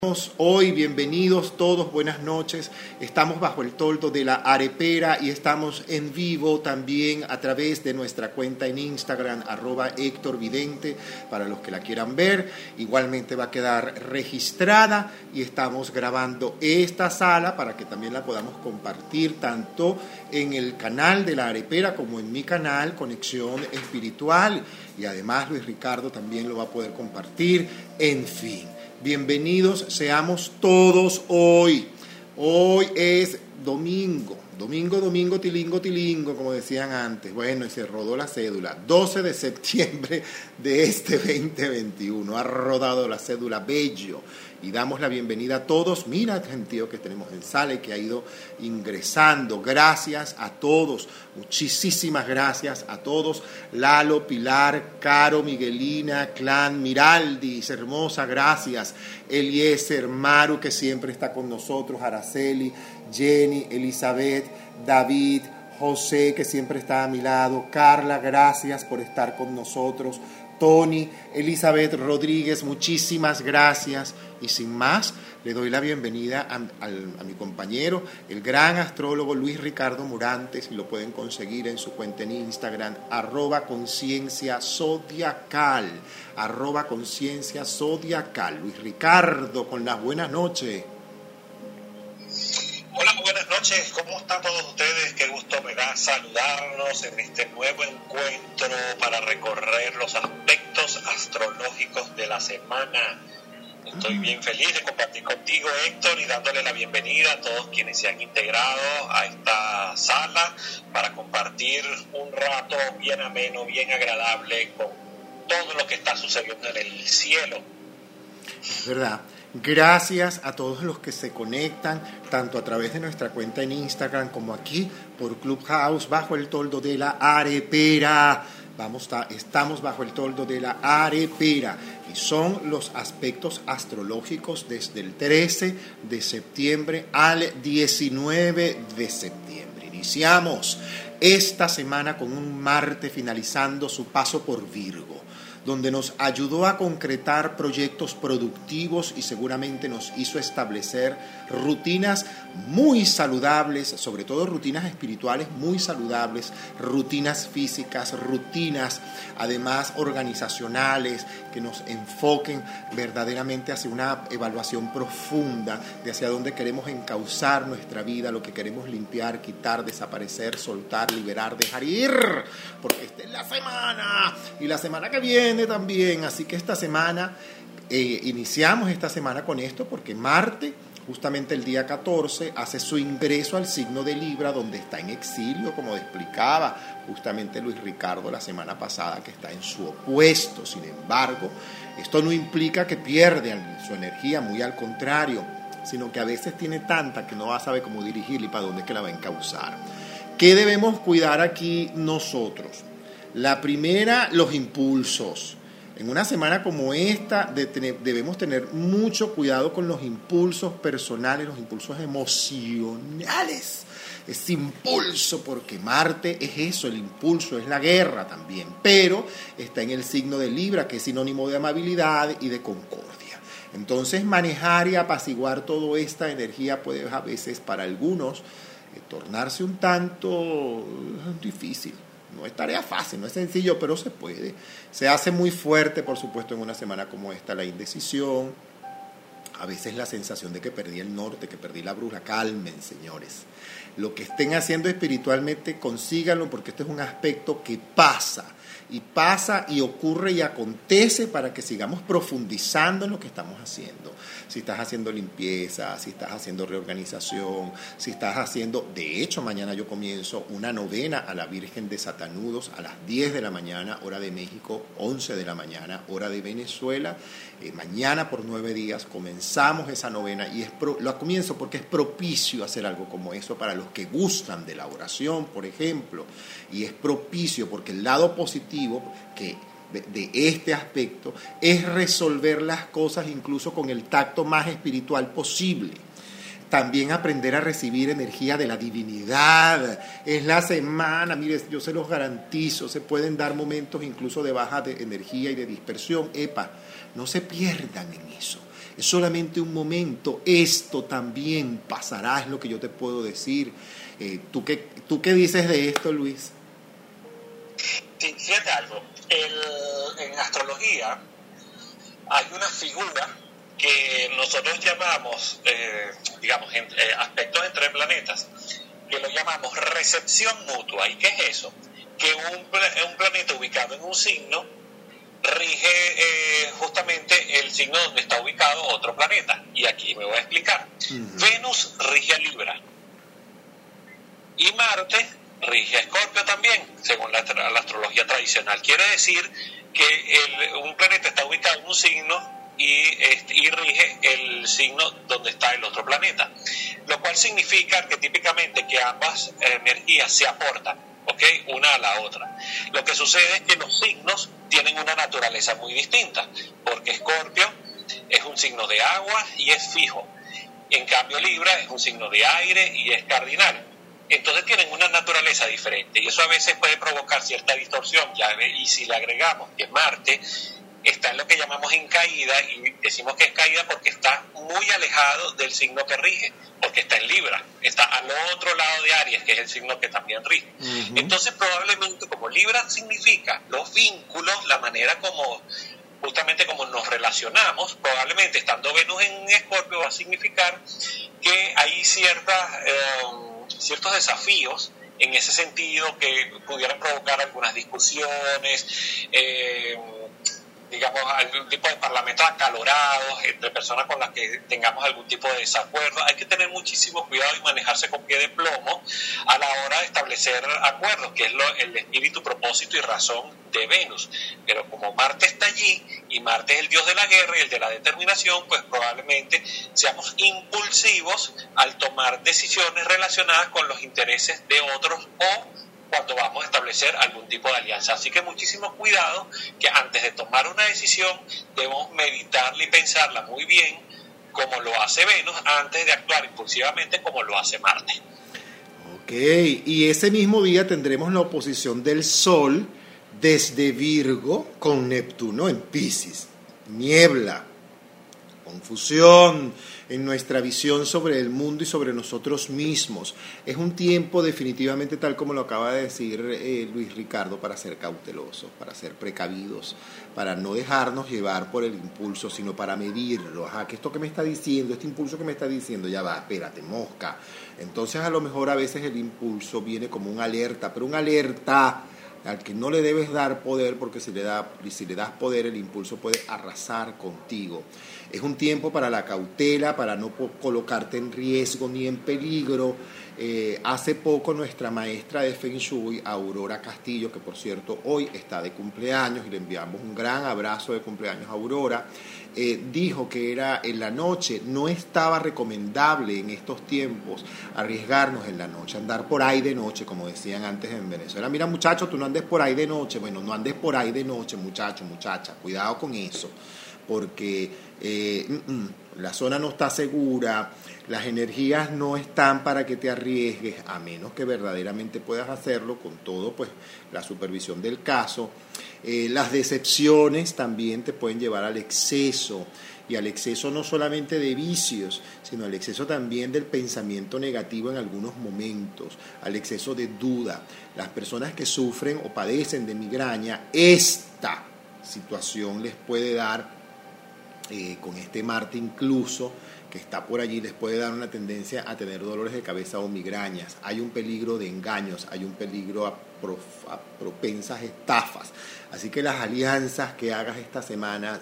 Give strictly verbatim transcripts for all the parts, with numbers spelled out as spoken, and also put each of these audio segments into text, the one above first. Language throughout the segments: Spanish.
Hoy, bienvenidos todos, buenas noches. Estamos bajo el toldo de la arepera y estamos en vivo también a través de nuestra cuenta en Instagram, arroba Héctor Vidente, para los que la quieran ver. Igualmente va a quedar registrada y estamos grabando esta sala para que también la podamos compartir tanto en el canal de la arepera como en mi canal, Conexión Espiritual. Y además Luis Ricardo también lo va a poder compartir. En fin. Bienvenidos seamos todos hoy. Hoy es domingo, domingo, domingo, tilingo, tilingo, como decían antes. Bueno, y se rodó la cédula. doce de septiembre de este veinte veintiuno. Ha rodado la cédula bello. Y damos la bienvenida a todos. Mira el gentío que tenemos en sala y que ha ido ingresando. Gracias a todos. Muchísimas gracias a todos. Lalo, Pilar, Caro, Miguelina, Clan, Miraldis, hermosa, gracias. Eliezer, Maru, que siempre está con nosotros. Araceli, Jenny, Elizabeth, David, José, que siempre está a mi lado. Carla, gracias por estar con nosotros. Tony, Elizabeth Rodríguez, muchísimas gracias. Y sin más, le doy la bienvenida a, a, a mi compañero, el gran astrólogo Luis Ricardo Murantes, y lo pueden conseguir en su cuenta en Instagram, arroba conciencia zodiacal, arroba conciencia zodiacal. Luis Ricardo, con las buenas noches. Hola, buenas noches, ¿cómo están todos ustedes? Qué gusto me da saludarlos en este nuevo encuentro para recorrer los aspectos astrológicos de la semana. Estoy bien feliz de compartir contigo, Héctor, y dándole la bienvenida a todos quienes se han integrado a esta sala para compartir un rato bien ameno, bien agradable con todo lo que está sucediendo en el cielo. Es verdad. Gracias a todos los que se conectan, tanto a través de nuestra cuenta en Instagram como aquí por Clubhouse, bajo el toldo de la arepera. Vamos a, estamos bajo el toldo de la arepera y son los aspectos astrológicos desde el trece de septiembre al diecinueve de septiembre. Iniciamos esta semana con un Marte finalizando su paso por Virgo, donde nos ayudó a concretar proyectos productivos y seguramente nos hizo establecer rutinas muy saludables, sobre todo rutinas espirituales muy saludables, rutinas físicas, rutinas además organizacionales que nos enfoquen verdaderamente hacia una evaluación profunda de hacia dónde queremos encauzar nuestra vida, lo que queremos limpiar, quitar, desaparecer, soltar, liberar, dejar ir, porque esta es la semana y la semana que viene también, así que esta semana eh, iniciamos esta semana con esto porque Marte justamente el día catorce hace su ingreso al signo de Libra, donde está en exilio, como explicaba justamente Luis Ricardo la semana pasada, que está en su opuesto. Sin embargo, esto no implica que pierdan su energía, muy al contrario, sino que a veces tiene tanta que no va a saber cómo dirigirla y para dónde es que la va a encauzar. ¿Qué debemos cuidar aquí nosotros? La primera, los impulsos. En una semana como esta de tener, debemos tener mucho cuidado con los impulsos personales, los impulsos emocionales. Ese impulso, porque Marte es eso, el impulso, es la guerra también, pero está en el signo de Libra, que es sinónimo de amabilidad y de concordia. Entonces manejar y apaciguar toda esta energía puede a veces para algunos eh, tornarse un tanto difícil. No es tarea fácil, no es sencillo, pero se puede. Se hace muy fuerte, por supuesto, en una semana como esta, la indecisión. A veces la sensación de que perdí el norte, que perdí la brújula. Calmen, señores. Lo que estén haciendo espiritualmente, consíganlo, porque este es un aspecto que pasa. Y pasa y ocurre y acontece para que sigamos profundizando en lo que estamos haciendo. Si estás haciendo limpieza, si estás haciendo reorganización, si estás haciendo... De hecho, mañana yo comienzo una novena a la Virgen de Satanudos a las diez de la mañana, hora de México, once de la mañana, hora de Venezuela. Eh, mañana por nueve días comenzamos esa novena y es pro, lo comienzo porque es propicio hacer algo como eso para los que gustan de la oración, por ejemplo. Y es propicio porque el lado positivo que de, de este aspecto es resolver las cosas incluso con el tacto más espiritual posible. También aprender a recibir energía de la divinidad. Es la semana, mire, yo se los garantizo, se pueden dar momentos incluso de baja de energía y de dispersión. Epa, no se pierdan en eso. es solamente un momento, esto también pasará, es lo que yo te puedo decir. Eh, ¿tú, qué, ¿Tú qué dices de esto, Luis? Sí, fíjate algo, El, en astrología hay una figura que nosotros llamamos, eh, digamos, en, eh, aspectos entre planetas, que lo llamamos recepción mutua. ¿Y qué es eso? Que un, un planeta ubicado en un signo rige eh, justamente el signo donde está ubicado otro planeta. Y aquí me voy a explicar. Uh-huh. Venus rige a Libra y Marte rige a Escorpio también, según la, la astrología tradicional. Quiere decir que el, un planeta está ubicado en un signo y, este, y rige el signo donde está el otro planeta, lo cual significa que típicamente que ambas energías se aportan, ¿ok?, una a la otra. Lo que sucede es que los signos tienen una naturaleza muy distinta, porque Escorpio es un signo de agua y es fijo, en cambio Libra es un signo de aire y es cardinal. Entonces tienen una naturaleza diferente y eso a veces puede provocar cierta distorsión. Ya, y si le agregamos que Marte está en lo que llamamos en caída, y decimos que es caída porque está muy alejado del signo que rige, porque está en Libra, está al otro lado de Aries, que es el signo que también rige. Uh-huh. Entonces probablemente, como Libra significa los vínculos, la manera como justamente como nos relacionamos, probablemente estando Venus en Escorpio va a significar que hay ciertas, eh, ciertos desafíos en ese sentido que pudieran provocar algunas discusiones, eh, digamos, algún tipo de parlamentos acalorados entre personas con las que tengamos algún tipo de desacuerdo. Hay que tener muchísimo cuidado y manejarse con pie de plomo a la hora de establecer acuerdos, que es lo, el espíritu, propósito y razón de Venus. Pero como Marte está allí, y Marte es el dios de la guerra y el de la determinación, pues probablemente seamos impulsivos al tomar decisiones relacionadas con los intereses de otros o cuando vamos a establecer algún tipo de alianza. Así que muchísimo cuidado, que antes de tomar una decisión debemos meditarla y pensarla muy bien, como lo hace Venus, antes de actuar impulsivamente como lo hace Marte. Ok, y ese mismo día tendremos la oposición del Sol desde Virgo con Neptuno en Piscis. Niebla, confusión en nuestra visión sobre el mundo y sobre nosotros mismos. Es un tiempo definitivamente, tal como lo acaba de decir eh, Luis Ricardo, para ser cautelosos, para ser precavidos, para no dejarnos llevar por el impulso, sino para medirlo. Ajá, que esto que me está diciendo, este impulso que me está diciendo, ya va, espérate, mosca. Entonces a lo mejor a veces el impulso viene como un alerta, pero un alerta al que no le debes dar poder, porque si le, da, si le das poder, el impulso puede arrasar contigo. Es un tiempo para la cautela, para no colocarte en riesgo ni en peligro. Eh, hace poco nuestra maestra de Feng Shui, Aurora Castillo, que por cierto hoy está de cumpleaños, y le enviamos un gran abrazo de cumpleaños a Aurora, eh, dijo que era en la noche, no estaba recomendable en estos tiempos arriesgarnos en la noche, andar por ahí de noche, como decían antes en Venezuela. Mira, muchacho, tú no andes por ahí de noche. Bueno, no andes por ahí de noche, muchacho, muchacha, cuidado con eso, porque eh, la zona no está segura, las energías no están para que te arriesgues, a menos que verdaderamente puedas hacerlo con todo, pues, la supervisión del caso. Eh, las decepciones también te pueden llevar al exceso, y al exceso no solamente de vicios, sino al exceso también del pensamiento negativo en algunos momentos, al exceso de duda. Las personas que sufren o padecen de migraña, esta situación les puede dar, eh, con este Marte incluso, que está por allí, les puede dar una tendencia a tener dolores de cabeza o migrañas. Hay un peligro de engaños, hay un peligro a, prof, a propensas estafas. Así que las alianzas que hagas esta semana,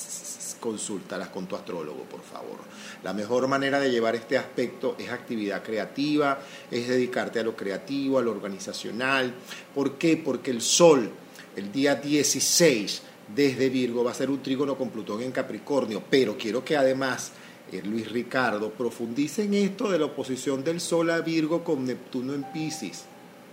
consúltalas con tu astrólogo, por favor. La mejor manera de llevar este aspecto es actividad creativa, es dedicarte a lo creativo, a lo organizacional. ¿Por qué? Porque el Sol, el día dieciséis, desde Virgo, va a ser un trígono con Plutón en Capricornio, pero quiero que además eh, Luis Ricardo profundice en esto de la oposición del Sol a Virgo con Neptuno en Piscis.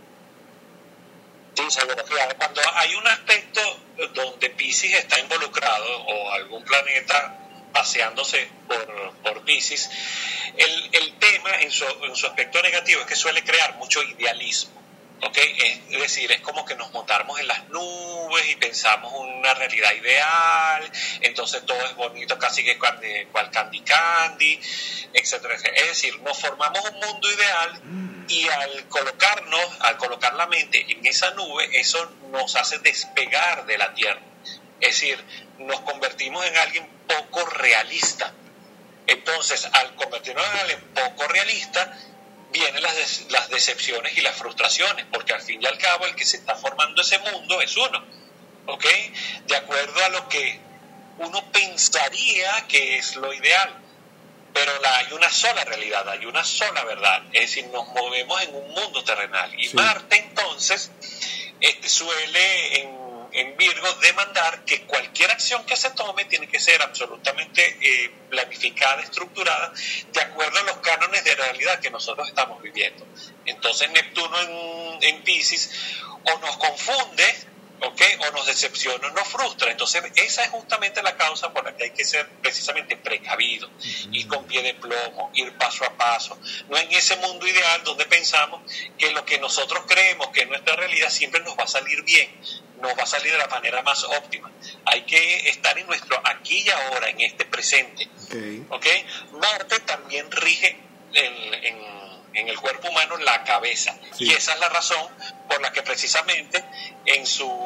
Sí, seguro. Cuando hay un aspecto donde Piscis está involucrado o algún planeta paseándose por, por Piscis, el, el tema en su, en su aspecto negativo es que suele crear mucho idealismo. ¿Okay? Es decir, es como que nos montamos en las nubes y pensamos una realidad ideal, entonces todo es bonito, casi que cual candy candy, etcétera, etcétera. Es decir, nos formamos un mundo ideal y al colocarnos, al colocar la mente en esa nube, eso nos hace despegar de la tierra. Es decir, nos convertimos en alguien poco realista. Entonces, al convertirnos en alguien poco realista, vienen las, des- las decepciones y las frustraciones, porque al fin y al cabo el que se está formando ese mundo es uno, ¿ok? De acuerdo a lo que uno pensaría que es lo ideal, pero la, hay una sola realidad, hay una sola verdad, es decir, nos movemos en un mundo terrenal. Y sí. Marte entonces este, suele en en Virgo demandar que cualquier acción que se tome tiene que ser absolutamente eh, planificada, estructurada, de acuerdo a los cánones de realidad que nosotros estamos viviendo. Entonces Neptuno en, en Piscis o nos confunde, ¿okay? O nos decepciona o nos frustra. Entonces esa es justamente la causa por la que hay que ser precisamente precavido, uh-huh. Ir con pie de plomo, ir paso a paso, no en ese mundo ideal donde pensamos que lo que nosotros creemos que es nuestra realidad siempre nos va a salir bien, nos va a salir de la manera más óptima. Hay que estar en nuestro aquí y ahora, en este presente. Okay. ¿Okay? Marte también rige en, en, en el cuerpo humano la cabeza. Sí. Y esa es la razón por la que precisamente en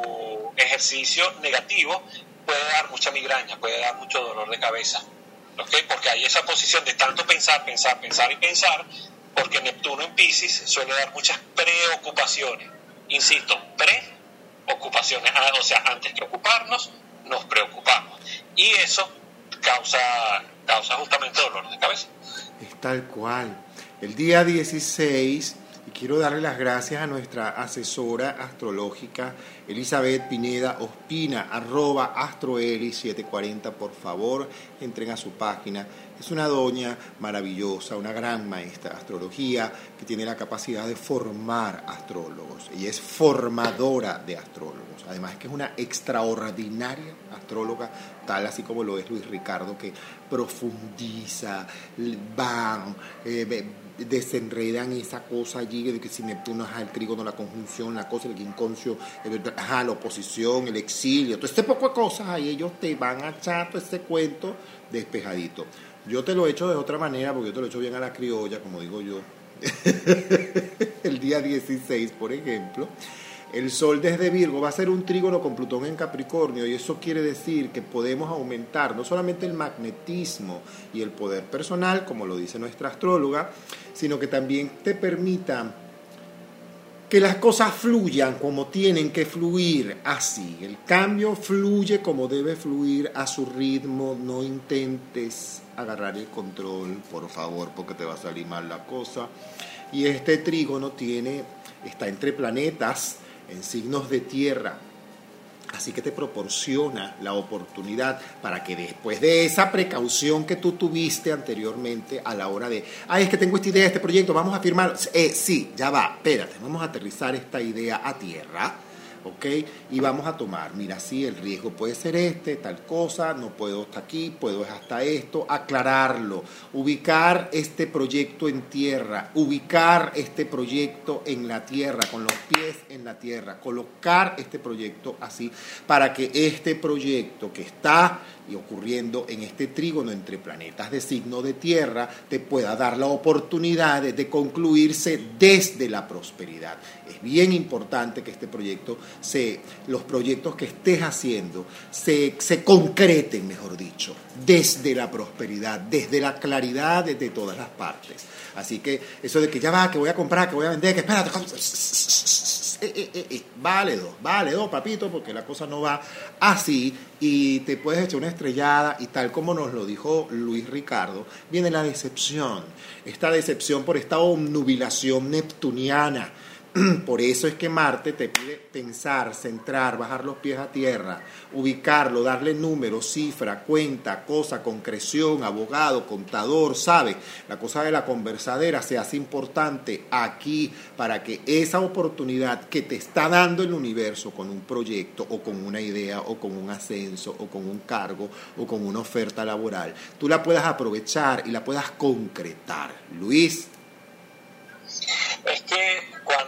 su ejercicio negativo puede dar mucha migraña, puede dar mucho dolor de cabeza. ¿Okay? Porque hay esa posición de tanto pensar, pensar, pensar y pensar, porque Neptuno en Piscis suele dar muchas preocupaciones. Insisto, pre ocupaciones, o sea, antes que ocuparnos, nos preocupamos. Y eso causa, causa justamente dolor de cabeza. Es tal cual. El día dieciséis, y quiero darle las gracias a nuestra asesora astrológica, Elizabeth Pineda Ospina, arroba astroeli setecientos cuarenta, por favor, entren a su página. Es una doña maravillosa, una gran maestra de astrología que tiene la capacidad de formar astrólogos. Ella es formadora de astrólogos. Además es que es una extraordinaria astróloga, tal así como lo es Luis Ricardo, que profundiza, van, eh, desenredan esa cosa allí de que si Neptuno es el trígono, la conjunción, la cosa, el quincuncio, ajá, la oposición, el exilio, todo este poco de cosas ahí ellos te van a echar todo ese cuento despejadito. Yo te lo he hecho de otra manera, porque yo te lo he hecho bien a la criolla, como digo yo. El día dieciséis, por ejemplo, el Sol desde Virgo va a ser un trígono con Plutón en Capricornio, y eso quiere decir que podemos aumentar no solamente el magnetismo y el poder personal, como lo dice nuestra astróloga, sino que también te permita que las cosas fluyan como tienen que fluir, así. El cambio fluye como debe fluir, a su ritmo. No intentes agarrar el control, por favor, porque te va a salir mal la cosa. Y este trígono tiene, está entre planetas en signos de tierra, así que te proporciona la oportunidad para que después de esa precaución que tú tuviste anteriormente a la hora de, ay, es que tengo esta idea, este proyecto, vamos a firmar, eh, sí, ya va, espérate, vamos a aterrizar esta idea a tierra, ¿ok? Y vamos a tomar, mira, sí, el riesgo puede ser este, tal cosa, no puedo hasta aquí, puedo hasta esto, aclararlo, ubicar este proyecto en tierra, ubicar este proyecto en la tierra, con los pies en la tierra, colocar este proyecto así, para que este proyecto que está y ocurriendo en este trígono entre planetas de signo de tierra te pueda dar la oportunidad de, de concluirse desde la prosperidad. Es bien importante que este proyecto, se, los proyectos que estés haciendo se, se concreten, mejor dicho, desde la prosperidad, desde la claridad desde todas las partes. Así que eso de que ya va, que voy a comprar, que voy a vender, que espérate, eh, eh, eh, eh, válido, válido, papito, porque la cosa no va así y te puedes echar una estrellada, y tal como nos lo dijo Luis Ricardo, viene la decepción, esta decepción por esta obnubilación neptuniana. Por eso es que Marte te pide pensar, centrar, bajar los pies a tierra, ubicarlo, darle número, cifra, cuenta, cosa, concreción, abogado, contador, ¿sabe? La cosa de la conversadera se hace importante aquí para que esa oportunidad que te está dando el universo con un proyecto o con una idea o con un ascenso o con un cargo o con una oferta laboral, tú la puedas aprovechar y la puedas concretar. Luis. Es que cuando hay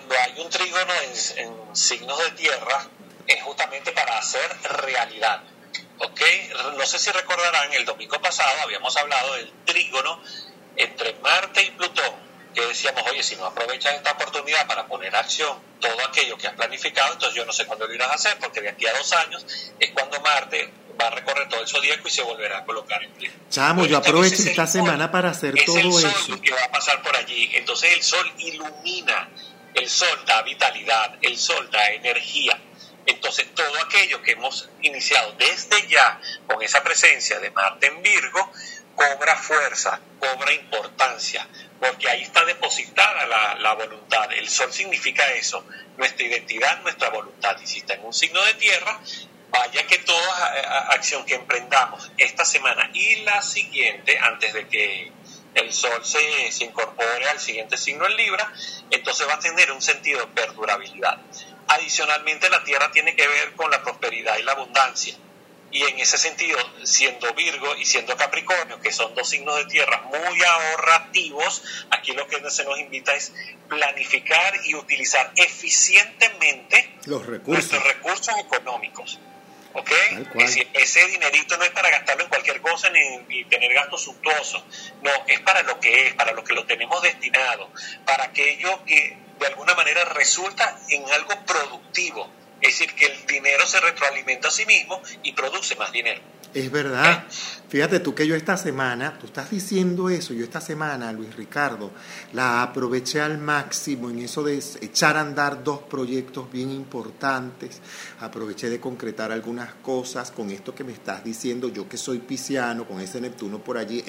un trígono en, en signos de tierra es justamente para hacer realidad. ¿Ok? No sé si recordarán, el domingo pasado habíamos hablado del trígono entre Marte y Plutón, que decíamos, oye, si no aprovechas esta oportunidad para poner a acción todo aquello que has planificado, entonces yo no sé cuándo lo irás a hacer, porque de aquí a dos años es cuando Marte va a recorrer todo el zodíaco y se volverá a colocar en pie. Chamo, yo aprovecho esta semana para hacer todo eso. Es el sol que va a pasar por allí, entonces el sol ilumina, el sol da vitalidad, el sol da energía. Entonces todo aquello que hemos iniciado desde ya con esa presencia de Marte en Virgo cobra fuerza, cobra importancia, porque ahí está depositada la, la voluntad. El sol significa eso, nuestra identidad, nuestra voluntad. Y si está en un signo de tierra, vaya que toda acción que emprendamos esta semana y la siguiente, antes de que el sol se, se incorpore al siguiente signo en Libra, entonces va a tener un sentido de perdurabilidad. Adicionalmente, la tierra tiene que ver con la prosperidad y la abundancia. Y en ese sentido, siendo Virgo y siendo Capricornio, que son dos signos de tierra muy ahorrativos, aquí lo que se nos invita es planificar y utilizar eficientemente los recursos, nuestros recursos económicos. ¿Ok? Es decir, ese dinerito no es para gastarlo en cualquier cosa ni, ni tener gastos suntuosos. No, es para lo que es, para lo que lo tenemos destinado, para aquello que de alguna manera resulta en algo productivo. Es decir, que el dinero se retroalimenta a sí mismo y produce más dinero. Es verdad. Fíjate tú que yo esta semana, tú estás diciendo eso, yo esta semana, Luis Ricardo, la aproveché al máximo en eso de echar a andar dos proyectos bien importantes. Aproveché de concretar algunas cosas con esto que me estás diciendo, yo que soy pisciano, con ese Neptuno por allí.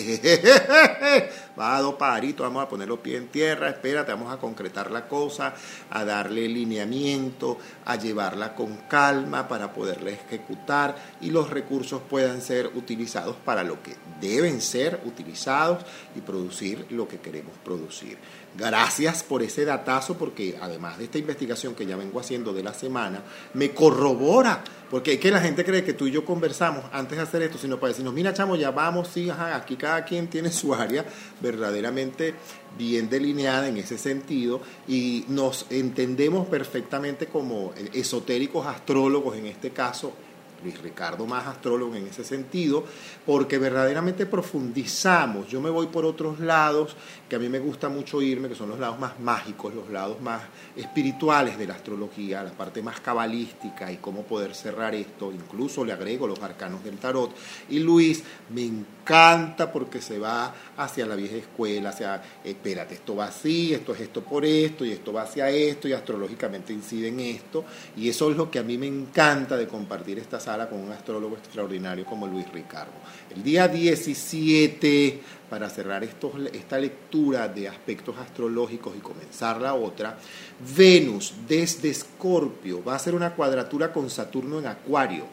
Va a dos paritos, vamos a poner los pies en tierra, espérate, vamos a concretar la cosa, a darle lineamiento, a llevarla con calma para poderla ejecutar y los recursos puedan ser utilizados para lo que deben ser utilizados y producir lo que queremos producir. Gracias por ese datazo, porque además de esta investigación que ya vengo haciendo de la semana, me corrobora, porque es que la gente cree que tú y yo conversamos antes de hacer esto, sino para decirnos, mira chamo, ya vamos, sí, ajá, aquí cada quien tiene su área verdaderamente bien delineada en ese sentido y nos entendemos perfectamente como esotéricos astrólogos en este caso, Luis Ricardo más astrólogo en ese sentido, porque verdaderamente profundizamos. Yo me voy por otros lados que a mí me gusta mucho irme, que son los lados más mágicos, los lados más espirituales de la astrología, la parte más cabalística y cómo poder cerrar esto. Incluso le agrego los arcanos del tarot. Y Luis me encanta porque se va hacia la vieja escuela, hacia, espérate, esto va así, esto es esto por esto, y esto va hacia esto, y astrológicamente incide en esto. Y eso es lo que a mí me encanta de compartir esta sala con un astrólogo extraordinario como Luis Ricardo. El día diecisiete, para cerrar estos, esta lectura de aspectos astrológicos y comenzar la otra, Venus desde Escorpio va a hacer una cuadratura con Saturno en Acuario.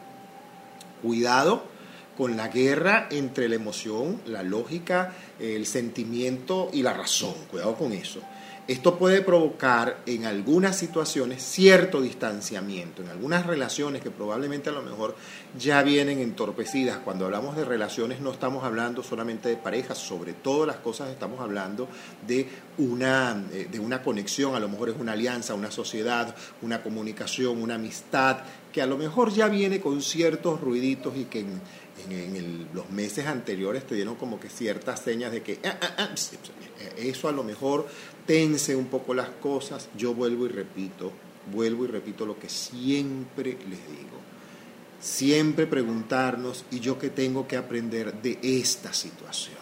Cuidado con la guerra entre la emoción, la lógica, el sentimiento y la razón. Cuidado con eso. Esto puede provocar en algunas situaciones cierto distanciamiento, en algunas relaciones que probablemente a lo mejor ya vienen entorpecidas. Cuando hablamos de relaciones no estamos hablando solamente de parejas, sobre todo las cosas estamos hablando de una, de una conexión, a lo mejor es una alianza, una sociedad, una comunicación, una amistad, que a lo mejor ya viene con ciertos ruiditos y que en, en, en el, los meses anteriores te dieron como que ciertas señas de que ah, ah, ah, eso a lo mejor tense un poco las cosas. Yo vuelvo y repito, vuelvo y repito lo que siempre les digo. Siempre preguntarnos, ¿y yo qué tengo que aprender de esta situación?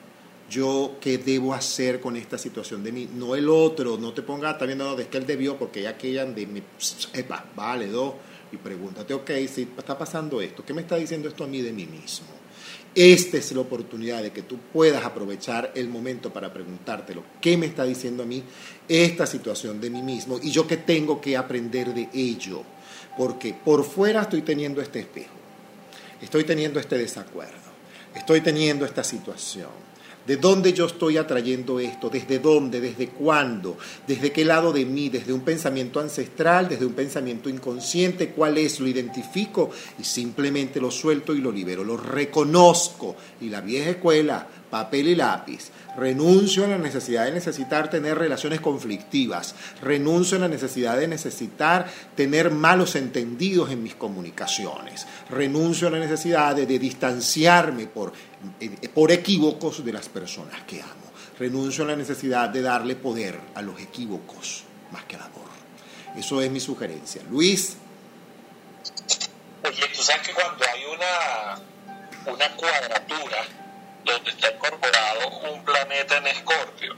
¿Yo qué debo hacer con esta situación de mí? No el otro, no te pongas, está viendo, no, es que él debió, porque ya aquella de mi, epa, vale, dos, y pregúntate, ok, si está pasando esto, ¿qué me está diciendo esto a mí de mí mismo? Esta es la oportunidad de que tú puedas aprovechar el momento para preguntártelo. ¿Qué me está diciendo a mí esta situación de mí mismo? Y yo qué tengo que aprender de ello. Porque por fuera estoy teniendo este espejo, estoy teniendo este desacuerdo, estoy teniendo esta situación. ¿De dónde yo estoy atrayendo esto? ¿Desde dónde? ¿Desde cuándo? ¿Desde qué lado de mí? ¿Desde un pensamiento ancestral? ¿Desde un pensamiento inconsciente? ¿Cuál es? Lo identifico y simplemente lo suelto y lo libero, lo reconozco. Y la vieja escuela, papel y lápiz. Renuncio a la necesidad de necesitar tener relaciones conflictivas. Renuncio a la necesidad de necesitar tener malos entendidos en mis comunicaciones. Renuncio a la necesidad de, de distanciarme por, eh, por equívocos de las personas que amo. Renuncio a la necesidad de darle poder a los equívocos más que al amor. Eso es mi sugerencia. Luis. Oye, tú sabes que cuando hay una, una cuadratura donde está incorporado un planeta en Escorpio,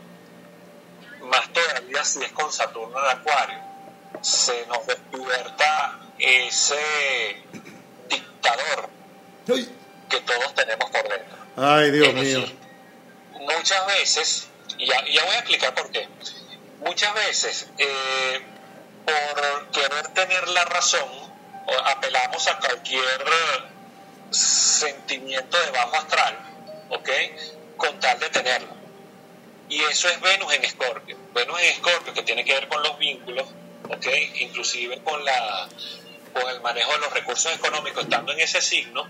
más todavía si es con Saturno en Acuario, se nos despierta ese dictador Ay. que todos tenemos por dentro. Ay, Dios es mío. Decir, muchas veces, y ya, ya voy a explicar por qué, muchas veces eh, por querer tener la razón, apelamos a cualquier sentimiento de bajo astral, ¿ok? Con tal de tenerlo. Y eso es Venus en Escorpio. Venus en Escorpio, que tiene que ver con los vínculos, ¿ok? Inclusive con, la, con el manejo de los recursos económicos, estando en ese signo,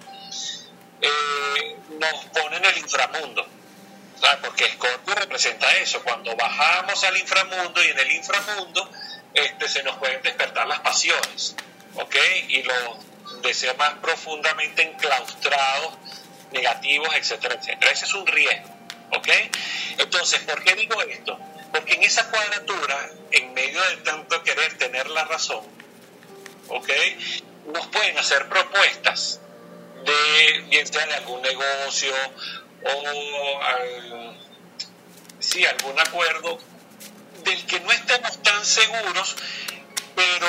eh, nos pone en el inframundo. ¿Sabes? Porque Escorpio representa eso. Cuando bajamos al inframundo, y en el inframundo este, se nos pueden despertar las pasiones, ¿ok? Y los deseos más profundamente enclaustrados, negativos, etcétera, etcétera. Ese es un riesgo, ¿ok? Entonces, ¿por qué digo esto? Porque en esa cuadratura, en medio de tanto querer tener la razón, ¿ok? Nos pueden hacer propuestas de, bien sea de algún negocio o al, sí, algún acuerdo del que no estamos tan seguros, pero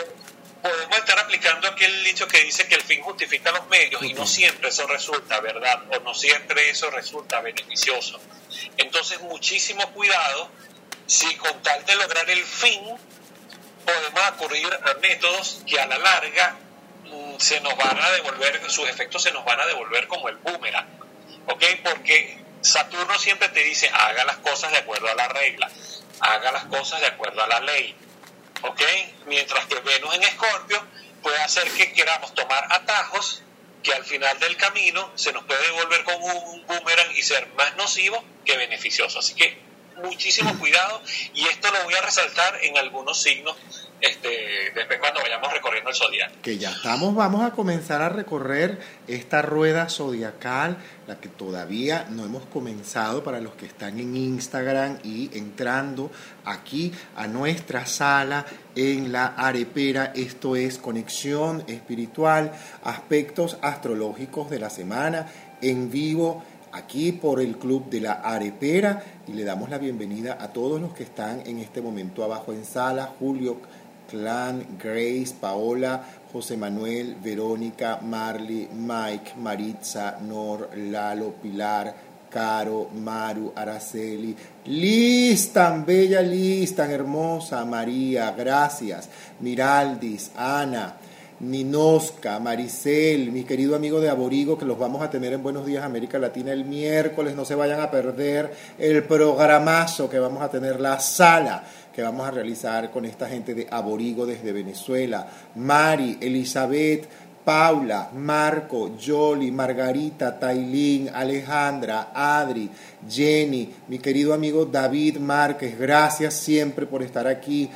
podemos estar aplicando aquel dicho que dice que el fin justifica los medios, y no siempre eso resulta verdad, o no siempre eso resulta beneficioso. Entonces, muchísimo cuidado si con tal de lograr el fin podemos acudir a métodos que a la larga mm, se nos van a devolver, sus efectos se nos van a devolver como el boomerang, ¿ok? Porque Saturno siempre te dice, haga las cosas de acuerdo a la regla, haga las cosas de acuerdo a la ley, ¿ok? Mientras que Venus en Escorpio puede hacer que queramos tomar atajos que al final del camino se nos puede devolver con un boomerang y ser más nocivo que beneficioso. Así que muchísimo cuidado, y esto lo voy a resaltar en algunos signos este, después cuando vayamos recorriendo el zodiaco. Que ya estamos, vamos a comenzar a recorrer esta rueda zodiacal, la que todavía no hemos comenzado para los que están en Instagram y entrando aquí a nuestra sala en la Arepera. Esto es Conexión Espiritual, aspectos astrológicos de la semana en vivo, aquí por el Club de la Arepera, y le damos la bienvenida a todos los que están en este momento abajo en sala: Julio, Clan, Grace, Paola, José Manuel, Verónica, Marley, Mike, Maritza, Nor, Lalo, Pilar, Caro, Maru, Araceli, Liz, tan bella Liz, tan hermosa, María, gracias, Miraldis, Ana, Ninosca, Maricel, mi querido amigo de Aborigo, que los vamos a tener en Buenos Días América Latina el miércoles. No se vayan a perder el programazo que vamos a tener, la sala que vamos a realizar con esta gente de Aborigo desde Venezuela. Mari, Elizabeth, Paula, Marco, Yoli, Margarita, Tailín, Alejandra, Adri, Jenny, mi querido amigo David Márquez, gracias siempre por estar aquí.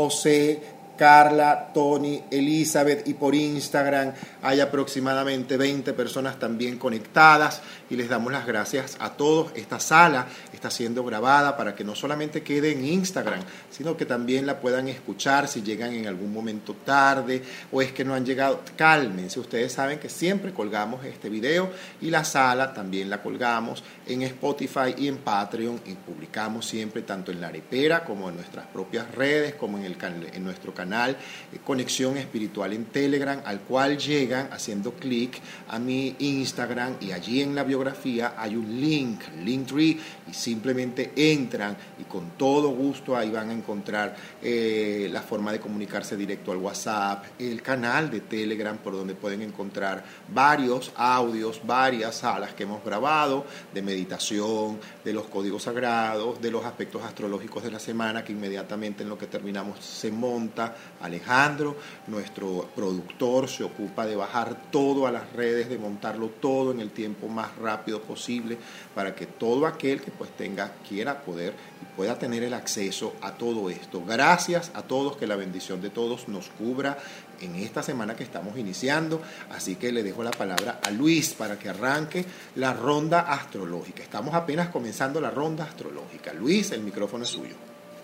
José, Carla, Tony, Elizabeth, y por Instagram hay aproximadamente veinte personas también conectadas, y les damos las gracias a todos. Esta sala está siendo grabada para que no solamente quede en Instagram, sino que también la puedan escuchar si llegan en algún momento tarde o es que no han llegado. Cálmense, ustedes saben que siempre colgamos este video, y la sala también la colgamos en Spotify y en Patreon, y publicamos siempre tanto en la Arepera como en nuestras propias redes, como en, el can- en nuestro canal canal Conexión Espiritual en Telegram, al cual llegan haciendo clic a mi Instagram, y allí en la biografía hay un link, Linktree, y simplemente entran y con todo gusto ahí van a encontrar eh, la forma de comunicarse directo al WhatsApp, el canal de Telegram por donde pueden encontrar varios audios, varias salas que hemos grabado de meditación, de los códigos sagrados, de los aspectos astrológicos de la semana, que inmediatamente en lo que terminamos se monta Alejandro, nuestro productor, se ocupa de bajar todo a las redes, de montarlo todo en el tiempo más rápido posible para que todo aquel que pues tenga, quiera poder y pueda tener el acceso a todo esto. Gracias a todos, que la bendición de todos nos cubra en esta semana que estamos iniciando, así que le dejo la palabra a Luis para que arranque la ronda astrológica. Estamos apenas comenzando la ronda astrológica. Luis, el micrófono es suyo.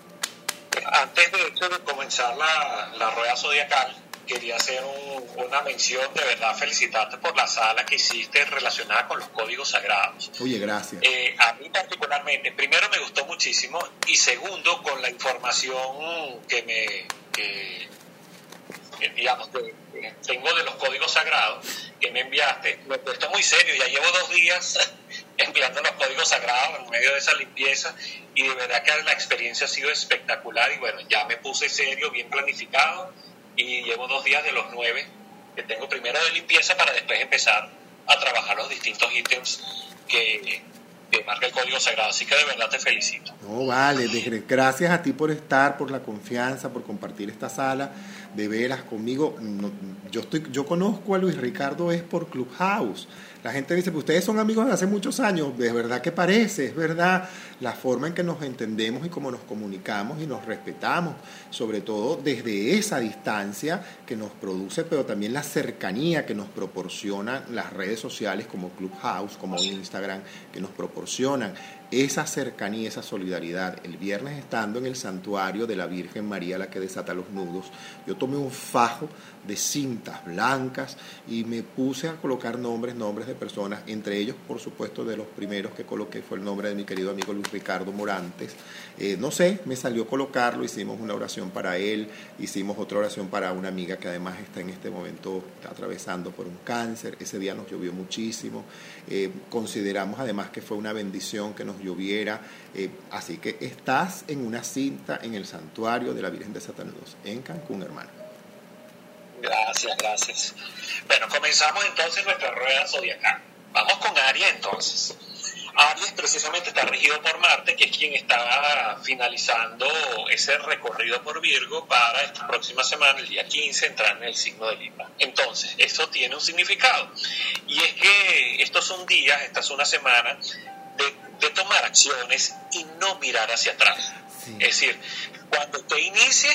Antes de hecho de comenzar la, la rueda zodiacal, quería hacer un, una mención, de verdad felicitarte por la sala que hiciste relacionada con los códigos sagrados. Oye, gracias. Eh, a mí particularmente, primero me gustó muchísimo, y segundo, con la información que me... Que, digamos, que tengo de los códigos sagrados que me enviaste, me he puesto muy serio, ya llevo dos días enviando los códigos sagrados en medio de esa limpieza, y de verdad que la experiencia ha sido espectacular, y bueno, ya me puse serio, bien planificado, y llevo dos días de los nueve que tengo primero de limpieza para después empezar a trabajar los distintos ítems que, que marca el código sagrado, así que de verdad te felicito. No, vale, gracias a ti por estar, por la confianza, por compartir esta sala, de veras conmigo. No, yo estoy, yo conozco a Luis Ricardo es por Clubhouse. La gente dice, pues ustedes son amigos de hace muchos años. De verdad que parece, es verdad, la forma en que nos entendemos y cómo nos comunicamos y nos respetamos, sobre todo desde esa distancia que nos produce, pero también la cercanía que nos proporcionan las redes sociales como Clubhouse, como Instagram, que nos proporcionan esa cercanía, esa solidaridad. El viernes, estando en el santuario de la Virgen María, la que desata los nudos, yo tomé un fajo de cintas blancas y me puse a colocar nombres, nombres de personas, entre ellos, por supuesto, de los primeros que coloqué fue el nombre de mi querido amigo Luis Ricardo Morantes. Eh, no sé, me salió colocarlo, hicimos una oración para él, hicimos otra oración para una amiga que además está en este momento atravesando por un cáncer. Ese día nos llovió muchísimo, eh, consideramos además que fue una bendición que nos lloviera, eh, así que estás en una cinta en el santuario de la Virgen de Satanudos en Cancún, hermano. Gracias, gracias. Bueno, comenzamos entonces nuestra rueda zodiacal. Vamos con Aries entonces. Aries precisamente está regido por Marte, que es quien está finalizando ese recorrido por Virgo para esta próxima semana, el día quince, entrar en el signo de Libra. Entonces, esto tiene un significado, y es que estos son días, esta es una semana de, de tomar acciones y no mirar hacia atrás. Sí. Es decir, cuando usted inicie,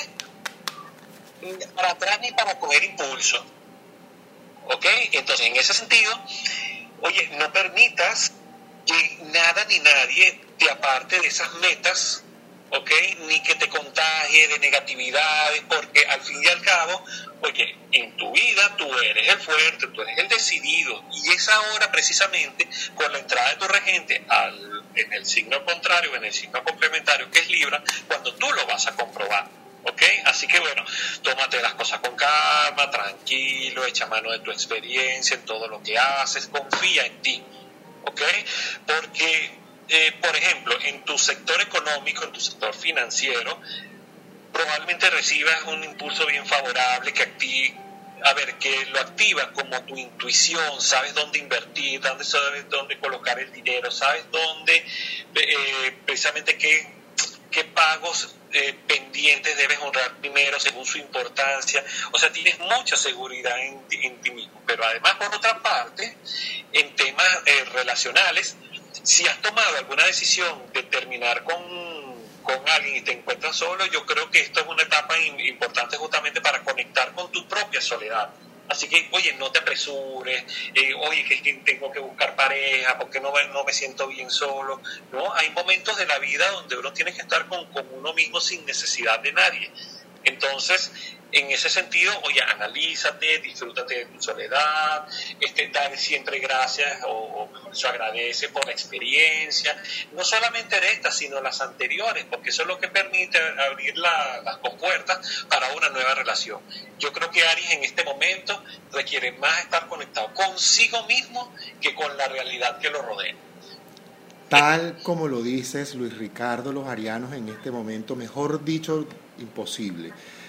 para atrás ni para coger impulso. ¿Ok? Entonces, en ese sentido, oye, no permitas que nada ni nadie te aparte de esas metas, ¿ok? Ni que te contagie de negatividades, porque al fin y al cabo, oye, en tu vida tú eres el fuerte, tú eres el decidido, y es ahora precisamente con la entrada de tu regente al, en el signo contrario, en el signo complementario que es Libra, cuando tú lo vas a comprobar. ¿Ok? Así que bueno, tómate las cosas con calma, tranquilo, echa mano de tu experiencia en todo lo que haces, confía en ti, ¿ok? Porque, eh, por ejemplo, en tu sector económico, en tu sector financiero, probablemente recibas un impulso bien favorable que active, a ver, que lo activa como tu intuición, sabes dónde invertir, dónde, sabes dónde colocar el dinero, sabes dónde, eh, precisamente qué, qué pagos Eh, pendientes debes honrar primero según su importancia. O sea, tienes mucha seguridad en, en ti mismo. Pero además, por otra parte, en temas eh, relacionales, si has tomado alguna decisión de terminar con, con alguien y te encuentras solo, yo creo que esto es una etapa in, importante justamente para conectar con tu propia soledad. Así que, oye, no te apresures, eh, oye, que es que tengo que buscar pareja, porque no, no me siento bien solo. No, hay momentos de la vida donde uno tiene que estar con, con uno mismo sin necesidad de nadie. Entonces, en ese sentido, oye, analízate, disfrútate de tu soledad, este, dar siempre gracias o, o mejor dicho, agradece por la experiencia, no solamente de esta, sino las anteriores, porque eso es lo que permite abrir la, las compuertas para una nueva relación. Yo creo que Aries en este momento requiere más estar conectado consigo mismo que con la realidad que lo rodea. Tal como lo dices, Luis Ricardo, los arianos en este momento, mejor dicho, imposible.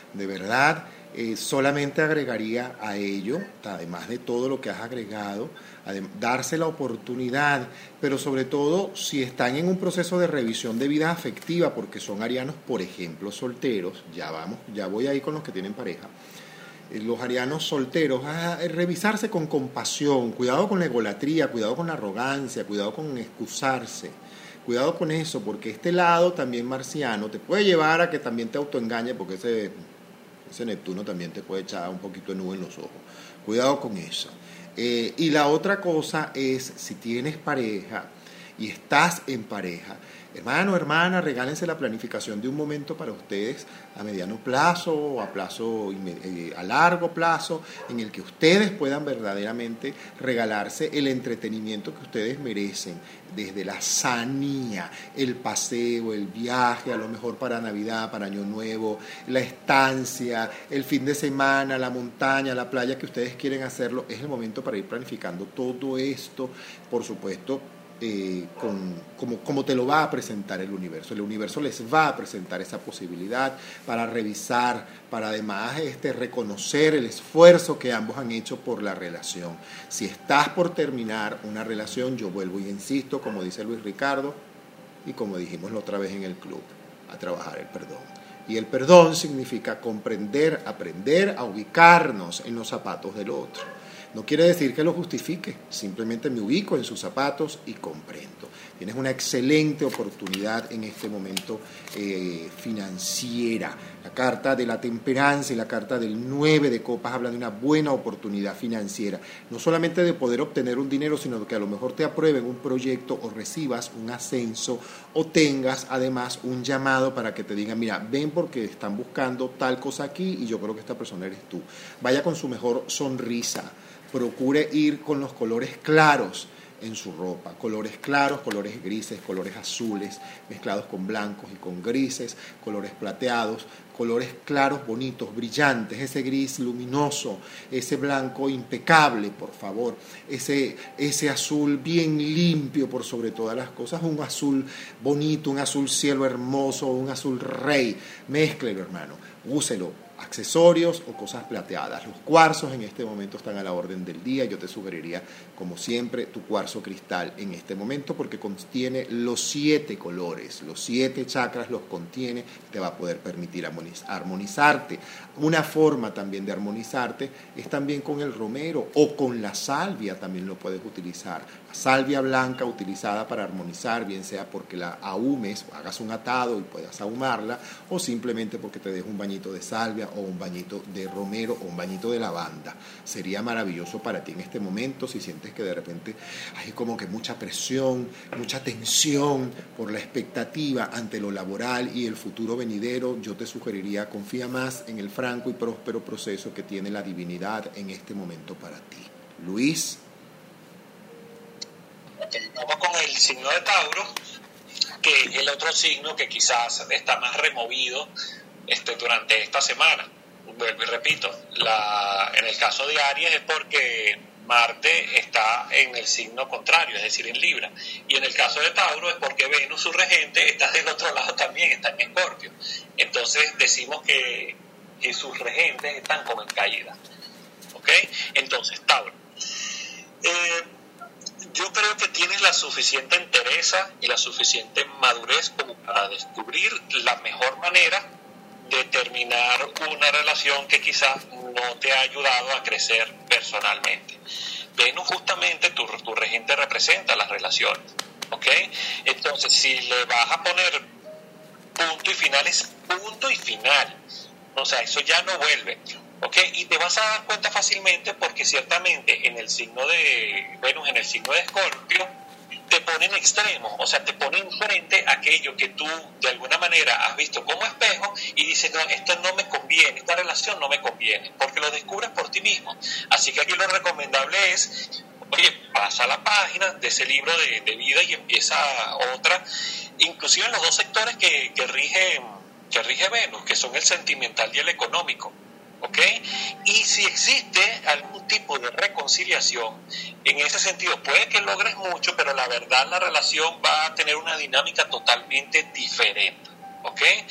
De verdad, eh, solamente agregaría a ello, además de todo lo que has agregado, darse la oportunidad, pero sobre todo si están en un proceso de revisión de vida afectiva, porque son arianos, por ejemplo, solteros, ya vamos, ya voy ahí con los que tienen pareja, eh, los arianos solteros, a revisarse con compasión, cuidado con la egolatría, cuidado con la arrogancia, cuidado con excusarse, cuidado con eso, porque este lado también marciano te puede llevar a que también te autoengañe, porque ese, ese Neptuno también te puede echar un poquito de nube en los ojos, cuidado con eso. Eh, y la otra cosa es, si tienes pareja y estás en pareja, hermano, hermana, regálense la planificación de un momento para ustedes a mediano plazo o a plazo, eh, a largo plazo, en el que ustedes puedan verdaderamente regalarse el entretenimiento que ustedes merecen, desde la sanía, el paseo, el viaje, a lo mejor para Navidad, para Año Nuevo, la estancia, el fin de semana, la montaña, la playa que ustedes quieren hacerlo. Es el momento para ir planificando todo esto, por supuesto, Eh, con, como, como te lo va a presentar el universo. El universo les va a presentar esa posibilidad para revisar, para además este, reconocer el esfuerzo que ambos han hecho por la relación. Si estás por terminar una relación, yo vuelvo y insisto, como dice Luis Ricardo, y como dijimos la otra vez en el club, a trabajar el perdón. Y el perdón significa comprender, aprender a ubicarnos en los zapatos del otro. No quiere decir que lo justifique, simplemente me ubico en sus zapatos y comprendo. Tienes una excelente oportunidad en este momento eh, financiera. La carta de la temperancia y la carta del nueve de copas hablan de una buena oportunidad financiera. No solamente de poder obtener un dinero, sino que a lo mejor te aprueben un proyecto o recibas un ascenso o tengas además un llamado para que te digan, mira, ven porque están buscando tal cosa aquí y yo creo que esta persona eres tú. Vaya con su mejor sonrisa. Procure ir con los colores claros en su ropa, colores claros, colores grises, colores azules, mezclados con blancos y con grises, colores plateados, colores claros, bonitos, brillantes, ese gris luminoso, ese blanco impecable, por favor, ese, ese azul bien limpio por sobre todas las cosas, un azul bonito, un azul cielo hermoso, un azul rey, mézclelo, hermano, úselo. Accesorios o cosas plateadas. Los cuarzos en este momento están a la orden del día. Yo te sugeriría, como siempre, tu cuarzo cristal en este momento porque contiene los siete colores, los siete chakras los contiene, te va a poder permitir armonizarte. Una forma también de armonizarte es también con el romero o con la salvia, también lo puedes utilizar. La salvia blanca utilizada para armonizar, bien sea porque la ahumes, hagas un atado y puedas ahumarla, o simplemente porque te dejes un bañito de salvia o un bañito de romero o un bañito de lavanda. Sería maravilloso para ti en este momento si sientes que de repente hay como que mucha presión, mucha tensión por la expectativa ante lo laboral y el futuro venidero. Yo te sugeriría, confía más en el franco y próspero proceso que tiene la divinidad en este momento para ti. Luis. Vamos con el signo de Tauro, que es el otro signo que quizás está más removido este, durante esta semana. Vuelvo y repito, la, en el caso de Aries es porque Marte está en el signo contrario, es decir, en Libra. Y en el caso de Tauro es porque Venus, su regente, está del otro lado también, está en Escorpio. Entonces decimos que, que sus regentes están como en caída. ¿Ok? Entonces, Tauro. Eh, yo creo que tienes la suficiente entereza y la suficiente madurez como para descubrir la mejor manera de terminar una relación que quizás no te ha ayudado a crecer personalmente. Venus justamente, tu, tu regente representa las relaciones, ¿ok? Entonces, si le vas a poner punto y final, es punto y final. O sea, eso ya no vuelve, ¿ok? Y te vas a dar cuenta fácilmente porque ciertamente en el signo de Venus, en el signo de Escorpio, te ponen extremos, o sea, te ponen frente a aquello que tú de alguna manera has visto como espejo y dices, no, esto no me conviene, esta relación no me conviene, porque lo descubres por ti mismo. Así que aquí lo recomendable es, oye, pasa la página de ese libro de, de vida y empieza otra, inclusive en los dos sectores que, que, rige, que rige Venus, que son el sentimental y el económico. ¿Ok? Y si existe algún tipo de reconciliación, en ese sentido puede que logres mucho, pero la verdad la relación va a tener una dinámica totalmente diferente. ¿Ok?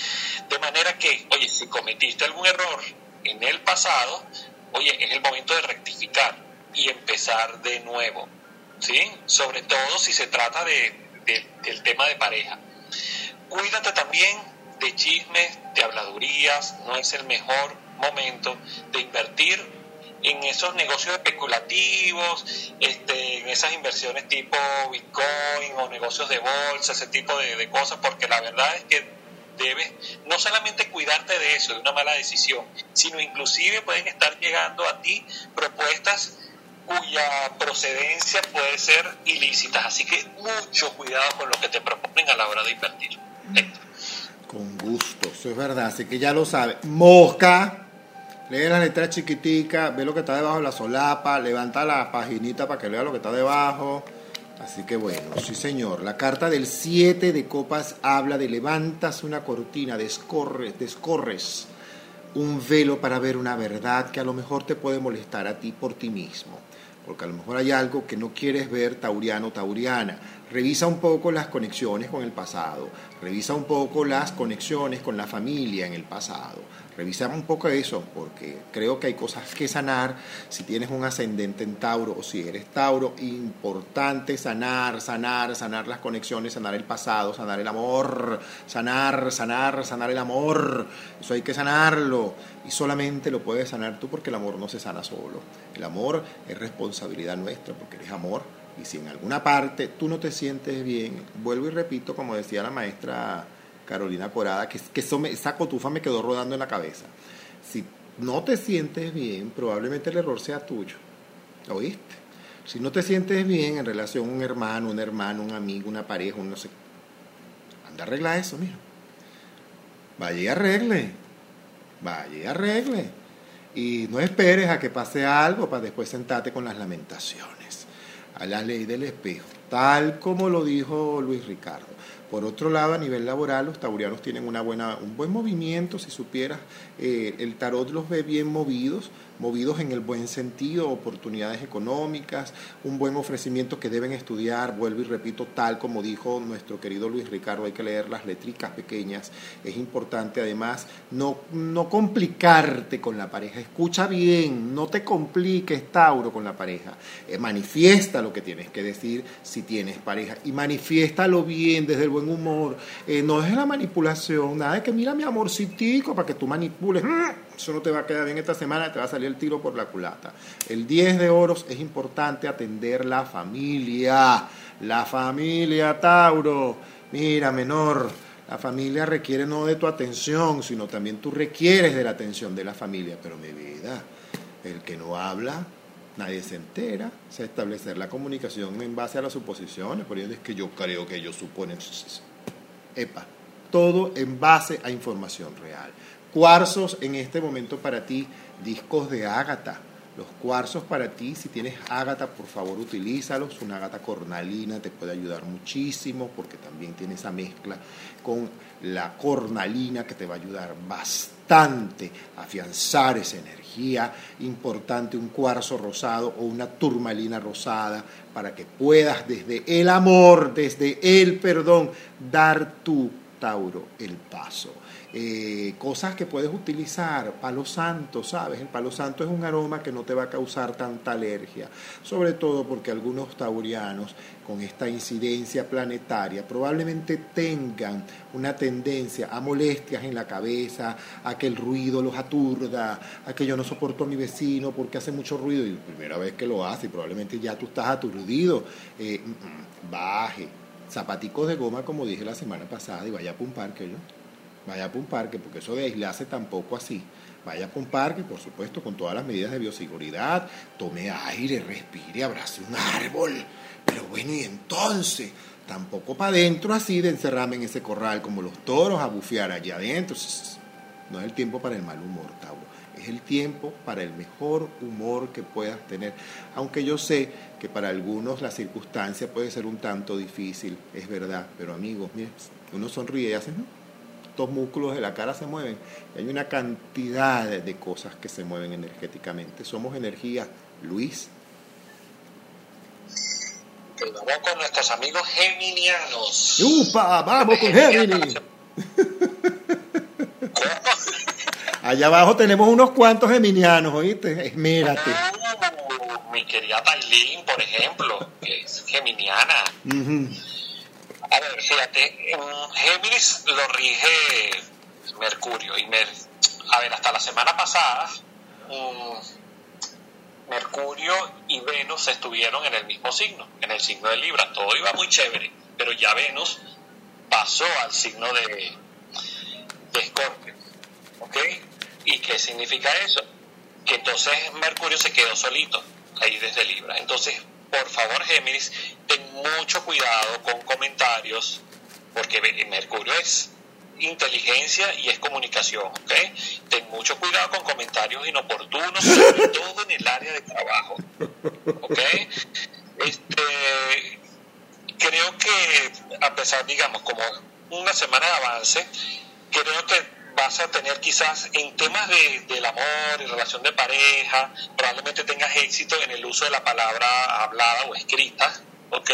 De manera que, oye, si cometiste algún error en el pasado, oye, es el momento de rectificar y empezar de nuevo, ¿sí? Sobre todo si se trata de, de, del tema de pareja. Cuídate también de chismes, de habladurías. No es el mejor momento de invertir en esos negocios especulativos, este, en esas inversiones tipo Bitcoin o negocios de bolsa, ese tipo de, de cosas, porque la verdad es que debes no solamente cuidarte de eso, de una mala decisión, sino inclusive pueden estar llegando a ti propuestas cuya procedencia puede ser ilícita. Así que mucho cuidado con lo que te proponen a la hora de invertir. Héctor. Con gusto, eso es verdad, así que ya lo sabes. Mosca. Lee las letras chiquiticas, ve lo que está debajo de la solapa, levanta la paginita para que lea lo que está debajo. Así que bueno, sí señor. La carta del siete de copas habla de levantas una cortina, descorres, descorres un velo para ver una verdad que a lo mejor te puede molestar a ti por ti mismo. Porque a lo mejor hay algo que no quieres ver, tauriano, tauriana. Revisa un poco las conexiones con el pasado, revisa un poco las conexiones con la familia en el pasado, revisa un poco eso, porque creo que hay cosas que sanar. Si tienes un ascendente en Tauro o si eres Tauro, importante sanar, sanar, sanar las conexiones, sanar el pasado, sanar el amor, sanar, sanar, sanar el amor. Eso hay que sanarlo y solamente lo puedes sanar tú, porque el amor no se sana solo. El amor es responsabilidad nuestra porque eres amor. Y si en alguna parte tú no te sientes bien, vuelvo y repito, como decía la maestra Carolina Corada, que, que eso me, esa cotufa me quedó rodando en la cabeza. Si no te sientes bien, probablemente el error sea tuyo. ¿Oíste? Si no te sientes bien en relación a un hermano, un hermano, un amigo, una pareja, un no sé, anda a arreglar eso, mija. Vaya y arregle. Vaya y arregle. Y no esperes a que pase algo para después sentarte con las lamentaciones. A la ley del espejo, tal como lo dijo Luis Ricardo. Por otro lado, a nivel laboral, los taurianos tienen una buena, un buen movimiento. Si supieras, eh, el tarot los ve bien movidos, movidos en el buen sentido, oportunidades económicas, un buen ofrecimiento que deben estudiar. Vuelvo y repito, tal como dijo nuestro querido Luis Ricardo, hay que leer las letricas pequeñas. Es importante, además, no, no complicarte con la pareja. Escucha bien, no te compliques, Tauro, con la pareja. Eh, manifiesta lo que tienes que decir si tienes pareja y manifiéstalo bien, desde el buen humor. Eh, no es la manipulación, nada de que mira mi amorcitico para que tú manipules. Eso no te va a quedar bien esta semana, te va a salir el tiro por la culata. El diez de oros, es importante atender la familia. La familia, Tauro. Mira, menor, la familia requiere no de tu atención, sino también tú requieres de la atención de la familia. Pero mi vida, el que no habla, nadie se entera. Se establecer la comunicación en base a las suposiciones. Por eso es que yo creo que ellos suponen. Epa, todo en base a información real. Cuarzos en este momento para ti, discos de ágata. Los cuarzos para ti, si tienes ágata, por favor utilízalos. Una ágata cornalina te puede ayudar muchísimo, porque también tiene esa mezcla con la cornalina que te va a ayudar bastante a afianzar esa energía. Importante un cuarzo rosado o una turmalina rosada para que puedas desde el amor, desde el perdón, dar tu Tauro el paso. Eh, cosas que puedes utilizar, palo santo, ¿sabes? El palo santo es un aroma que no te va a causar tanta alergia, sobre todo porque algunos taurianos con esta incidencia planetaria probablemente tengan una tendencia a molestias en la cabeza, a que el ruido los aturda, a que yo no soporto a mi vecino porque hace mucho ruido, y la primera vez que lo hace y probablemente ya tú estás aturdido. eh, baje, zapaticos de goma como dije la semana pasada, y vaya para un parque, yo vaya para un parque, porque eso de aislarse tampoco así. Vaya para un parque, por supuesto, con todas las medidas de bioseguridad, tome aire, respire, abrace un árbol. Pero bueno, y entonces, tampoco para adentro así de encerrarme en ese corral como los toros a bufear allá adentro. No es el tiempo para el mal humor, Tauro. Es el tiempo para el mejor humor que puedas tener. Aunque yo sé que para algunos la circunstancia puede ser un tanto difícil, es verdad. Pero amigos, miren, uno sonríe y hace, ¿no? Estos músculos de la cara se mueven. Hay una cantidad de cosas que se mueven energéticamente. Somos energía, Luis. Pues vamos con nuestros amigos geminianos. ¡Upa! ¡Vamos con Géminis! Allá abajo tenemos unos cuantos geminianos, ¿oíste? Esmérate. Uh, mi querida Tailín, por ejemplo, que es geminiana. Uh-huh. A ver, fíjate, en Géminis lo rige Mercurio. Y Mer- a ver, hasta la semana pasada, um, Mercurio y Venus estuvieron en el mismo signo, en el signo de Libra. Todo iba muy chévere, pero ya Venus pasó al signo de, de Escorpio. ¿Ok? ¿Y qué significa eso? Que entonces Mercurio se quedó solito ahí desde Libra. Entonces, por favor, Géminis, ten mucho cuidado con comentarios, porque Mercurio es inteligencia y es comunicación, ¿ok? Ten mucho cuidado con comentarios inoportunos, sobre todo en el área de trabajo, ¿ok? Este, creo que, a pesar, digamos, como una semana de avance, creo que vas a tener quizás en temas de, del amor y relación de pareja, probablemente tengas éxito en el uso de la palabra hablada o escrita, ¿ok?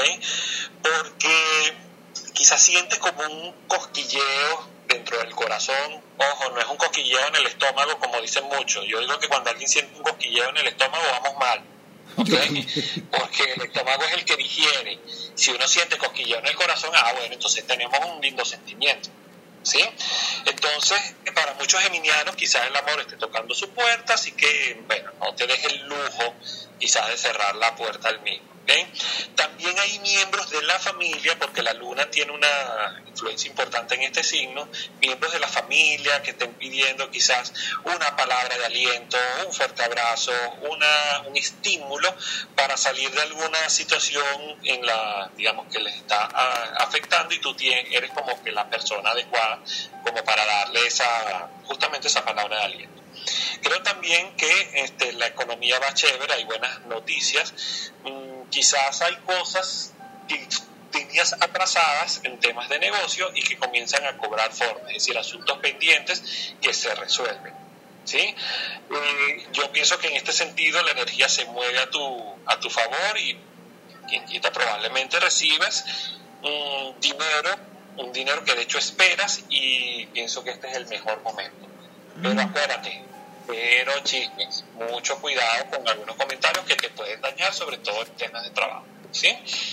Porque quizás sientes como un cosquilleo dentro del corazón. Ojo, no es un cosquilleo en el estómago como dicen muchos. Yo digo que cuando alguien siente un cosquilleo en el estómago vamos mal, ¿ok? Porque el estómago es el que digiere. Si uno siente cosquilleo en el corazón, ah, bueno, entonces tenemos un lindo sentimiento, ¿sí? Entonces, para muchos geminianos quizás el amor esté tocando su puerta, así que, bueno, no te dejes el lujo quizás de cerrar la puerta al mismo, ¿okay? También hay miembros de la familia, porque la luna tiene una influencia importante en este signo, miembros de la familia que estén pidiendo quizás una palabra de aliento, un fuerte abrazo, una, un estímulo para salir de alguna situación en la, digamos, que les está a, afectando, y tú tienes, eres como que la persona adecuada como para darle esa, justamente esa palabra de aliento. Creo también que este, la economía va chévere, hay buenas noticias. Mm, quizás hay cosas que tenías atrasadas en temas de negocio y que comienzan a cobrar forma, es decir, asuntos pendientes que se resuelven, ¿sí? Eh, yo pienso que en este sentido la energía se mueve a tu, a tu favor, y quien quita probablemente recibes un dinero, un dinero que de hecho esperas, y pienso que este es el mejor momento. Pero acuérdate, pero chismes, mucho cuidado con algunos comentarios que te pueden dañar, sobre todo en temas de trabajo, ¿sí?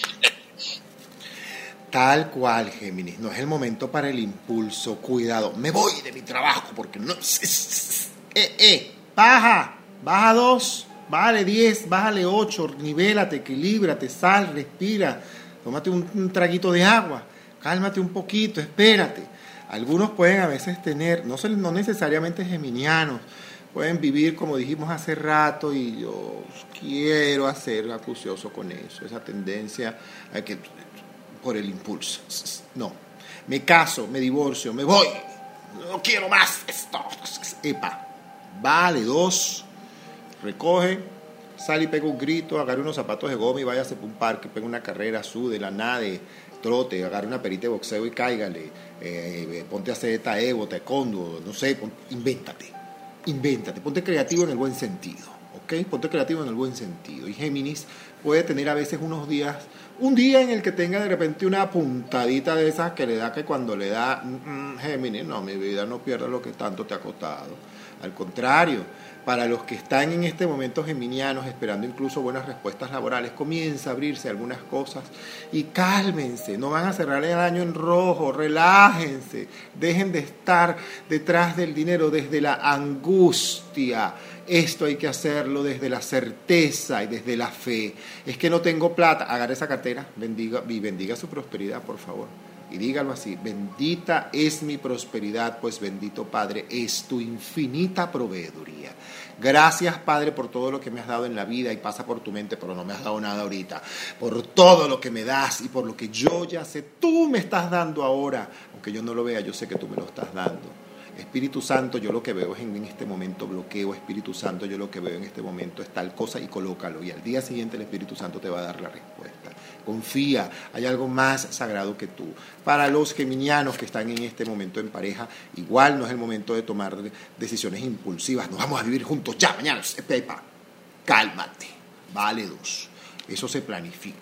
Tal cual, Géminis, no es el momento para el impulso. Cuidado, me voy de mi trabajo porque no... Eh, eh, baja, baja dos, bájale diez, bájale ocho, nivélate, equilíbrate, sal, respira, tómate un, un traguito de agua, cálmate un poquito, espérate. Algunos pueden a veces tener, no, no necesariamente geminianos, pueden vivir como dijimos hace rato, y yo quiero hacer acucioso con eso, esa tendencia a que por el impulso. No, me caso, me divorcio, me voy, no quiero más esto. Epa, vale, dos, recoge, sale y pega un grito, agarre unos zapatos de goma y váyase por un parque, pega una carrera, sude, la nade, trote, agarre una perita de boxeo y cáigale, eh, ponte a hacer taekwondo, taekwondo, no sé, pon, invéntate, invéntate, ponte creativo en el buen sentido, ¿ok? Ponte creativo en el buen sentido. Y Géminis puede tener a veces unos días, un día en el que tenga de repente una puntadita de esas que le da, que cuando le da, mm, Géminis, no, mi vida, no pierdas lo que tanto te ha costado. Al contrario, para los que están en este momento geminianos esperando incluso buenas respuestas laborales, comienza a abrirse algunas cosas y cálmense, no van a cerrar el año en rojo, relájense, dejen de estar detrás del dinero desde la angustia. Esto hay que hacerlo desde la certeza y desde la fe. Es que no tengo plata, agarre esa cartera, bendiga y bendiga su prosperidad, por favor. Y dígalo así, bendita es mi prosperidad, pues bendito Padre es tu infinita proveeduría. Gracias, Padre, por todo lo que me has dado en la vida, y pasa por tu mente, pero no me has dado nada ahorita. Por todo lo que me das y por lo que yo ya sé, tú me estás dando ahora. Aunque yo no lo vea, yo sé que tú me lo estás dando. Espíritu Santo, yo lo que veo es en, en este momento bloqueo. Espíritu Santo, yo lo que veo en este momento es tal cosa, y colócalo. Y al día siguiente el Espíritu Santo te va a dar la respuesta. Confía, hay algo más sagrado que tú. Para los geminianos que están en este momento en pareja, igual no es el momento de tomar decisiones impulsivas. Nos vamos a vivir juntos ya, mañana. Pepa, cálmate, vale dos. Eso se planifica.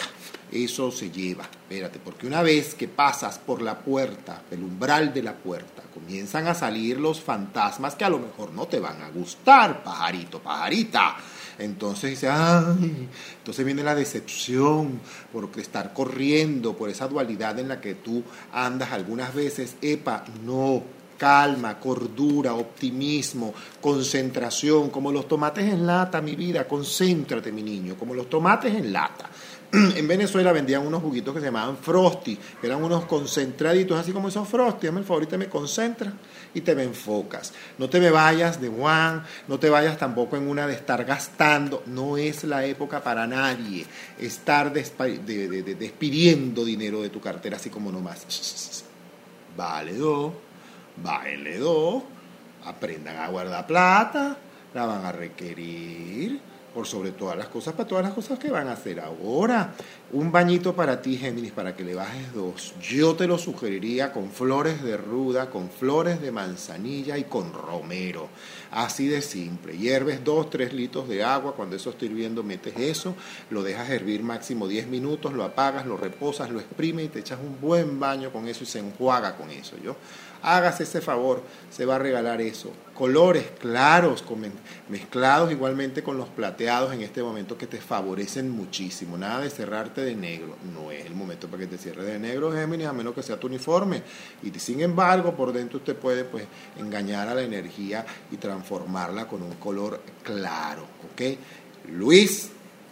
eso se lleva. Espérate, porque una vez que pasas por la puerta, el umbral de la puerta, comienzan a salir los fantasmas que a lo mejor no te van a gustar, pajarito, pajarita. Entonces dice, ay, entonces viene la decepción por estar corriendo, por esa dualidad en la que tú andas algunas veces. Epa, no, calma, cordura, optimismo, concentración, como los tomates en lata, mi vida, concéntrate, mi niño, como los tomates en lata. En Venezuela vendían unos juguitos que se llamaban Frosty, que eran unos concentraditos, así como esos Frosty. Dame el favor y te me concentras y te me enfocas. No te me vayas de Juan, no te vayas tampoco en una de estar gastando. No es la época para nadie estar despa- de, de, de, despidiendo dinero de tu cartera así como nomás. Vale dos, bájenle dos, aprendan a guardar plata, la van a requerir. Por sobre todas las cosas, para todas las cosas que van a hacer ahora. Un bañito para ti, Géminis, para que le bajes dos. Yo te lo sugeriría con flores de ruda, con flores de manzanilla y con romero. Así de simple. Hierves dos, tres litros de agua. Cuando eso esté hirviendo, metes eso. Lo dejas hervir máximo diez minutos. Lo apagas, lo reposas, lo exprimes y te echas un buen baño con eso y se enjuaga con eso. ¿yo? Hágase ese favor, se va a regalar eso. Colores claros, mezclados igualmente con los plateados en este momento que te favorecen muchísimo. Nada de cerrarte de negro. No es el momento para que te cierres de negro, Géminis, a menos que sea tu uniforme. Y sin embargo, por dentro usted puede pues engañar a la energía y transformarla con un color claro. ¿Ok? Luis.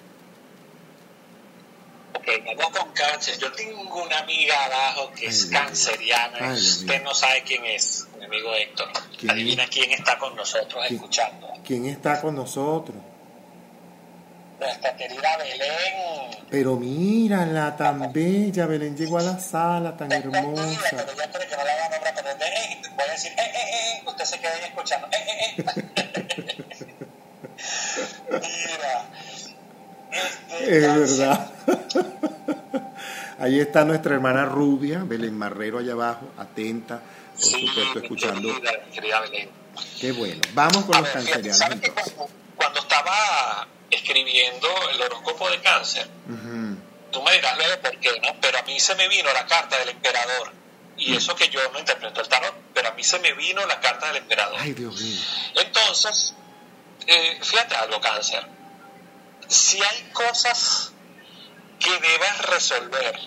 Ok, vamos con cáncer. Yo tengo una amiga abajo que es Ay, canceriana. Ay, Usted no sabe quién es, mi amigo Héctor. ¿Quién? Adivina quién está con nosotros ¿Quién? escuchando. ¿Quién está con nosotros? Nuestra querida Belén. Pero mírala, tan bella. Belén llegó a la sala, tan hermosa. Pero yo creo que no la voy a nombrar, pero eh, voy a decir, eh, eh, eh, usted se queda ahí escuchando. Eh, eh, eh. Mira. Este, es verdad. Ahí está nuestra hermana rubia, Belén Marrero, allá abajo, atenta, por sí, supuesto, escuchando. Querida, querida Belén. Qué bueno. Vamos con a los ver, cancerianos. ¿Sabes que cuando, cuando estaba escribiendo el horóscopo de cáncer, uh-huh. tú me dirás luego por qué, ¿no? Pero a mí se me vino la carta del emperador. Y uh-huh. eso que yo no interpreto el tarot, pero a mí se me vino la carta del emperador. Ay, Dios mío. Entonces, eh, fíjate algo, cáncer. Si hay cosas que debas resolver,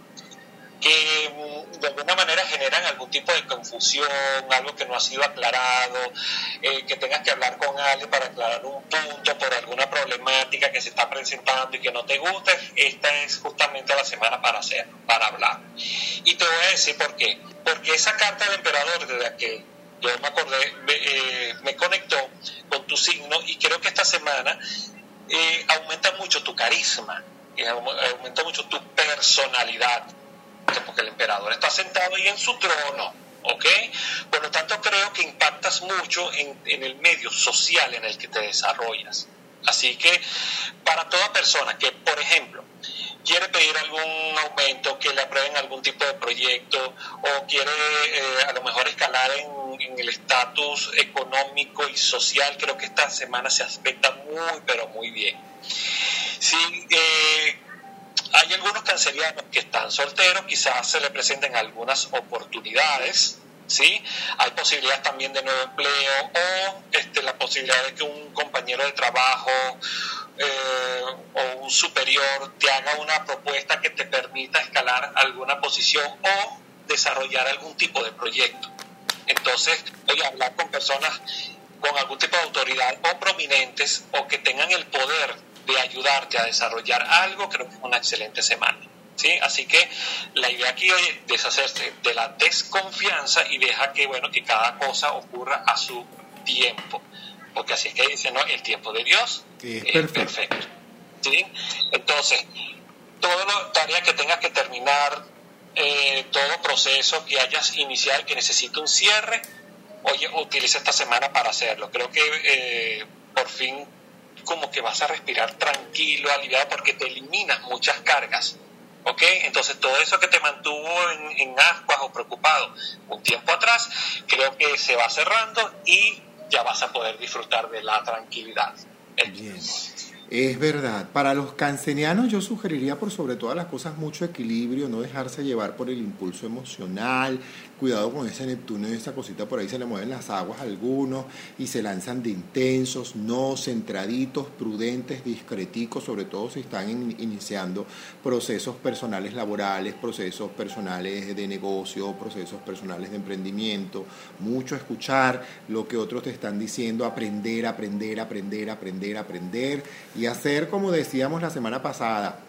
que de alguna manera generan algún tipo de confusión, algo que no ha sido aclarado, eh, que tengas que hablar con alguien para aclarar un punto por alguna problemática que se está presentando y que no te guste, esta es justamente la semana para hacerlo, para hablar. Y te voy a decir por qué. Porque esa carta del emperador, de la que yo me acordé, me, eh, me conectó con tu signo y creo que esta semana eh, aumenta mucho tu carisma, eh, aumenta mucho tu personalidad, porque el emperador está sentado ahí en su trono, ¿ok? Por lo tanto, creo que impactas mucho en, en el medio social en el que te desarrollas. Así que, para toda persona que, por ejemplo, quiere pedir algún aumento, que le aprueben algún tipo de proyecto, o quiere eh, a lo mejor escalar en, en el estatus económico y social, creo que esta semana se aspecta muy, pero muy bien. Sí, eh, hay algunos cancerianos que están solteros, quizás se le presenten algunas oportunidades, ¿sí? Hay posibilidades también de nuevo empleo o este, la posibilidad de que un compañero de trabajo eh, o un superior te haga una propuesta que te permita escalar alguna posición o desarrollar algún tipo de proyecto. Entonces, oye, hablar con personas con algún tipo de autoridad o prominentes o que tengan el poder de ayudarte a desarrollar algo, creo que es una excelente semana, ¿sí? Así que la idea aquí es deshacerse de la desconfianza y deja que, bueno, que cada cosa ocurra a su tiempo, porque así es que dice, ¿no? El tiempo de Dios sí, es es perfecto, perfecto, ¿sí? Entonces, toda la tarea que tengas que terminar, eh, todo proceso que hayas iniciado y que necesite un cierre, oye, utiliza esta semana para hacerlo. Creo que eh, por fin como que vas a respirar tranquilo, aliviado, porque te eliminas muchas cargas, ¿ok? Entonces todo eso que te mantuvo en, en ascuas o preocupado un tiempo atrás, creo que se va cerrando y ya vas a poder disfrutar de la tranquilidad. Bien. Es verdad. Para los cancerianos yo sugeriría por sobre todas las cosas mucho equilibrio, no dejarse llevar por el impulso emocional. Cuidado con ese Neptuno y esa cosita por ahí, se le mueven las aguas a algunos y se lanzan de intensos, no, centraditos, prudentes, discreticos, sobre todo si están in- iniciando procesos personales laborales, procesos personales de negocio, procesos personales de emprendimiento. Mucho escuchar lo que otros te están diciendo, aprender, aprender, aprender, aprender, aprender y hacer como decíamos la semana pasada,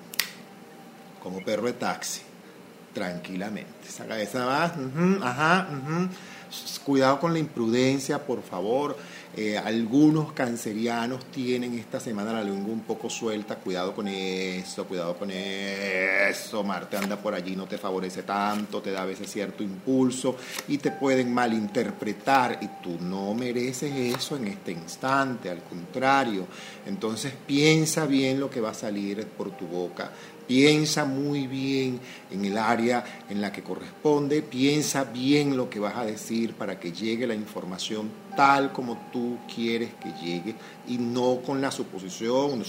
como perro de taxi. Tranquilamente, esa cabeza va, uh-huh, ajá, uh-huh. Cuidado con la imprudencia, por favor. Eh, algunos cancerianos tienen esta semana la lengua un poco suelta. Cuidado con eso, cuidado con eso. Marte anda por allí, no te favorece tanto, te da a veces cierto impulso y te pueden malinterpretar y tú no mereces eso en este instante, al contrario. Entonces piensa bien lo que va a salir por tu boca. Piensa muy bien en el área en la que corresponde, piensa bien lo que vas a decir para que llegue la información tal como tú quieres que llegue y no con la suposición.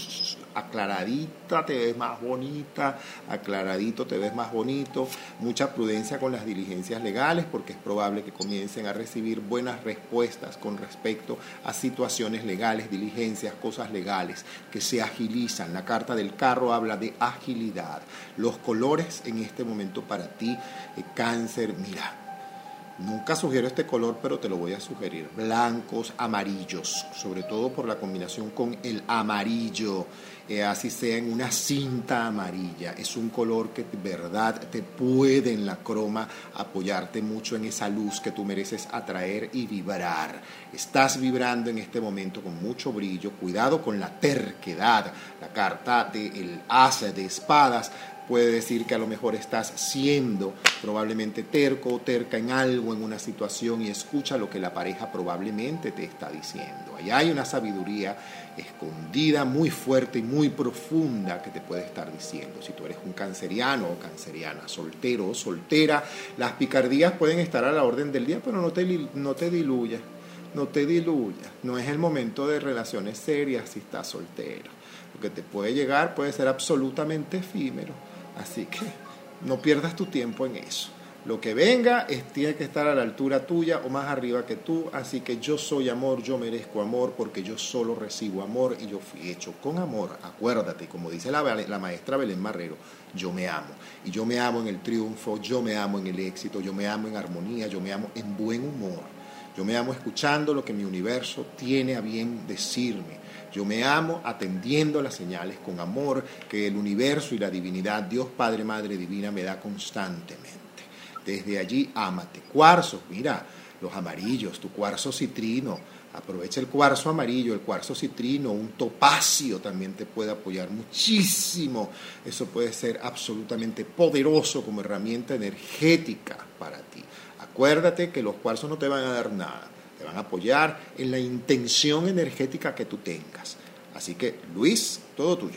Aclaradita te ves más bonita, aclaradito te ves más bonito. Mucha prudencia con las diligencias legales porque es probable que comiencen a recibir buenas respuestas con respecto a situaciones legales, diligencias, cosas legales que se agilizan. La carta del carro habla de agilidad. Los colores en este momento para ti, eh, Cáncer, mira, nunca sugiero este color, pero te lo voy a sugerir. Blancos, amarillos, sobre todo por la combinación con el amarillo, eh, así sea en una cinta amarilla. Es un color que de verdad te puede en la croma apoyarte mucho en esa luz que tú mereces atraer y vibrar. Estás vibrando en este momento con mucho brillo. Cuidado con la terquedad. La carta del as de espadas puede decir que a lo mejor estás siendo probablemente terco o terca en algo, en una situación, y escucha lo que la pareja probablemente te está diciendo. Allá hay una sabiduría escondida, muy fuerte y muy profunda que te puede estar diciendo. Si tú eres un canceriano o canceriana, soltero o soltera, las picardías pueden estar a la orden del día, pero no te, no te diluyas, no te diluyas. No es el momento de relaciones serias si estás soltero. Lo que te puede llegar puede ser absolutamente efímero. Así que no pierdas tu tiempo en eso. Lo que venga es, tiene que estar a la altura tuya o más arriba que tú. Así que yo soy amor, yo merezco amor porque yo solo recibo amor y yo fui hecho con amor. Acuérdate, como dice la, la maestra Belén Marrero, yo me amo. Y yo me amo en el triunfo, yo me amo en el éxito, yo me amo en armonía, yo me amo en buen humor. Yo me amo escuchando lo que mi universo tiene a bien decirme. Yo me amo atendiendo las señales con amor que el universo y la divinidad, Dios Padre, Madre Divina, me da constantemente. Desde allí, ámate. Cuarzos, mira, los amarillos, tu cuarzo citrino. Aprovecha el cuarzo amarillo, el cuarzo citrino, un topacio también te puede apoyar muchísimo. Eso puede ser absolutamente poderoso como herramienta energética para ti. Acuérdate que los cuarzos no te van a dar nada. Te van a apoyar en la intención energética que tú tengas. Así que, Luis, todo tuyo.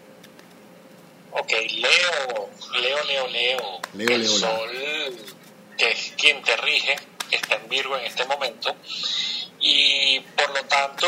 Ok, Leo, Leo, Leo, Leo. Leo, el Leo, Sol, que es quien te rige, está en Virgo en este momento. Y por lo tanto,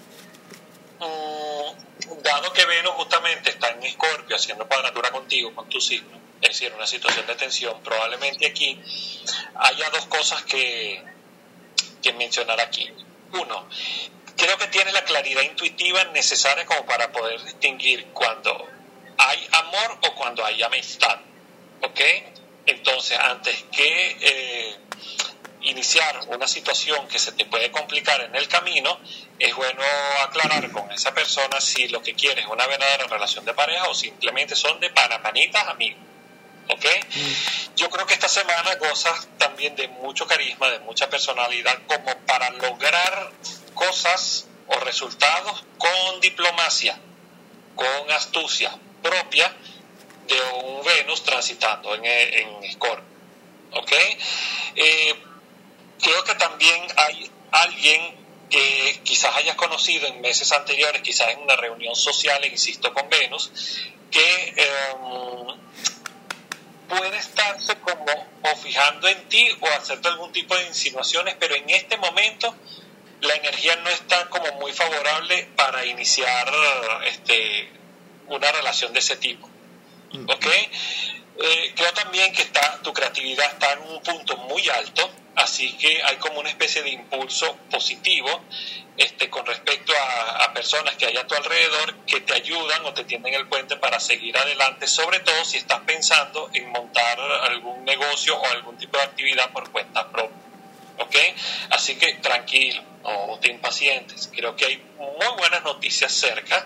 mmm, dado que Venus justamente está en Escorpio, haciendo cuadratura contigo, con tu signo, es decir, una situación de tensión, probablemente aquí haya dos cosas que... que mencionar aquí. Uno, creo que tienes la claridad intuitiva necesaria como para poder distinguir cuando hay amor o cuando hay amistad, ¿ok? Entonces, antes que eh, iniciar una situación que se te puede complicar en el camino, es bueno aclarar con esa persona si lo que quieres es una verdadera relación de pareja o simplemente son de panapanitas amigos. ¿Ok? Yo creo que esta semana gozas también de mucho carisma, de mucha personalidad, como para lograr cosas o resultados con diplomacia, con astucia propia de un Venus transitando en, en Scorpio. ¿Ok? Eh, creo que también hay alguien que quizás hayas conocido en meses anteriores, quizás en una reunión social, insisto, con Venus, que... Eh, puede estarse como o fijando en ti o hacerte algún tipo de insinuaciones, pero en este momento la energía no está como muy favorable para iniciar este, una relación de ese tipo. ¿Ok? Eh, creo también que está, tu creatividad está en un punto muy alto, así que hay como una especie de impulso positivo este, con respecto a, a personas que hay a tu alrededor que te ayudan o te tienden el puente para seguir adelante, sobre todo si estás pensando en montar algún negocio o algún tipo de actividad por cuenta propia. ¿Ok? Así que tranquilo, no te impacientes. Creo que hay muy buenas noticias cerca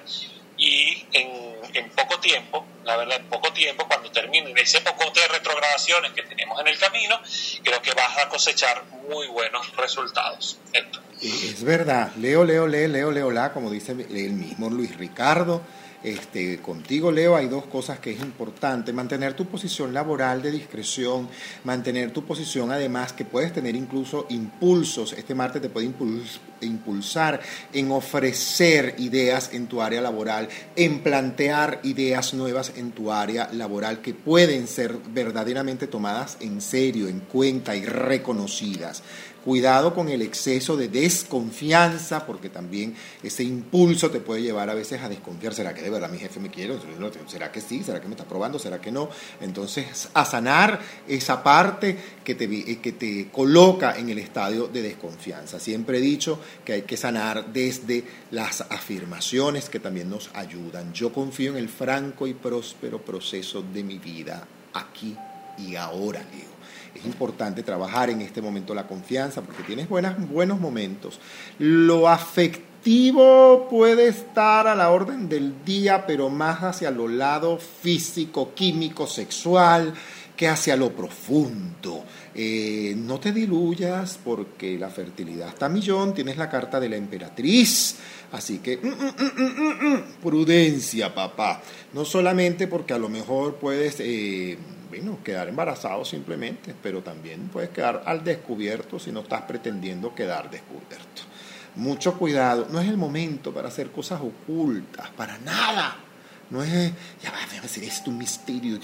y en, en poco tiempo, la verdad, en poco tiempo, cuando termine ese pocote de retrogradaciones que tenemos en el camino, creo que vas a cosechar muy buenos resultados. Héctor. Es verdad, Leo, Leo, Leo, Leo, Leo, la, como dice el mismo Luis Ricardo. Este, contigo, Leo, hay dos cosas que es importante: mantener tu posición laboral de discreción, mantener tu posición, además que puedes tener incluso impulsos. Este martes te puede impuls- impulsar en ofrecer ideas en tu área laboral, en plantear ideas nuevas en tu área laboral que pueden ser verdaderamente tomadas en serio, en cuenta y reconocidas. Cuidado con el exceso de desconfianza, porque también ese impulso te puede llevar a veces a desconfiar. ¿Será que de verdad mi jefe me quiere? ¿Será que sí? ¿Será que me está probando? ¿Será que no? Entonces, a sanar esa parte que te, que te coloca en el estadio de desconfianza. Siempre he dicho que hay que sanar desde las afirmaciones que también nos ayudan. Yo confío en el franco y próspero proceso de mi vida, aquí y ahora, Leo. Es importante trabajar en este momento la confianza porque tienes buenas, buenos momentos. Lo afectivo puede estar a la orden del día, pero más hacia lo lado físico, químico, sexual, que hacia lo profundo. Eh, no te diluyas porque la fertilidad está a millón. Tienes la carta de la emperatriz. Así que mm, mm, mm, mm, mm, prudencia, papá. No solamente porque a lo mejor puedes... Eh, Bueno, quedar embarazado simplemente, pero también puedes quedar al descubierto si no estás pretendiendo quedar descubierto. Mucho cuidado, no es el momento para hacer cosas ocultas, para nada. No es, ya va a decir, es un misterio,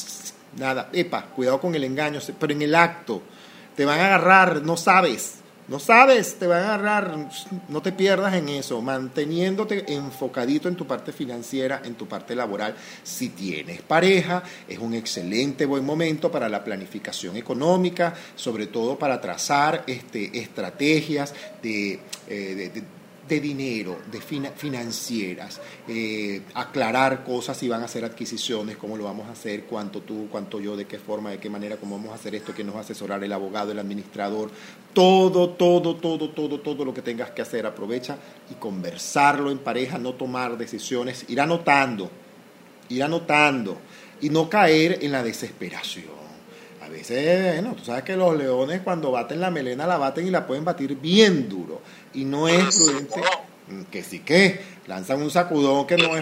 nada. Epa, cuidado con el engaño, pero en el acto te van a agarrar, no sabes. No sabes, te van a agarrar, no te pierdas en eso, manteniéndote enfocadito en tu parte financiera, en tu parte laboral. Si tienes pareja, es un excelente buen momento para la planificación económica, sobre todo para trazar este, estrategias de, eh, de, de de dinero, de fina, financieras, eh, aclarar cosas, si van a hacer adquisiciones, cómo lo vamos a hacer, cuánto tú, cuánto yo, de qué forma, de qué manera, cómo vamos a hacer esto, quién nos va a asesorar, el abogado, el administrador, todo, todo, todo, todo, todo lo que tengas que hacer, aprovecha y conversarlo en pareja, no tomar decisiones, ir anotando, ir anotando y no caer en la desesperación. A veces, bueno, tú sabes que los leones cuando baten la melena la baten y la pueden batir bien duro. Y no es prudente. Que sí que lanzan un sacudón que no es.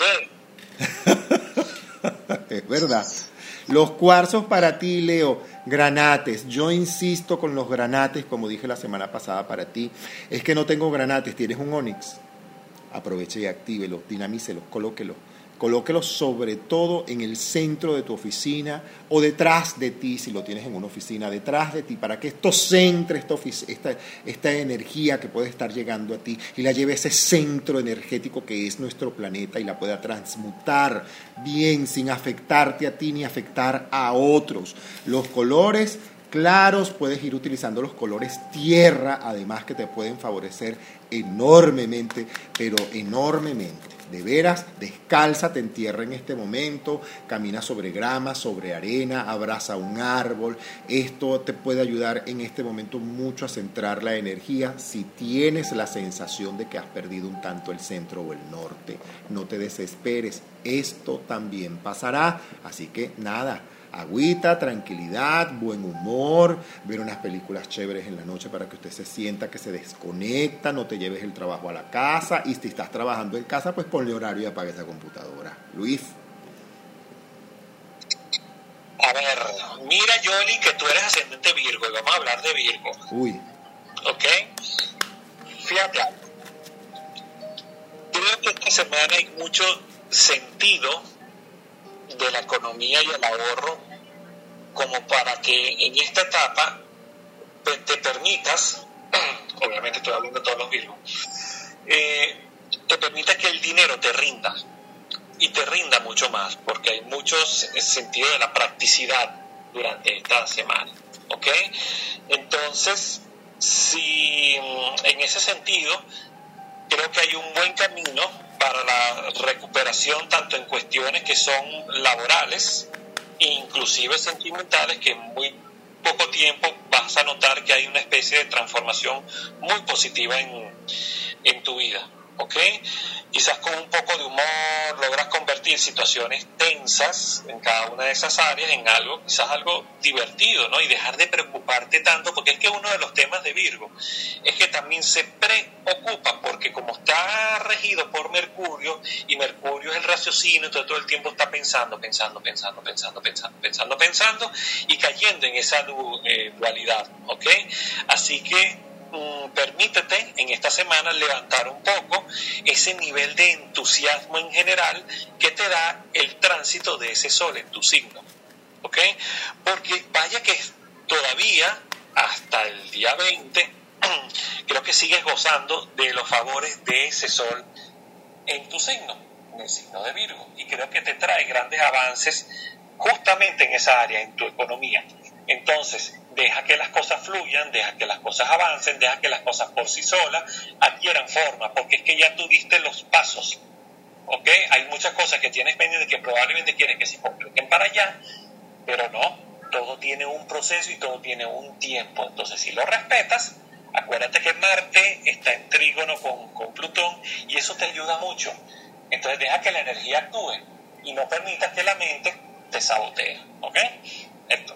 Es verdad. Los cuarzos para ti, Leo. Granates. Yo insisto con los granates, como dije la semana pasada para ti. Es que no tengo granates. Tienes un onix. Aproveche y actívelos, dinamícelos, colóquelos. Colóquelos sobre todo en el centro de tu oficina o detrás de ti, si lo tienes en una oficina, detrás de ti, para que esto centre esta, esta, esta energía que puede estar llegando a ti y la lleve a ese centro energético que es nuestro planeta y la pueda transmutar bien, sin afectarte a ti ni afectar a otros. Los colores claros, puedes ir utilizando los colores tierra, además que te pueden favorecer enormemente, pero enormemente. De veras, descálzate en tierra en este momento, camina sobre grama, sobre arena, abraza un árbol. Esto te puede ayudar en este momento mucho a centrar la energía. Si tienes la sensación de que has perdido un tanto el centro o el norte, no te desesperes, esto también pasará. Así que nada, agüita, tranquilidad, buen humor, ver unas películas chéveres en la noche para que usted se sienta que se desconecta, no te lleves el trabajo a la casa, y si estás trabajando en casa, pues ponle horario y apaga esa computadora. Luis. A ver, mira, Yoli, que tú eres ascendente Virgo y vamos a hablar de Virgo. Uy. ¿Ok? Fíjate, creo que esta semana hay mucho sentido de la economía y el ahorro como para que en esta etapa te permitas obviamente estoy hablando de todos los Virgos, eh, te permite que el dinero te rinda, y te rinda mucho más, porque hay mucho sentido de la practicidad durante esta semana, ¿ok? Entonces, si en ese sentido, creo que hay un buen camino para la recuperación, tanto en cuestiones que son laborales, inclusive sentimentales, que en muy poco tiempo vas a notar que hay una especie de transformación muy positiva en, en tu vida, ¿ok? Quizás con un poco de humor logras convertir situaciones tensas en cada una de esas áreas en algo, quizás algo divertido, ¿no? Y dejar de preocuparte tanto, porque es que uno de los temas de Virgo es que también se preocupa, porque como está regido por Mercurio, y Mercurio es el raciocinio, entonces todo el tiempo está pensando, pensando, pensando, pensando, pensando, pensando, pensando, y cayendo en esa eh, dualidad, ¿ok? Así que permítete en esta semana levantar un poco ese nivel de entusiasmo en general que te da el tránsito de ese sol en tu signo, ¿ok? Porque vaya que todavía hasta el día veinte creo que sigues gozando de los favores de ese sol en tu signo, en el signo de Virgo, y creo que te trae grandes avances justamente en esa área, en tu economía. Entonces, deja que las cosas fluyan, deja que las cosas avancen, deja que las cosas por sí solas adquieran forma, porque es que ya tú diste los pasos, ¿ok? Hay muchas cosas que tienes pendientes que probablemente quieres que se completen para allá, pero no, todo tiene un proceso y todo tiene un tiempo. Entonces, si lo respetas, acuérdate que Marte está en trígono con, con Plutón, y eso te ayuda mucho. Entonces, deja que la energía actúe y no permitas que la mente te sabotee, ¿ok? Esto.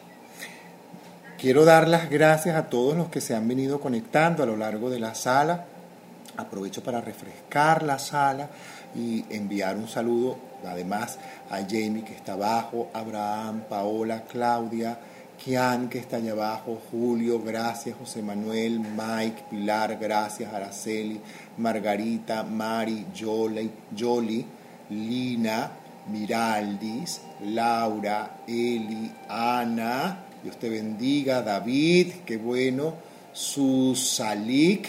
Quiero dar las gracias a todos los que se han venido conectando a lo largo de la sala. Aprovecho para refrescar la sala y enviar un saludo, además, a Jamie, que está abajo, Abraham, Paola, Claudia, Kian, que está allá abajo, Julio, gracias, José Manuel, Mike, Pilar, gracias, Araceli, Margarita, Mari, Jolie, Jolie, Lina, Miraldis, Laura, Eli, Ana, Dios te bendiga, David, qué bueno, Susalik,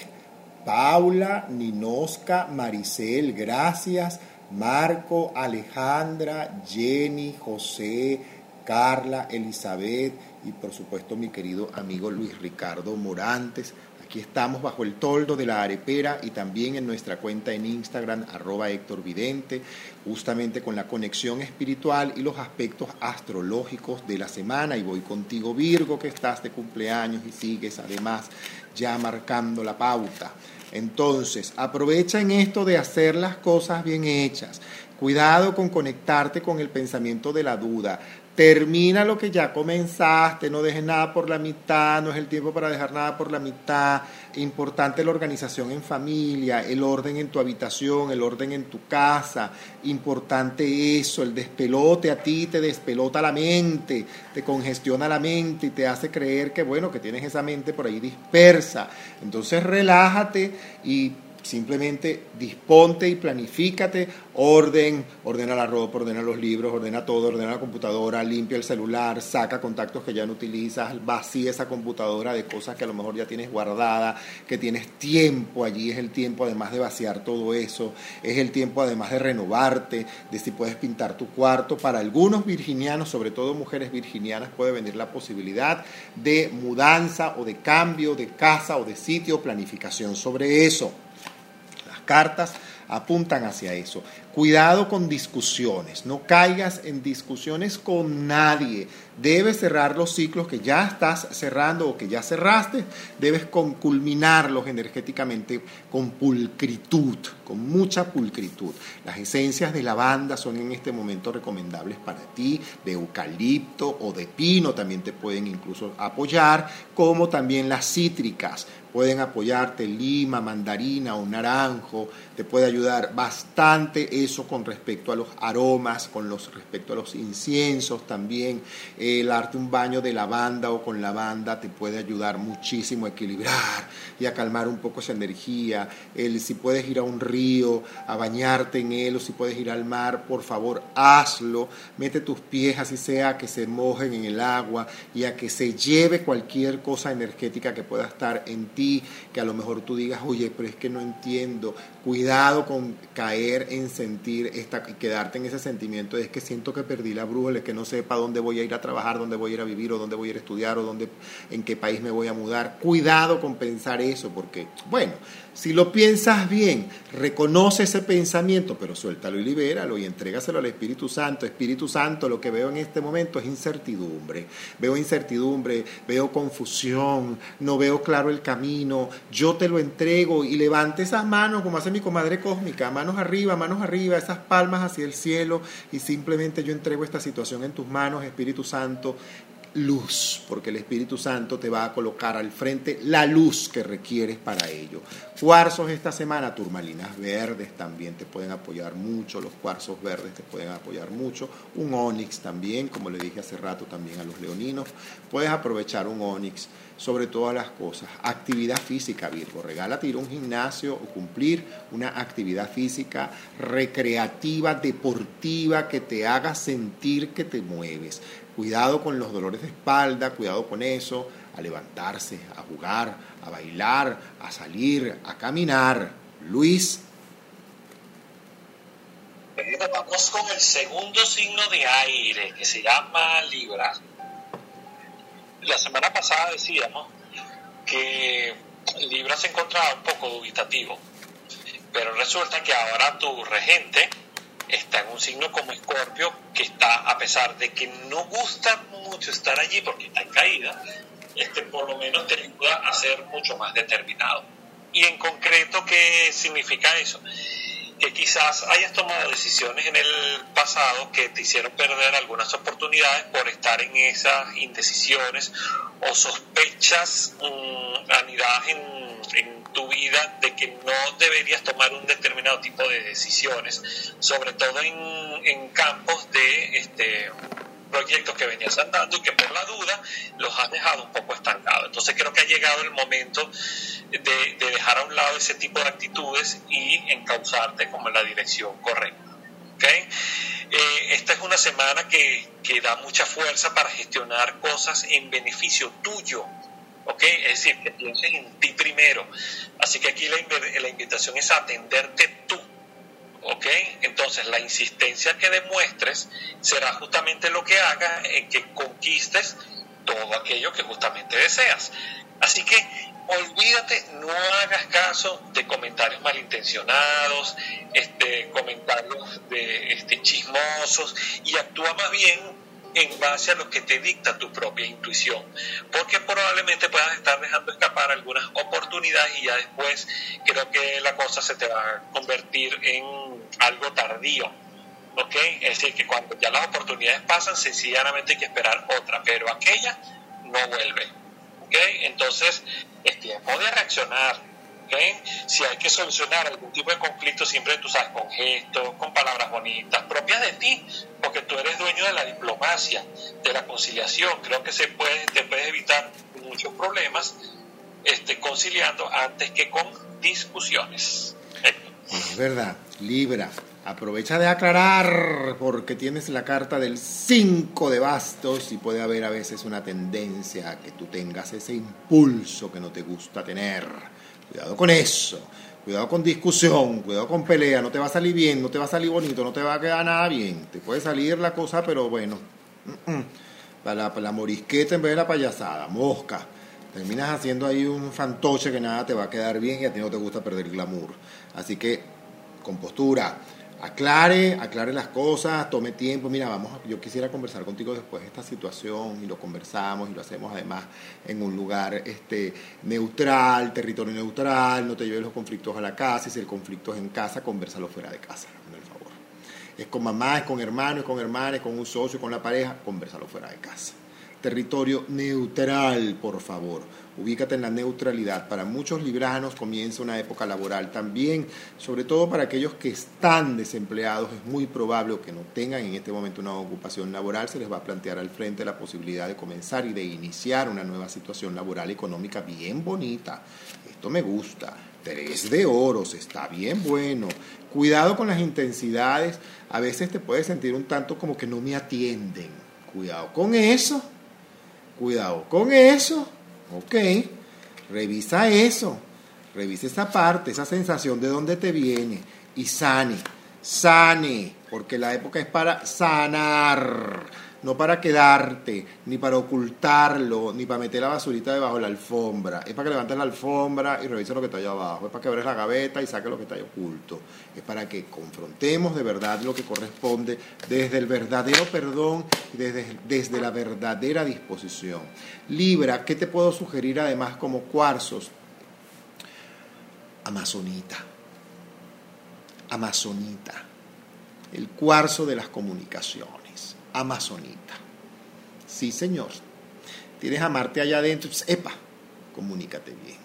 Paula, Ninoska, Maricel, gracias, Marco, Alejandra, Jenny, José, Carla, Elizabeth y por supuesto mi querido amigo Luis Ricardo Morantes. Aquí estamos bajo el toldo de la arepera y también en nuestra cuenta en Instagram, arroba Héctor Vidente, justamente con la conexión espiritual y los aspectos astrológicos de la semana. Y voy contigo, Virgo, que estás de cumpleaños y sigues además ya marcando la pauta. Entonces, aprovecha en esto de hacer las cosas bien hechas. Cuidado con conectarte con el pensamiento de la duda. Termina lo que ya comenzaste, no dejes nada por la mitad, no es el tiempo para dejar nada por la mitad. Importante la organización en familia, el orden en tu habitación, el orden en tu casa. Importante eso, el despelote a ti te despelota la mente, te congestiona la mente y te hace creer que, bueno, que tienes esa mente por ahí dispersa. Entonces relájate y simplemente disponte y planifícate, orden, ordena la ropa, ordena los libros, ordena todo, ordena la computadora, limpia el celular, saca contactos que ya no utilizas, vacía esa computadora de cosas que a lo mejor ya tienes guardada, que tienes tiempo allí, es el tiempo además de vaciar todo eso, es el tiempo además de renovarte, de si puedes pintar tu cuarto. Para algunos virginianos, sobre todo mujeres virginianas, puede venir la posibilidad de mudanza o de cambio de casa o de sitio, planificación sobre eso. Cartas apuntan hacia eso. Cuidado con discusiones, no caigas en discusiones con nadie. Debes cerrar los ciclos que ya estás cerrando o que ya cerraste, debes culminarlos energéticamente con pulcritud, con mucha pulcritud. Las esencias de lavanda son en este momento recomendables para ti, de eucalipto o de pino también te pueden incluso apoyar, como también las cítricas. Pueden apoyarte lima, mandarina o naranjo, te puede ayudar bastante eso con respecto a los aromas, con los respecto a los inciensos también. El darte un baño de lavanda o con lavanda te puede ayudar muchísimo a equilibrar y a calmar un poco esa energía. El, si puedes ir a un río a bañarte en él, o si puedes ir al mar, por favor hazlo. Mete tus pies así sea que se mojen en el agua y a que se lleve cualquier cosa energética que pueda estar en ti, que a lo mejor tú digas, oye, pero es que no entiendo. Cuidado con caer en sentir esta, quedarte en ese sentimiento de es que siento que perdí la brújula, es que no sepa dónde voy a ir a trabajar, dónde voy a ir a vivir, o dónde voy a ir a estudiar, o dónde, en qué país me voy a mudar. Cuidado con pensar eso, porque, bueno, si lo piensas bien, reconoce ese pensamiento, pero suéltalo y libéralo y entrégaselo al Espíritu Santo. Espíritu Santo, lo que veo en este momento es incertidumbre. Veo incertidumbre, veo confusión, no veo claro el camino. Yo te lo entrego y levante esas manos como hace mi comadre cósmica, manos arriba, manos arriba, esas palmas hacia el cielo, y simplemente yo entrego esta situación en tus manos, Espíritu Santo. Luz, porque el Espíritu Santo te va a colocar al frente la luz que requieres para ello. Cuarzos esta semana, turmalinas verdes también te pueden apoyar mucho, los cuarzos verdes te pueden apoyar mucho, un onix también, como le dije hace rato también a los leoninos, puedes aprovechar un onix sobre todas las cosas. Actividad física, Virgo, regálate ir a un gimnasio o cumplir una actividad física recreativa, deportiva, que te haga sentir que te mueves. Cuidado con los dolores de espalda, cuidado con eso, a levantarse, a jugar, a bailar, a salir, a caminar. Luis. Vamos con el segundo signo de aire, que se llama Libra. La semana pasada decíamos que Libra se encontraba un poco dubitativo, pero resulta que ahora tu regente está en un signo como Escorpio, que está, a pesar de que no gusta mucho estar allí porque está en caída, este, por lo menos te ayuda a ser mucho más determinado. Y en concreto, ¿qué significa eso? Que quizás hayas tomado decisiones en el pasado que te hicieron perder algunas oportunidades por estar en esas indecisiones o sospechas mmm, anidadas en, en tu vida de que no deberías tomar un determinado tipo de decisiones, sobre todo en, en campos de este, proyectos que venías andando y que por la duda los has dejado un poco estancados. Entonces creo que ha llegado el momento de, de dejar a un lado ese tipo de actitudes y encauzarte como en la dirección correcta. ¿Okay? Eh, esta es una semana que, que da mucha fuerza para gestionar cosas en beneficio tuyo. ¿Okay? Es decir, que pienses en ti primero. Así que aquí la, la invitación es a atenderte tú. ¿Okay? Entonces la insistencia que demuestres será justamente lo que haga en que conquistes todo aquello que justamente deseas. Así que olvídate, no hagas caso de comentarios malintencionados, este, comentarios de, este, chismosos, y actúa más bien en base a lo que te dicta tu propia intuición, porque probablemente puedas estar dejando escapar algunas oportunidades y ya después creo que la cosa se te va a convertir en algo tardío. ¿Ok? Es decir, que cuando ya las oportunidades pasan, sencillamente hay que esperar otra, pero aquella no vuelve. ¿Ok? Entonces es tiempo de reaccionar. ¿Okay? Si hay que solucionar algún tipo de conflicto, siempre tú sabes, con gestos, con palabras bonitas, propias de ti, porque tú eres dueño de la diplomacia, de la conciliación. Creo que se puede, te puedes evitar muchos problemas este, conciliando antes que con discusiones. Es verdad, Libra, aprovecha de aclarar porque tienes la carta del cinco de bastos y puede haber a veces una tendencia a que tú tengas ese impulso que no te gusta tener. Cuidado con eso, cuidado con discusión, cuidado con pelea, no te va a salir bien, no te va a salir bonito, no te va a quedar nada bien. Te puede salir la cosa, pero bueno, para la, para la morisqueta en vez de la payasada, mosca. Terminas haciendo ahí un fantoche que nada te va a quedar bien y a ti no te gusta perder el glamour. Así que, con postura, aclare, aclare las cosas, tome tiempo. Mira, vamos, a, yo quisiera conversar contigo después de esta situación y lo conversamos y lo hacemos además en un lugar este, neutral, territorio neutral, no te lleves los conflictos a la casa, y si el conflicto es en casa, conversalo fuera de casa, por favor. Es con mamá, es con hermano, es con hermana, es con un socio, con la pareja, conversalo fuera de casa. Territorio neutral, por favor. ubícate en la neutralidad. Para muchos libranos comienza una época laboral también, sobre todo para aquellos que están desempleados, es muy probable que no tengan en este momento una ocupación laboral, se les va a plantear al frente la posibilidad de comenzar y de iniciar una nueva situación laboral económica bien bonita. Esto me gusta. Tres de oros, está bien bueno. Cuidado con las intensidades, a veces te puedes sentir un tanto como que no me atienden. Cuidado con eso, cuidado con eso, ok, revisa eso, revisa esa parte, esa sensación de dónde te viene y sane, sane, porque la época es para sanar. No para quedarte, ni para ocultarlo, ni para meter la basurita debajo de la alfombra. Es para que levantes la alfombra y revises lo que está allá abajo. Es para que abres la gaveta y saques lo que está ahí oculto. Es para que confrontemos de verdad lo que corresponde desde el verdadero perdón y desde, desde la verdadera disposición. Libra, ¿qué te puedo sugerir además como cuarzos? Amazonita. Amazonita. El cuarzo de las comunicaciones. Amazonita. Sí, señor. Tienes a Marte allá adentro. Pues, epa, comunícate bien.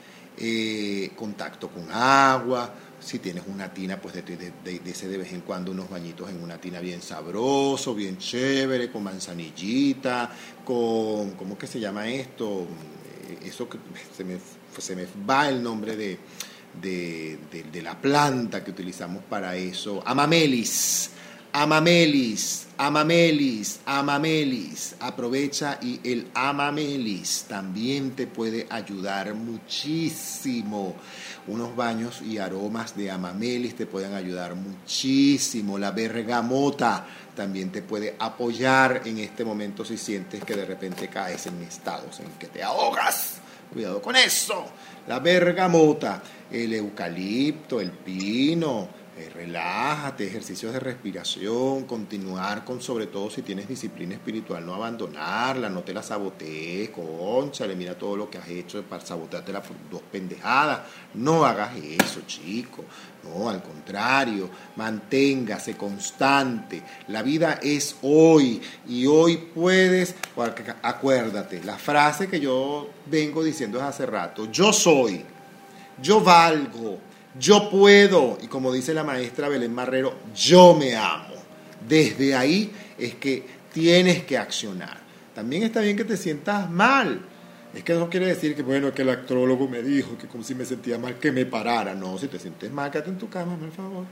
Eh, contacto con agua. Si tienes una tina, pues de, de, de, de ese de vez en cuando unos bañitos en una tina bien sabroso, bien chévere, con manzanillita, con, ¿cómo que se llama esto? Eso que se me, se me va el nombre de, de, de, de la planta que utilizamos para eso. Amamelis. Amamelis, amamelis, amamelis, aprovecha y el amamelis también te puede ayudar muchísimo. Unos baños y aromas de amamelis te pueden ayudar muchísimo. La bergamota también te puede apoyar en este momento si sientes que de repente caes en estados en que te ahogas. Cuidado con eso. La bergamota, el eucalipto, el pino. Eh, relájate, ejercicios de respiración, continuar con, sobre todo si tienes disciplina espiritual, no abandonarla, no te la sabotees, cónchale, mira todo lo que has hecho para saboteártela por dos pendejadas, no hagas eso, chico, no, al contrario, manténgase constante, la vida es hoy, y hoy puedes, acuérdate, la frase que yo vengo diciendo desde hace rato, yo soy, yo valgo, yo puedo, y como dice la maestra Belén Marrero, yo me amo. Desde ahí es que tienes que accionar. También está bien que te sientas mal. Es que no quiere decir que, bueno, que el astrólogo me dijo que como si me sentía mal, que me parara. No, si te sientes mal, quédate en tu cama, por favor.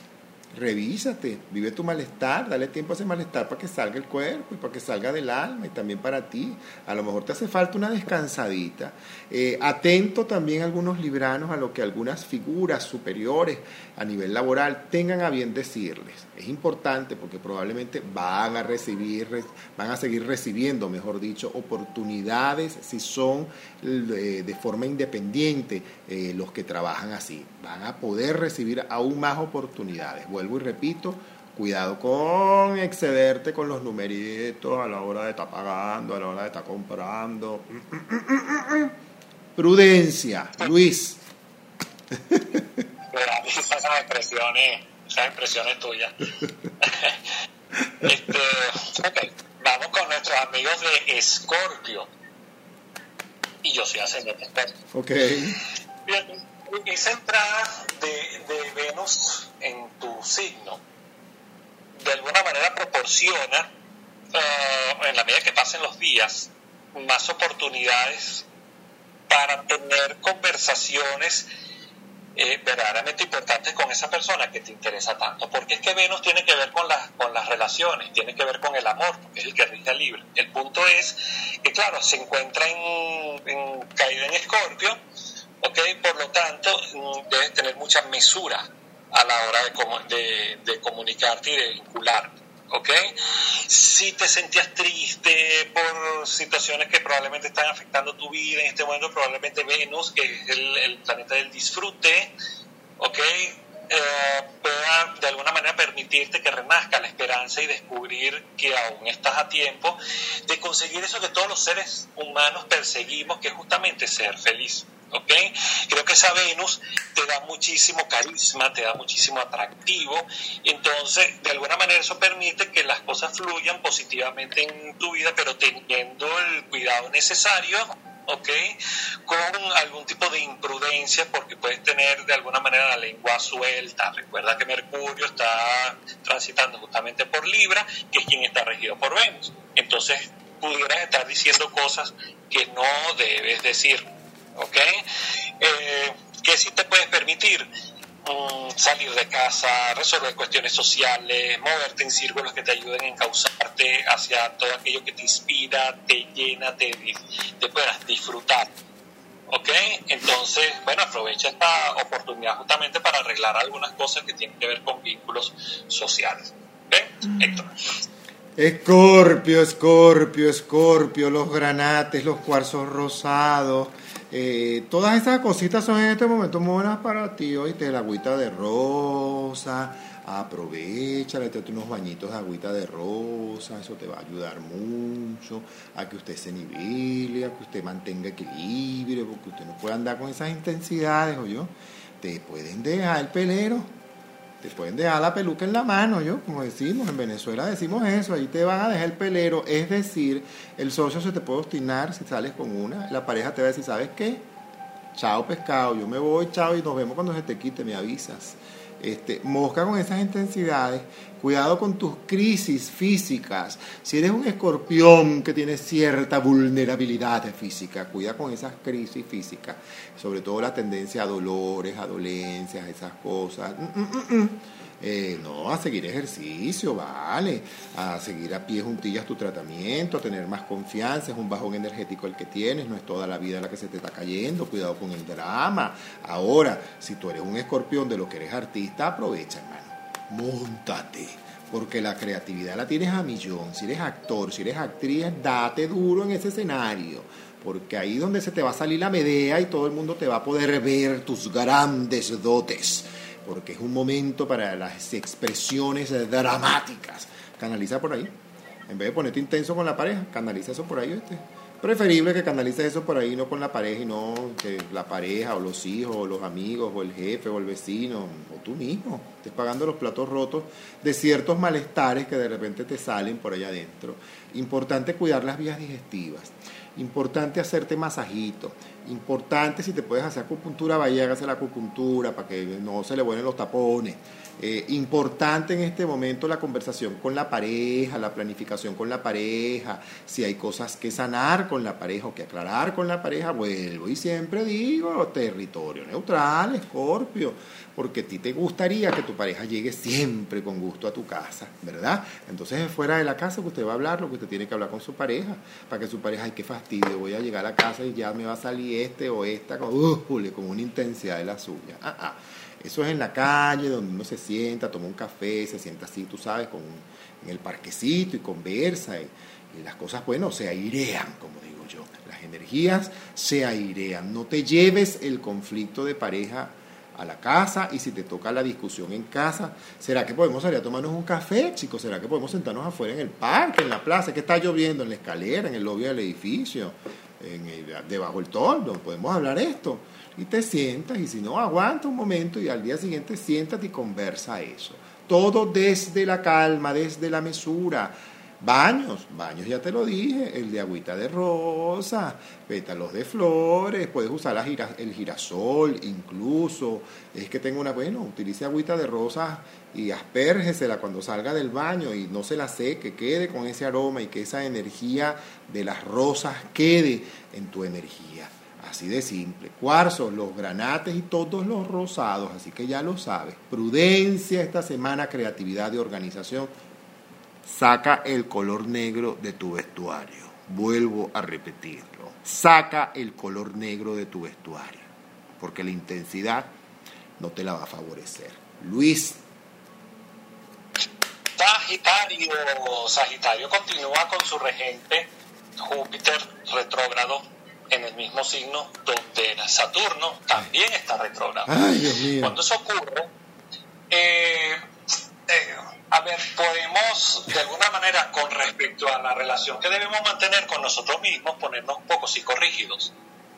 Revísate, vive tu malestar, dale tiempo a ese malestar para que salga el cuerpo y para que salga del alma y también para ti. A lo mejor te hace falta una descansadita. Eh, atento también algunos libranos a lo que algunas figuras superiores a nivel laboral tengan a bien decirles. Es importante porque probablemente van a recibir, van a seguir recibiendo, mejor dicho, oportunidades si son eh, de forma independiente eh, los que trabajan así. Van a poder recibir aún más oportunidades. Vuelvo y repito, cuidado con excederte con los numeritos a la hora de estar pagando, a la hora de estar comprando. Prudencia, Luis. Esas expresiones, esas expresiones tuyas. este, okay. Vamos con nuestros amigos de Escorpio. Y yo soy ascendente Escorpio. Ok. Bien, esa entrada de, de Venus en tu signo de alguna manera proporciona, uh, en la medida que pasen los días, más oportunidades para tener conversaciones eh, verdaderamente importantes con esa persona que te interesa tanto, porque es que Venus tiene que ver con las, con las relaciones, tiene que ver con el amor, porque es el que rige el libro. El punto es que, claro, se encuentra en, en caída en Escorpio, ¿okay? Por lo tanto, debes tener mucha mesura a la hora de, de, de comunicarte y de vincularte. ¿Okay? Si te sentías triste por situaciones que probablemente están afectando tu vida en este momento, probablemente Venus, que es el, el planeta del disfrute, ¿okay? eh, pueda de alguna manera permitirte que renazca la esperanza y descubrir que aún estás a tiempo de conseguir eso que todos los seres humanos perseguimos, que es justamente ser feliz. ¿Okay? Creo que esa Venus te da muchísimo carisma, te da muchísimo atractivo, entonces de alguna manera eso permite que las cosas fluyan positivamente en tu vida, pero teniendo el cuidado necesario, ¿ok? Con algún tipo de imprudencia, porque puedes tener de alguna manera la lengua suelta. Recuerda que Mercurio está transitando justamente por Libra, que es quien está regido por Venus. Entonces pudieras estar diciendo cosas que no debes decir, ¿ok? Eh, ¿Qué sí te puedes permitir? Mm, salir de casa, resolver cuestiones sociales, moverte en círculos que te ayuden a encauzarte hacia todo aquello que te inspira, te llena, te, te puedas disfrutar, ¿ok? Entonces, bueno, aprovecha esta oportunidad justamente para arreglar algunas cosas que tienen que ver con vínculos sociales, ¿ok? Mm. Héctor. Escorpio, Escorpio, Escorpio, los granates, los cuarzos rosados, eh, todas estas cositas son en este momento muy buenas para ti. Oíste, la agüita de rosa, aprovecha, métete unos bañitos de agüita de rosa, eso te va a ayudar mucho a que usted se nivele, a que usted mantenga equilibrio, porque usted no puede andar con esas intensidades, ¿o yo? Te pueden dejar el pelero. Te pueden dejar la peluca en la mano, yo, como decimos, en Venezuela decimos eso, ahí te van a dejar el pelero, es decir, el socio se te puede obstinar si sales con una, la pareja te va a decir, ¿sabes qué? Chao pescado, yo me voy, chao, y nos vemos cuando se te quite, me avisas. Este, mosca con esas intensidades, cuidado con tus crisis físicas. Si eres un escorpión que tiene cierta vulnerabilidad física, cuida con esas crisis físicas, sobre todo la tendencia a dolores, a dolencias, esas cosas. Mm, mm, mm. Eh, no, a seguir ejercicio, vale, a seguir a pie juntillas tu tratamiento, a tener más confianza, es un bajón energético el que tienes, no es toda la vida la que se te está cayendo, cuidado con el drama. Ahora, si tú eres un escorpión de lo que eres artista, aprovecha, hermano, móntate, porque la creatividad la tienes a millón. Si eres actor, si eres actriz, date duro en ese escenario, porque ahí es donde se te va a salir la Medea y todo el mundo te va a poder ver tus grandes dotes, porque es un momento para las expresiones dramáticas. Canaliza por ahí. En vez de ponerte intenso con la pareja, canaliza eso por ahí, ¿viste? Preferible que canalices eso por ahí, no con la pareja, y no que la pareja, o los hijos, o los amigos, o el jefe, o el vecino, o tú mismo, estés pagando los platos rotos de ciertos malestares que de repente te salen por allá adentro. Importante cuidar las vías digestivas. Importante hacerte masajito. Importante, si te puedes hacer acupuntura, vaya, hágase la acupuntura para que no se le vuelen los tapones. Eh, importante en este momento la conversación con la pareja, la planificación con la pareja. Si hay cosas que sanar con la pareja o que aclarar con la pareja, vuelvo y siempre digo, territorio neutral, Escorpio, porque a ti te gustaría que tu pareja llegue siempre con gusto a tu casa, ¿verdad? Entonces es fuera de la casa que usted va a hablar lo que usted tiene que hablar con su pareja, para que su pareja, ay, qué fastidio, voy a llegar a la casa y ya me va a salir este o esta con, uh, con una intensidad de la suya. Ah, ah. Eso es en la calle, donde uno se sienta, toma un café, se sienta así, tú sabes, con, en el parquecito y conversa, y, y las cosas, bueno, se airean, como digo yo. Las energías se airean. No te lleves el conflicto de pareja a la casa, y si te toca la discusión en casa, ¿será que podemos salir a tomarnos un café, chicos? ¿Será que podemos sentarnos afuera en el parque, en la plaza, que está lloviendo, en la escalera, en el lobby del edificio, en el, debajo del toldo? ¿Podemos hablar esto? Y te sientas, y si no, aguanta un momento y al día siguiente siéntate y conversa eso. Todo desde la calma, desde la mesura. Baños, baños ya te lo dije, el de agüita de rosa, pétalos de flores, puedes usar la gira, el girasol incluso. Es que tengo una, bueno, utilice agüita de rosa y aspérgesela cuando salga del baño y no se la seque, quede con ese aroma y que esa energía de las rosas quede en tu energía. Así de simple. Cuarzos, los granates y todos los rosados, así que ya lo sabes. Prudencia esta semana, creatividad y organización. Saca el color negro de tu vestuario. Vuelvo a repetirlo. Saca el color negro de tu vestuario, porque la intensidad no te la va a favorecer. Luis. Sagitario. Sagitario continúa con su regente Júpiter retrógrado en el mismo signo donde Saturno también está retrógrado. Ay, Dios mío. Cuando eso ocurre, eh, eh, a ver, podemos de alguna manera, con respecto a la relación que debemos mantener con nosotros mismos, ponernos un poco psicorrígidos.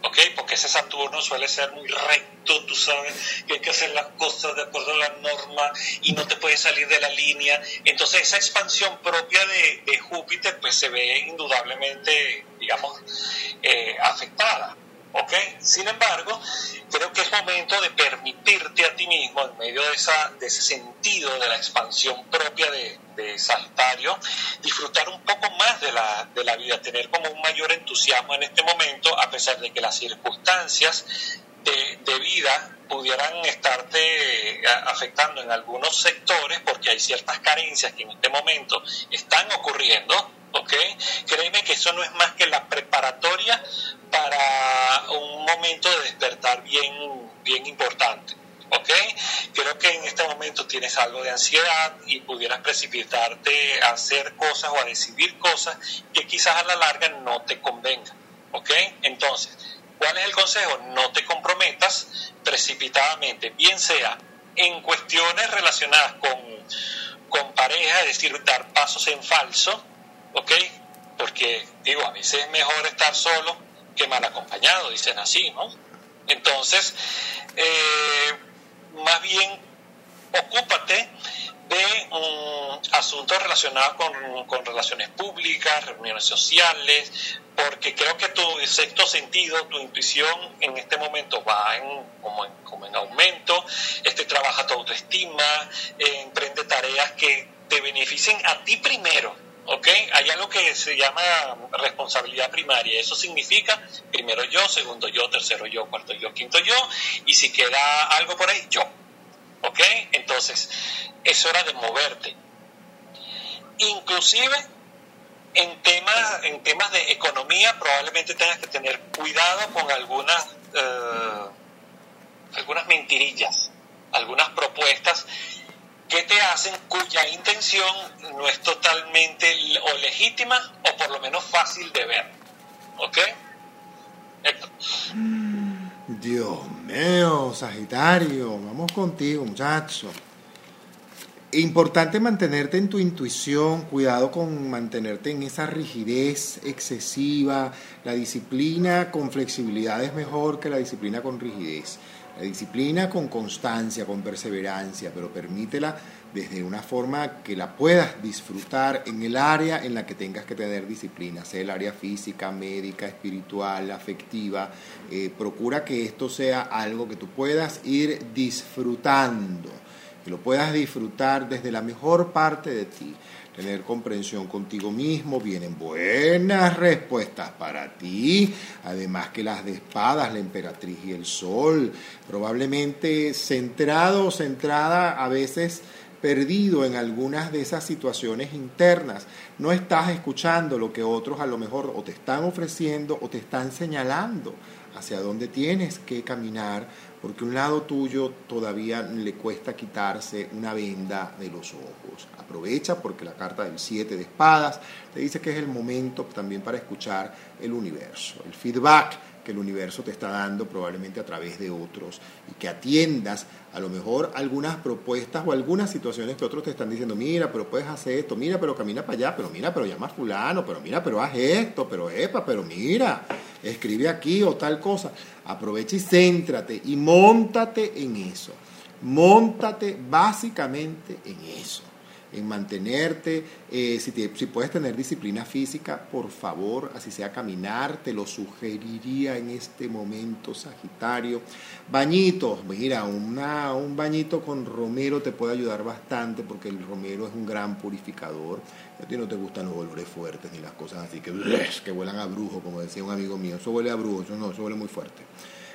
¿ok? Porque ese Saturno suele ser muy recto, tú sabes, que hay que hacer las cosas de acuerdo a la norma y no te puedes salir de la línea. Entonces esa expansión propia de, de Júpiter pues se ve indudablemente, digamos, eh, afectada, ¿ok? Sin embargo, creo que es momento de permitirte a ti mismo, en medio de, esa, de ese sentido de la expansión propia de, de Sagitario, disfrutar un poco más de la, de la vida, tener como un mayor entusiasmo en este momento, a pesar de que las circunstancias de, de vida pudieran estarte afectando en algunos sectores, porque hay ciertas carencias que en este momento están ocurriendo, ¿ok? Créeme que eso no es más que la preparatoria para un momento de despertar bien, bien importante, ¿ok? Creo que en este momento tienes algo de ansiedad y pudieras precipitarte a hacer cosas o a decidir cosas que quizás a la larga no te convengan, ¿ok? Entonces, ¿cuál es el consejo? No te comprometas precipitadamente, bien sea en cuestiones relacionadas con, con pareja, es decir, dar pasos en falso, ¿ok? Porque, digo, a veces es mejor estar solo que mal acompañado, dicen así, ¿no? Entonces, eh, más bien, ocúpate de um, asuntos relacionados con, con relaciones públicas, reuniones sociales, porque creo que tu sexto sentido, tu intuición en este momento va en, como, en, como en aumento, este, trabaja tu autoestima, eh, emprende tareas que te beneficien a ti primero. ¿Ok? Hay algo que se llama responsabilidad primaria. Eso significa primero yo, segundo yo, tercero yo, cuarto yo, quinto yo, y si queda algo por ahí, yo. ¿Ok? Entonces, es hora de moverte. Inclusive, en temas, en temas de economía, probablemente tengas que tener cuidado con algunas, eh, algunas mentirillas, algunas propuestas que te hacen, cuya intención no es totalmente o legítima o por lo menos fácil de ver. ¿Ok? Héctor. Dios mío, Sagitario, vamos contigo, muchacho. Importante mantenerte en tu intuición, cuidado con mantenerte en esa rigidez excesiva. La disciplina con flexibilidad es mejor que la disciplina con rigidez. La disciplina con constancia, con perseverancia, pero permítela desde una forma que la puedas disfrutar en el área en la que tengas que tener disciplina, sea el área física, médica, espiritual, afectiva. Eh, procura que esto sea algo que tú puedas ir disfrutando, que lo puedas disfrutar desde la mejor parte de ti. Tener comprensión contigo mismo, vienen buenas respuestas para ti, además que las de espadas, la emperatriz y el sol, probablemente centrado o centrada, a veces perdido en algunas de esas situaciones internas. No estás escuchando lo que otros a lo mejor o te están ofreciendo o te están señalando hacia dónde tienes que caminar, porque un lado tuyo todavía le cuesta quitarse una venda de los ojos. Aprovecha, porque la carta del siete de espadas te dice que es el momento también para escuchar el universo, el feedback que el universo te está dando probablemente a través de otros, y que atiendas a lo mejor algunas propuestas o algunas situaciones que otros te están diciendo, mira, pero puedes hacer esto, mira, pero camina para allá, pero mira, pero llama a fulano, pero mira, pero haz esto, pero epa, pero mira, escribe aquí o tal cosa. Aprovecha y céntrate y móntate en eso, móntate básicamente en eso, en mantenerte, eh, si, te, si puedes tener disciplina física, por favor, así sea caminar, te lo sugeriría en este momento, Sagitario. Bañitos, mira, una, un bañito con romero te puede ayudar bastante, porque el romero es un gran purificador. A ti no te gustan los olores fuertes ni las cosas así que, que huelan a brujo, como decía un amigo mío, eso huele a brujo, eso no, eso huele muy fuerte.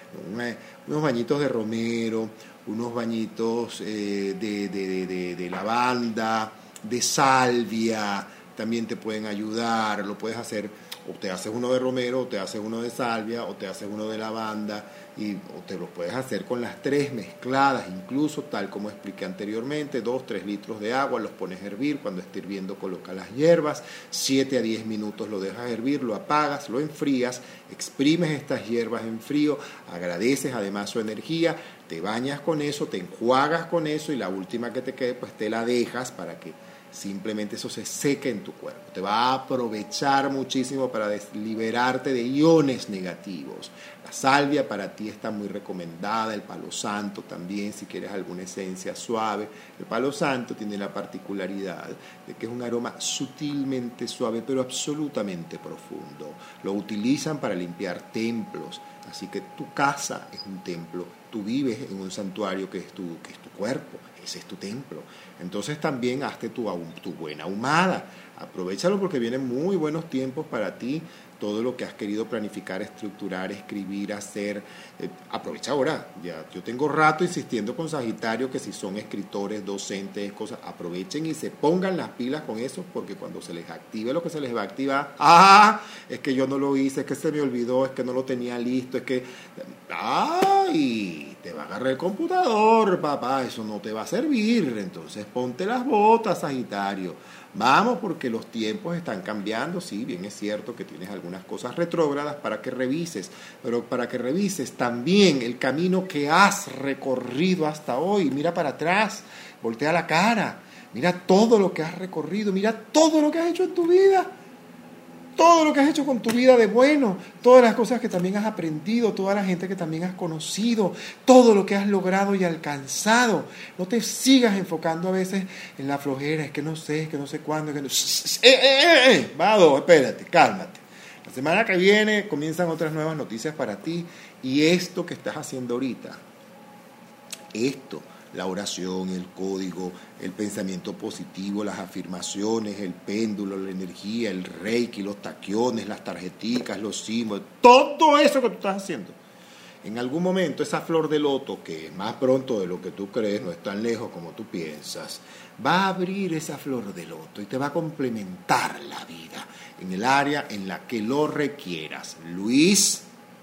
Unos bañitos de romero, unos bañitos eh, de, de, de, de lavanda, de salvia, también te pueden ayudar. Lo puedes hacer, o te haces uno de romero, o te haces uno de salvia, o te haces uno de lavanda, y, o te lo puedes hacer con las tres mezcladas, incluso tal como expliqué anteriormente. Dos, tres litros de agua, los pones a hervir. Cuando esté hirviendo, colocas las hierbas, siete a diez minutos lo dejas hervir, lo apagas, lo enfrías, exprimes estas hierbas en frío, agradeces además su energía, te bañas con eso, te enjuagas con eso, y la última que te quede pues te la dejas para que simplemente eso se seque en tu cuerpo. Te va a aprovechar muchísimo para liberarte de iones negativos. La salvia para ti está muy recomendada, el palo santo también, si quieres alguna esencia suave. El palo santo tiene la particularidad de que es un aroma sutilmente suave, pero absolutamente profundo. Lo utilizan para limpiar templos, así que tu casa es un templo, tú vives en un santuario que es tu, que es tu cuerpo, ese es tu templo. Entonces también hazte tu, tu buena ahumada, aprovéchalo porque vienen muy buenos tiempos para ti. Todo lo que has querido planificar, estructurar, escribir, hacer, eh, aprovecha ahora. Ya, yo tengo rato insistiendo con Sagitario que si son escritores, docentes, cosas, aprovechen y se pongan las pilas con eso, porque cuando se les active lo que se les va a activar, ¡ah! Es que yo no lo hice, es que se me olvidó, es que no lo tenía listo, es que, ¡ay! Te va a agarrar el computador, papá, eso no te va a servir. Entonces ponte las botas, Sagitario. Vamos, porque los tiempos están cambiando, sí, bien es cierto que tienes algunas cosas retrógradas para que revises, pero para que revises también el camino que has recorrido hasta hoy. Mira para atrás, voltea la cara, mira todo lo que has recorrido, mira todo lo que has hecho en tu vida. Todo lo que has hecho con tu vida de bueno, todas las cosas que también has aprendido, toda la gente que también has conocido, todo lo que has logrado y alcanzado. No te sigas enfocando a veces en la flojera, es que no sé, es que no sé cuándo. Es que no... ¡Eh, eh, eh, eh! Vado, espérate, cálmate. La semana que viene comienzan otras nuevas noticias para ti y esto que estás haciendo ahorita, esto, la oración, el código, el pensamiento positivo, las afirmaciones, el péndulo, la energía, el reiki, los taquiones, las tarjeticas, los símbolos, todo eso que tú estás haciendo. En algún momento esa flor de loto, que más pronto de lo que tú crees, no es tan lejos como tú piensas, va a abrir esa flor de loto y te va a complementar la vida en el área en la que lo requieras. Luis.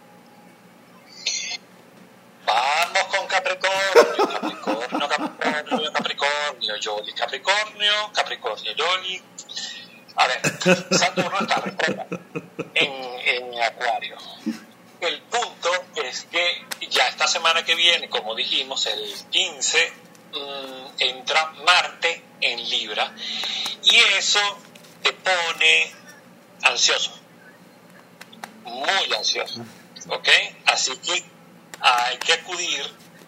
Vamos con Capricornio, Capricornio, Capricornio, Capricornio, Yoli, Capricornio, Capricornio, Yoli. A ver, Saturno está recuerda, en, en Acuario. El punto es que ya esta semana que viene, como dijimos, el quince, mmm, entra Marte en Libra y eso te pone ansioso, muy ansioso, ¿ok? Así que hay que acudir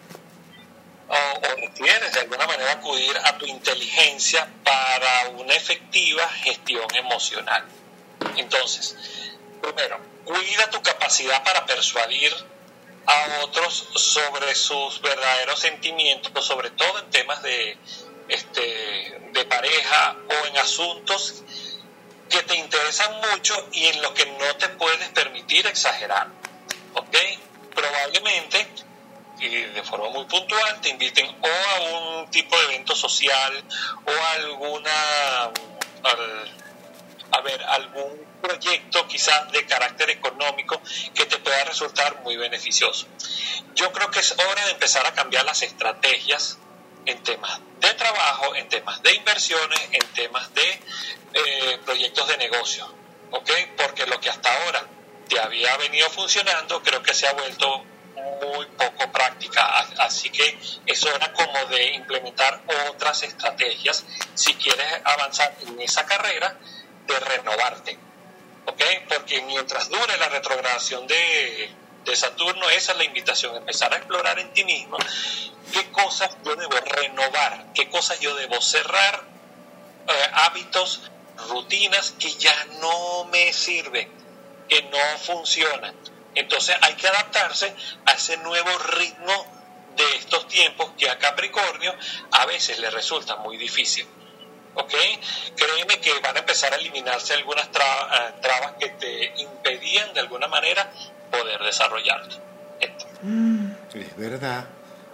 o, o requieres de alguna manera acudir a tu inteligencia para una efectiva gestión emocional. Entonces, primero, cuida tu capacidad para persuadir a otros sobre sus verdaderos sentimientos, sobre todo en temas de, este, de pareja o en asuntos que te interesan mucho y en los que no te puedes permitir exagerar, ¿ok? Probablemente, y de forma muy puntual, te inviten o a un tipo de evento social o a alguna, al, a ver, algún proyecto quizás de carácter económico que te pueda resultar muy beneficioso. Yo creo que es hora de empezar a cambiar las estrategias en temas de trabajo, en temas de inversiones, en temas de eh, proyectos de negocio, ¿ok? Porque lo que hasta ahora te había venido funcionando, creo que se ha vuelto muy poco práctica, así que es hora como de implementar otras estrategias si quieres avanzar en esa carrera, de renovarte, ¿ok? Porque mientras dure la retrogradación de, de Saturno, esa es la invitación, empezar a explorar en ti mismo qué cosas yo debo renovar, qué cosas yo debo cerrar, eh, hábitos, rutinas que ya no me sirven, que no funcionan. Entonces hay que adaptarse a ese nuevo ritmo de estos tiempos que a Capricornio a veces le resulta muy difícil, ¿ok? Créeme que van a empezar a eliminarse algunas trabas, trabas que te impedían de alguna manera poder desarrollarte. Esto. Es verdad.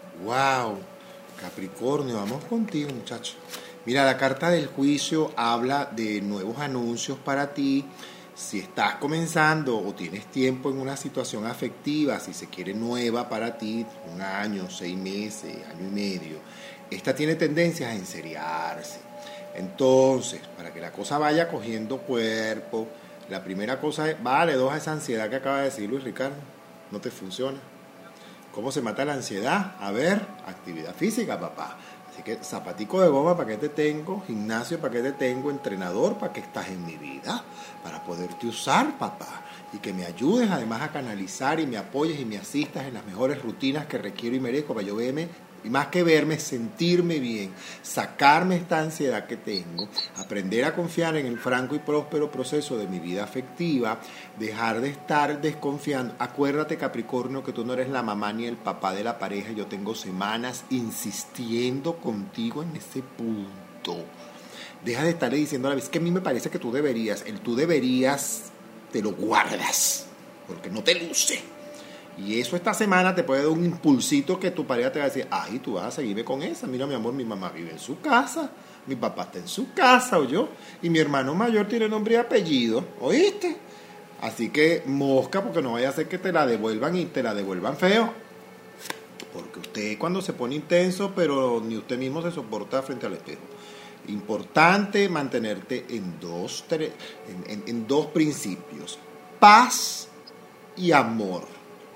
Wow. Capricornio, vamos contigo, muchacho. Mira, la carta del juicio habla de nuevos anuncios para ti. Si estás comenzando o tienes tiempo en una situación afectiva, si se quiere nueva para ti, un año, seis meses, año y medio, esta tiene tendencias a enseriarse. Entonces, para que la cosa vaya cogiendo cuerpo, la primera cosa es, vale, dos a esa ansiedad que acaba de decir Luis Ricardo, no te funciona. ¿Cómo se mata la ansiedad? A ver, actividad física, papá. Así que zapatico de goma, ¿para qué te tengo? Gimnasio, ¿para qué te tengo? Entrenador, ¿para qué estás en mi vida? Para poderte usar, papá. y que me ayudes además a canalizar y me apoyes y me asistas en las mejores rutinas que requiero y merezco para yo verme, y más que verme, sentirme bien, sacarme esta ansiedad que tengo, aprender a confiar en el franco y próspero proceso de mi vida afectiva, dejar de estar desconfiando. Acuérdate, Capricornio, que tú no eres la mamá ni el papá de la pareja. Yo tengo semanas insistiendo contigo en ese punto. Deja de estarle diciendo a la vez que a mí me parece que tú deberías. El tú deberías te lo guardas, porque no te luce. Y eso esta semana te puede dar un impulsito que tu pareja te va a decir, ay, tú vas a seguirme con esa. Mira, mi amor, mi mamá vive en su casa, mi papá está en su casa, o yo, y mi hermano mayor tiene nombre y apellido, ¿oíste? Así que mosca, porque no vaya a ser que te la devuelvan y te la devuelvan feo. Porque usted cuando se pone intenso, pero ni usted mismo se soporta frente al espejo. Importante mantenerte en dos, tre- en, en, en dos principios, paz y amor.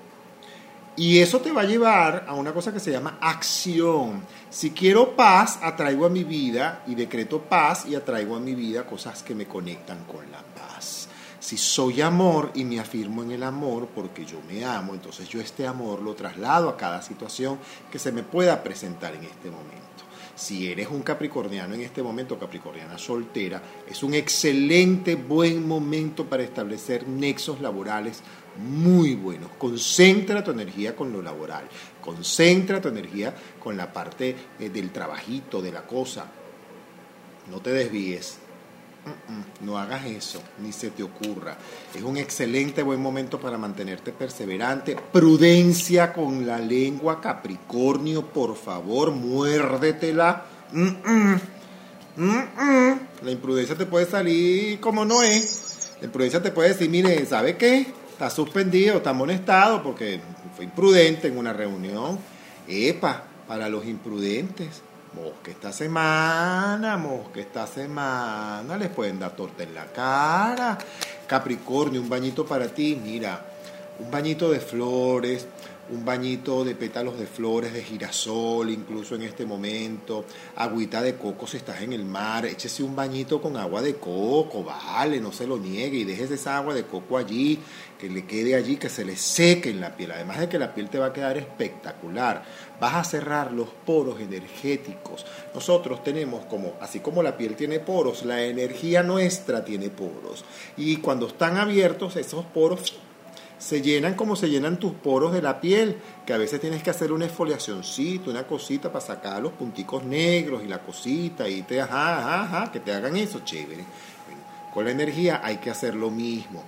Y eso te va a llevar a una cosa que se llama acción. Si quiero paz, atraigo a mi vida y decreto paz y atraigo a mi vida cosas que me conectan con la paz. Si soy amor y me afirmo en el amor porque yo me amo, entonces yo este amor lo traslado a cada situación que se me pueda presentar en este momento. Si eres un capricorniano en este momento, capricorniana soltera, es un excelente, buen momento para establecer nexos laborales muy buenos. Concentra tu energía con lo laboral, concentra tu energía con la parte eh, del trabajito, de la cosa. No te desvíes, uh-uh, no hagas eso, ni se te ocurra. Es un excelente, buen momento para mantenerte perseverante. Prudencia con la lengua, Capricornio, por favor, muérdetela. Uh-uh, uh-uh. La imprudencia te puede salir como no es. La imprudencia te puede decir, mire, ¿sabe qué? Está suspendido, está amonestado porque fue imprudente en una reunión. Epa, para los imprudentes, mosca esta semana, mosca esta semana, les pueden dar torta en la cara. Capricornio, un bañito para ti, mira, un bañito de flores, un bañito de pétalos de flores, de girasol, incluso en este momento, agüita de coco si estás en el mar, échese un bañito con agua de coco, vale, no se lo niegue y dejes esa agua de coco allí, que le quede allí, que se le seque en la piel, además de que la piel te va a quedar espectacular, vas a cerrar los poros energéticos. Nosotros tenemos como, así como la piel tiene poros, la energía nuestra tiene poros, y cuando están abiertos esos poros se llenan como se llenan tus poros de la piel, que a veces tienes que hacer una exfoliacioncita, una cosita para sacar los punticos negros y la cosita, y te, ajá, ajá, ajá, que te hagan eso, chévere. Bueno, con la energía hay que hacer lo mismo.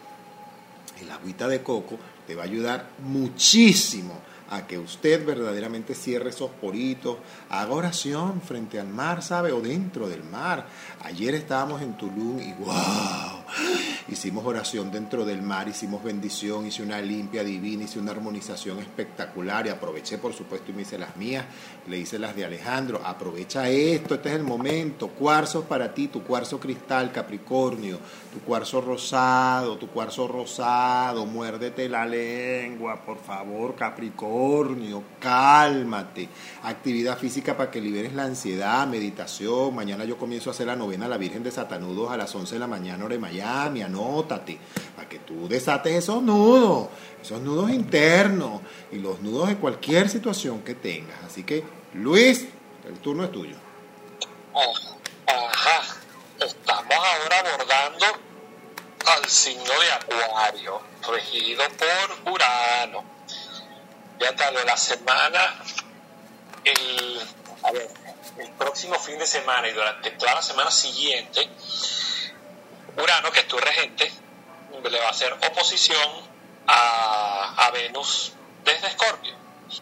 El agüita de coco te va a ayudar muchísimo a que usted verdaderamente cierre esos poritos, haga oración frente al mar, ¿sabe? O dentro del mar. Ayer estábamos en Tulum y ¡wow! Hicimos oración dentro del mar, hicimos bendición, hice una limpia divina, hice una armonización espectacular y aproveché, por supuesto, y me hice las mías, le hice las de Alejandro. Aprovecha esto, este es el momento. Cuarzos para ti, tu cuarzo cristal, Capricornio, tu cuarzo rosado, tu cuarzo rosado, muérdete la lengua, por favor, Capricornio, cálmate. Actividad física para que liberes la ansiedad, meditación. Mañana yo comienzo a hacer la novena a la Virgen de Satanudos a las once de la mañana, hora de Miami, anótate, para que tú desates esos nudos, esos nudos internos y los nudos de cualquier situación que tengas. Así que, Luis, el turno es tuyo. Oh, ajá, estamos ahora abordando al signo de Acuario, regido por Urano. Fíjate, lo de la semana, el, a ver, el próximo fin de semana y durante toda la semana siguiente, Urano, que es tu regente, le va a hacer oposición a, a Venus desde Escorpio.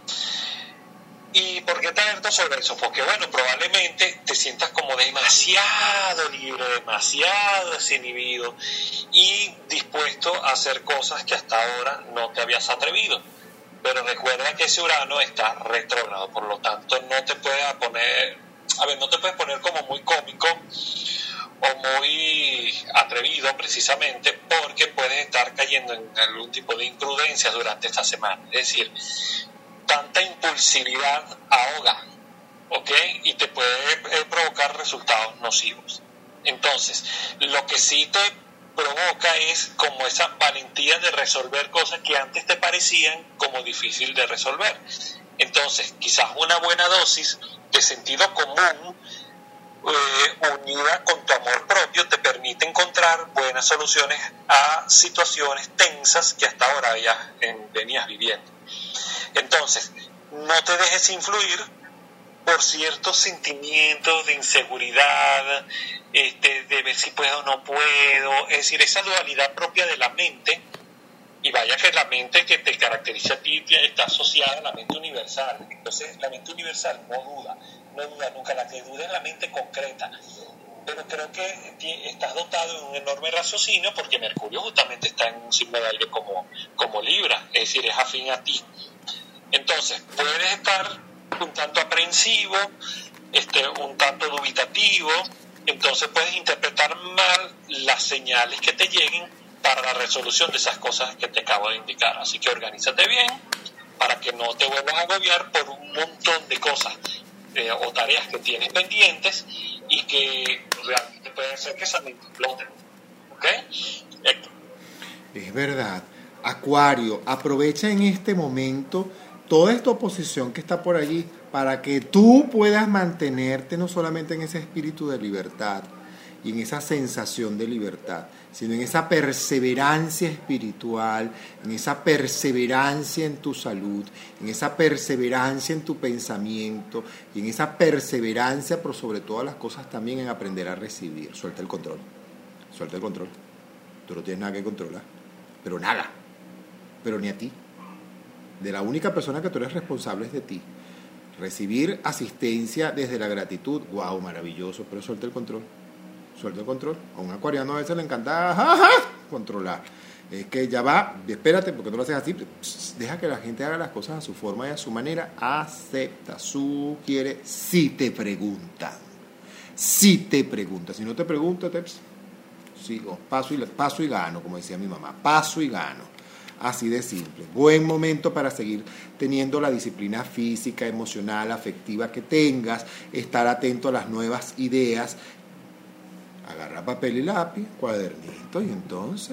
¿Y por qué te alerto sobre eso? Porque, bueno, probablemente te sientas como demasiado libre, demasiado desinhibido y dispuesto a hacer cosas que hasta ahora no te habías atrevido. Pero recuerda que ese Urano está retrógrado, por lo tanto no te puedes poner, a ver, no te puedes poner como muy cómico o muy atrevido precisamente, porque puedes estar cayendo en algún tipo de imprudencia durante esta semana. Es decir, tanta impulsividad ahoga, ¿ok? Y te puede eh, provocar resultados nocivos. Entonces, lo que sí te provoca es como esa valentía de resolver cosas que antes te parecían como difícil de resolver. Entonces, quizás una buena dosis de sentido común eh, unida con tu amor propio te permite encontrar buenas soluciones a situaciones tensas que hasta ahora ya eh, venías viviendo. Entonces, no te dejes influir por ciertos sentimientos de inseguridad, este, de ver si puedo o no puedo, es decir, esa dualidad propia de la mente, y vaya que la mente que te caracteriza a ti está asociada a la mente universal. Entonces, la mente universal no duda, no duda nunca, la que duda es la mente concreta. Pero creo que estás dotado de un enorme raciocinio porque Mercurio justamente está en un signo de aire como, como Libra, es decir, es afín a ti. Entonces, puedes estar un tanto aprensivo, este, un tanto dubitativo, entonces puedes interpretar mal las señales que te lleguen para la resolución de esas cosas que te acabo de indicar. Así que organízate bien para que no te vuelvas a agobiar por un montón de cosas eh, o tareas que tienes pendientes y que realmente pueden ser que esa mente explote. ¿Ok? Héctor. Es verdad. Acuario, aprovecha en este momento toda esta oposición que está por allí para que tú puedas mantenerte no solamente en ese espíritu de libertad y en esa sensación de libertad, sino en esa perseverancia espiritual, en esa perseverancia en tu salud, en esa perseverancia en tu pensamiento y en esa perseverancia, por sobre todas las cosas, también en aprender a recibir. Suelta el control, suelta el control. Tú no tienes nada que controlar, pero nada, pero ni a ti. De la única persona que tú eres responsable es de ti. Recibir asistencia desde la gratitud, wow, maravilloso, pero suelta el control. Suelta el control. A un acuariano a veces le encanta ja, ja, controlar. Es que ya va, espérate, porque no lo haces así. Deja que la gente haga las cosas a su forma y a su manera. Acepta, sugiere, si te preguntan. Si te preguntan. Si no te preguntan, te sigo, paso y, paso y gano, como decía mi mamá. Paso y gano. Así de simple. Buen momento para seguir teniendo la disciplina física, emocional, afectiva que tengas, estar atento a las nuevas ideas. Agarra papel y lápiz, cuadernito, y entonces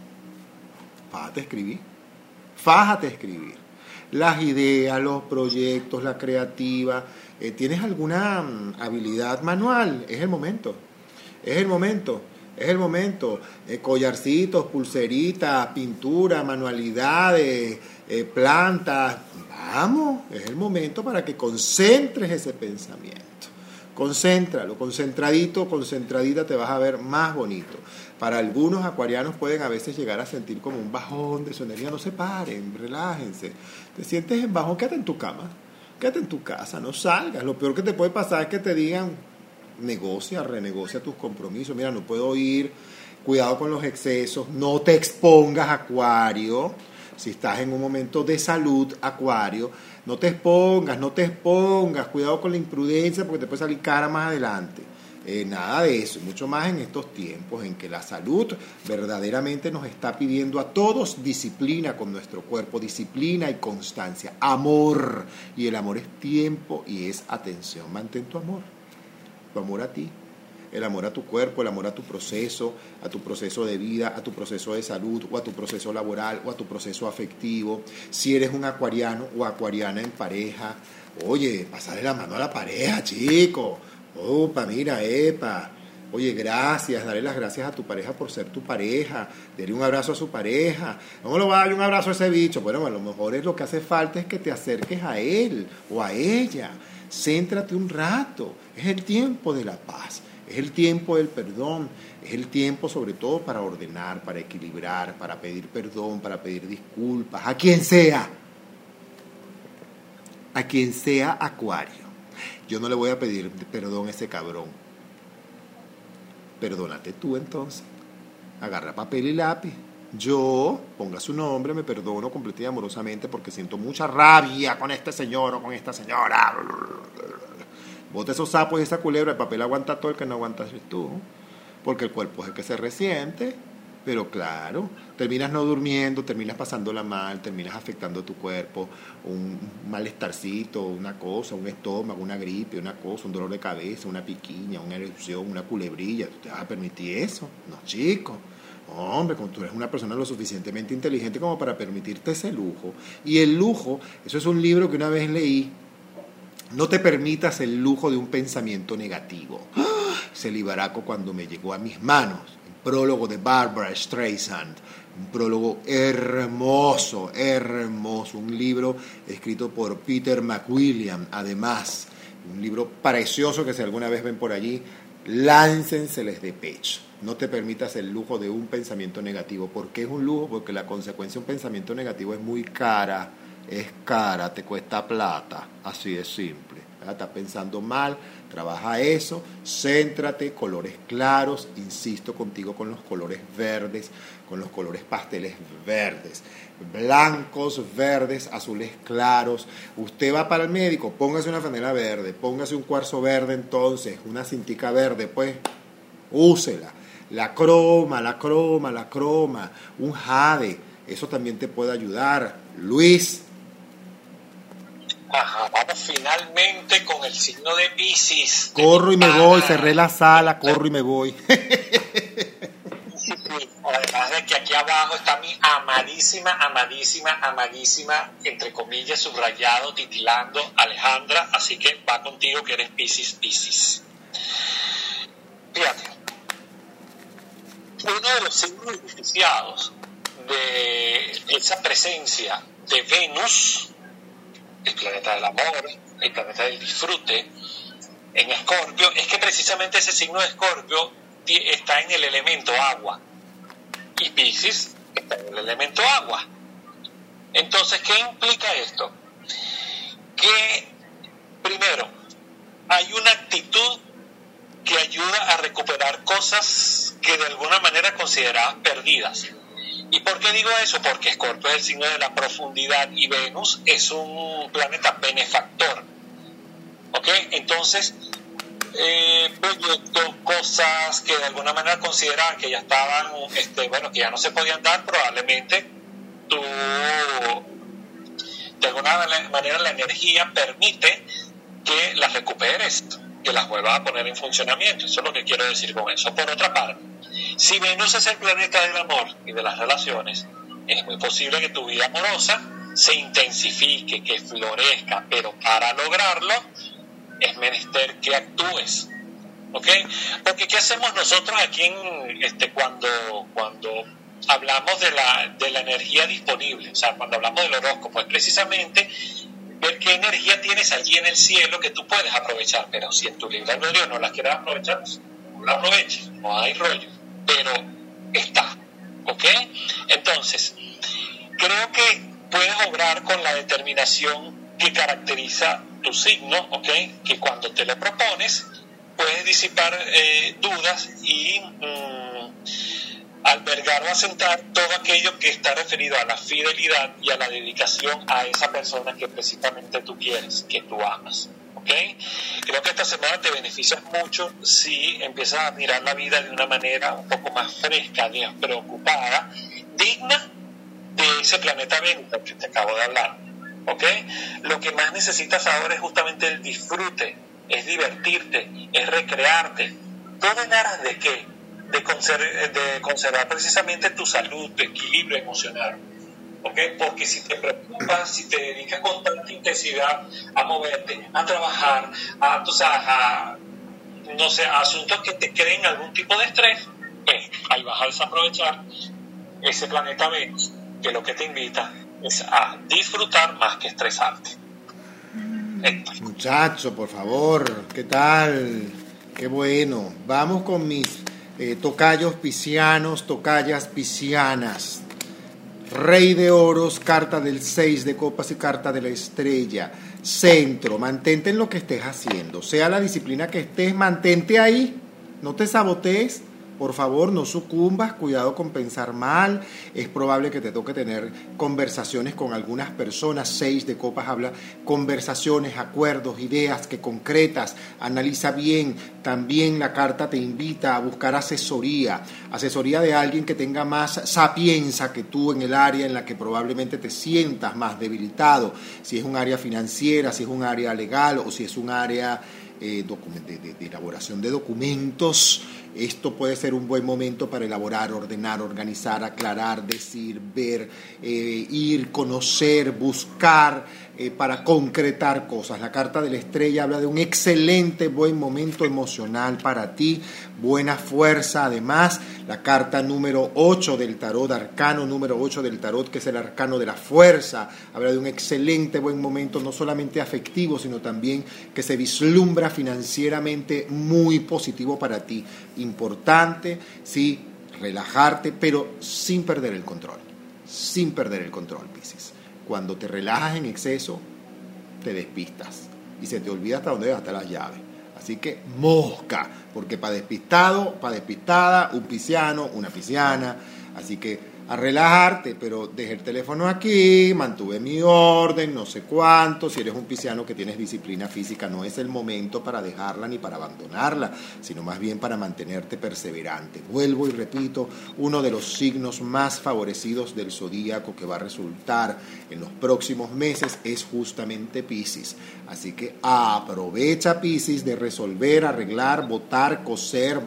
fájate a escribir. Fájate a escribir. Las ideas, los proyectos, la creativa. Eh, ¿Tienes alguna um, habilidad manual? Es el momento. Es el momento. Es el momento, eh, collarcitos, pulseritas, pintura, manualidades, eh, plantas. Vamos, es el momento para que concentres ese pensamiento. Concéntralo, concentradito, concentradita, te vas a ver más bonito. Para algunos acuarianos pueden a veces llegar a sentir como un bajón de su energía. No se paren, relájense. Te sientes en bajón, quédate en tu cama, quédate en tu casa, no salgas. Lo peor que te puede pasar es que te digan, negocia, renegocia tus compromisos. Mira, no puedo ir, cuidado con los excesos, no te expongas, Acuario. Si estás en un momento de salud, Acuario, no te expongas, no te expongas, cuidado con la imprudencia porque te puede salir cara más adelante. Eh, nada de eso, mucho más en estos tiempos en que la salud verdaderamente nos está pidiendo a todos disciplina con nuestro cuerpo, disciplina y constancia, amor. Y el amor es tiempo y es atención. Mantén tu amor. Tu amor a ti, el amor a tu cuerpo, el amor a tu proceso, a tu proceso de vida, a tu proceso de salud, o a tu proceso laboral, o a tu proceso afectivo. Si eres un acuariano o acuariana en pareja, oye, pasarle la mano a la pareja, chico. Opa, mira, epa. Oye, gracias, dale las gracias a tu pareja por ser tu pareja, dale un abrazo a su pareja. ¿Cómo lo va a dar un abrazo a ese bicho? Bueno, a lo mejor es lo que hace falta es que te acerques a él o a ella. Céntrate un rato, es el tiempo de la paz, es el tiempo del perdón, es el tiempo sobre todo para ordenar, para equilibrar, para pedir perdón, para pedir disculpas, a quien sea, a quien sea Acuario. Yo no le voy a pedir perdón a ese cabrón. Perdónate tú entonces, agarra papel y lápiz. Yo, ponga su nombre, me perdono completamente y amorosamente porque siento mucha rabia con este señor o con esta señora. Bota esos sapos y esa culebra, el papel aguanta todo, el que no aguanta es tú. Porque el cuerpo es el que se resiente. Pero claro, terminas no durmiendo, terminas pasándola mal, terminas afectando a tu cuerpo, un malestarcito, una cosa, un estómago, una gripe, una cosa, un dolor de cabeza, una piquiña, una erupción, una culebrilla. ¿Tú te vas a permitir eso? No, chico. Hombre, como tú eres una persona lo suficientemente inteligente como para permitirte ese lujo. Y el lujo, eso es un libro que una vez leí, no te permitas el lujo de un pensamiento negativo. Ese libaraco cuando me llegó a mis manos, el prólogo de Barbra Streisand, un prólogo hermoso, hermoso, un libro escrito por Peter McWilliam, además, un libro precioso que si alguna vez ven por allí, láncenseles de pecho. No te permitas el lujo de un pensamiento negativo. ¿Por qué es un lujo? Porque la consecuencia de un pensamiento negativo es muy cara, es cara, te cuesta plata, así de simple. Estás pensando mal, trabaja eso, céntrate, colores claros, insisto contigo con los colores verdes, con los colores pasteles verdes, blancos, verdes, azules claros. Usted va para el médico, póngase una franela verde, póngase un cuarzo verde entonces, una cintica verde, pues, úsela. La croma, la croma, la croma, un jade, eso también te puede ayudar. Luis. Ajá, vamos finalmente con el signo de Piscis. Corro y me voy, cerré la sala, corro y me voy. Además de que aquí abajo está mi amadísima, amadísima, amadísima, entre comillas, subrayado, titilando, Alejandra, así que va contigo que eres Piscis, Piscis. Fíjate, uno de los signos beneficiados de esa presencia de Venus, el planeta del amor, el planeta del disfrute, en Escorpio, es que precisamente ese signo de Escorpio está en el elemento agua y Piscis está en el elemento agua. Entonces, ¿qué implica esto? Que primero hay una actitud que ayuda a recuperar cosas que de alguna manera consideradas perdidas. ¿Y por qué digo eso? Porque Escorpio es el signo de la profundidad y Venus es un planeta benefactor. ¿Ok? Entonces, eh, proyectos, cosas que de alguna manera consideraban que ya estaban, este, bueno, que ya no se podían dar, probablemente tú, de alguna manera la energía permite que las recuperes, que las vuelvas a poner en funcionamiento. Eso es lo que quiero decir con eso. Por otra parte, si Venus es el planeta del amor y de las relaciones, es muy posible que tu vida amorosa se intensifique, que florezca, pero para lograrlo es menester que actúes, ¿ok? Porque ¿qué hacemos nosotros aquí en, este, cuando, cuando hablamos de la, de la energía disponible? O sea, cuando hablamos del horóscopo, es precisamente ver qué energía tienes allí en el cielo que tú puedes aprovechar, pero si en tu libre albedrío no la quieres aprovechar, no la aproveches, no hay rollo, pero está, ¿ok? Entonces, creo que puedes obrar con la determinación que caracteriza tu signo, ¿ok? Que cuando te lo propones, puedes disipar eh, dudas y mmm, albergar o asentar todo aquello que está referido a la fidelidad y a la dedicación a esa persona que precisamente tú quieres, que tú amas, ¿ok? Creo que esta semana te beneficias mucho si empiezas a mirar la vida de una manera un poco más fresca, despreocupada, digna de ese planeta Venus del que te acabo de hablar, ¿ok? Lo que más necesitas ahora es justamente el disfrute, es divertirte, es recrearte. ¿Todo en aras de qué? De, conser- de conservar precisamente tu salud, tu equilibrio emocional, ¿ok? Porque si te preocupas, si te dedicas con tanta intensidad a moverte, a trabajar, a, o sea, a, no sé, a asuntos que te creen algún tipo de estrés, pues ahí vas a desaprovechar ese planeta Venus, que lo que te invita es a disfrutar más que estresarte. Héctor. Muchacho, por favor, ¿qué tal? Qué bueno. Vamos con mis eh, tocayos piscianos, tocayas piscianas. Rey de oros, carta del seis de copas y carta de la estrella. Centro, mantente en lo que estés haciendo. Sea la disciplina que estés, mantente ahí. No te sabotees. Por favor, no sucumbas, cuidado con pensar mal. Es probable que te toque tener conversaciones con algunas personas. Seis de copas habla conversaciones, acuerdos, ideas que concretas. Analiza bien. También la carta te invita a buscar asesoría. Asesoría de alguien que tenga más sapiencia que tú en el área en la que probablemente te sientas más debilitado. Si es un área financiera, si es un área legal o si es un área eh, de, de, de elaboración de documentos. Esto puede ser un buen momento para elaborar, ordenar, organizar, aclarar, decir, ver, eh, ir, conocer, buscar, eh, para concretar cosas. La carta de la estrella habla de un excelente, buen momento emocional para ti, buena fuerza. Además, la carta número ocho del tarot, arcano número ocho del tarot, que es el arcano de la fuerza, habla de un excelente, buen momento, no solamente afectivo, sino también que se vislumbra financieramente muy positivo para ti. Importante, sí, relajarte, pero sin perder el control, sin perder el control, Piscis. Cuando te relajas en exceso, te despistas y se te olvida hasta dónde dejaste las llaves. Así que mosca, porque para despistado, para despistada, un pisciano, una pisciana. Así que a relajarte, pero dejé el teléfono aquí, mantuve mi orden, no sé cuánto. Si eres un pisciano que tienes disciplina física, no es el momento para dejarla ni para abandonarla, sino más bien para mantenerte perseverante. Vuelvo y repito, uno de los signos más favorecidos del zodíaco que va a resultar en los próximos meses es justamente Piscis. Así que aprovecha, Piscis, de resolver, arreglar, botar, coser,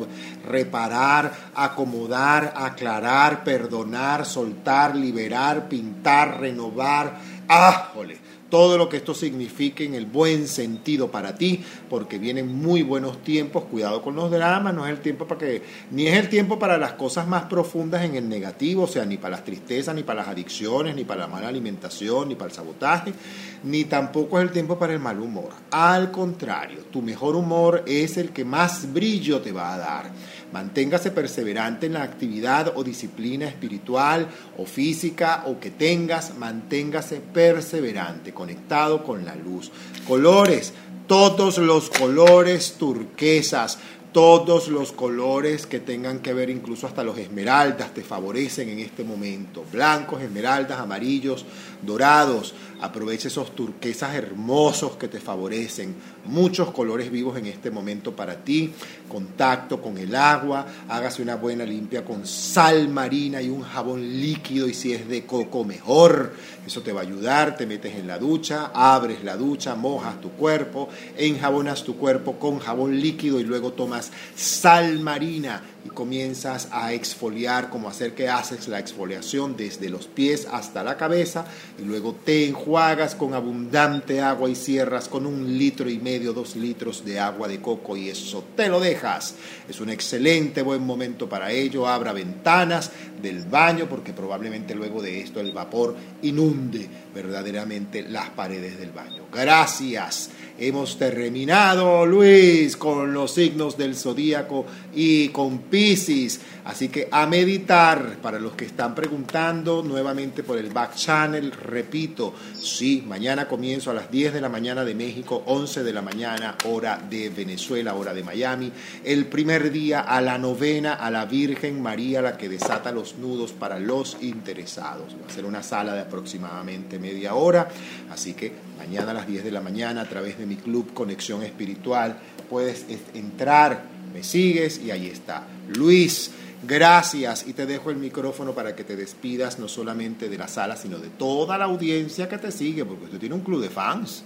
reparar, acomodar, aclarar, perdonar, soltar, liberar, pintar, renovar. ¡Ah, jole! Todo lo que esto signifique en el buen sentido para ti, porque vienen muy buenos tiempos. Cuidado con los dramas, no es el tiempo para que, ni es el tiempo para las cosas más profundas en el negativo, o sea, ni para las tristezas, ni para las adicciones, ni para la mala alimentación, ni para el sabotaje, ni tampoco es el tiempo para el mal humor. Al contrario, tu mejor humor es el que más brillo te va a dar. Manténgase perseverante en la actividad o disciplina espiritual o física o que tengas, manténgase perseverante, conectado con la luz. Colores, todos los colores turquesas, todos los colores que tengan que ver, incluso hasta los esmeraldas, te favorecen en este momento. Blancos, esmeraldas, amarillos, dorados. Aprovecha esos turquesas hermosos que te favorecen. Muchos colores vivos en este momento para ti. Contacto con el agua. Hágase una buena limpia con sal marina y un jabón líquido, y si es de coco mejor. Eso te va a ayudar. Te metes en la ducha, abres la ducha, mojas tu cuerpo, enjabonas tu cuerpo con jabón líquido y luego tomas sal marina y comienzas a exfoliar, como hacer que haces la exfoliación desde los pies hasta la cabeza, y luego te enjuagas con abundante agua y cierras con un litro y medio, dos litros de agua de coco, y eso te lo dejas. Es un excelente buen momento para ello. Abra ventanas del baño, porque probablemente luego de esto el vapor inunde verdaderamente las paredes del baño. Gracias. Hemos terminado, Luis, con los signos del zodíaco y con Piscis. Así que a meditar. Para los que están preguntando nuevamente por el back channel, repito, sí, mañana comienzo a las diez de la mañana de México, once de la mañana hora de Venezuela, hora de Miami. El primer día a la novena a la Virgen María, la que desata los nudos para los interesados. Va a ser una sala de aproximadamente media hora. Así que mañana a las diez de la mañana, a través de mi club Conexión Espiritual, puedes entrar, me sigues y ahí está. Luis, gracias, y te dejo el micrófono para que te despidas no solamente de la sala, sino de toda la audiencia que te sigue, porque usted tiene un club de fans.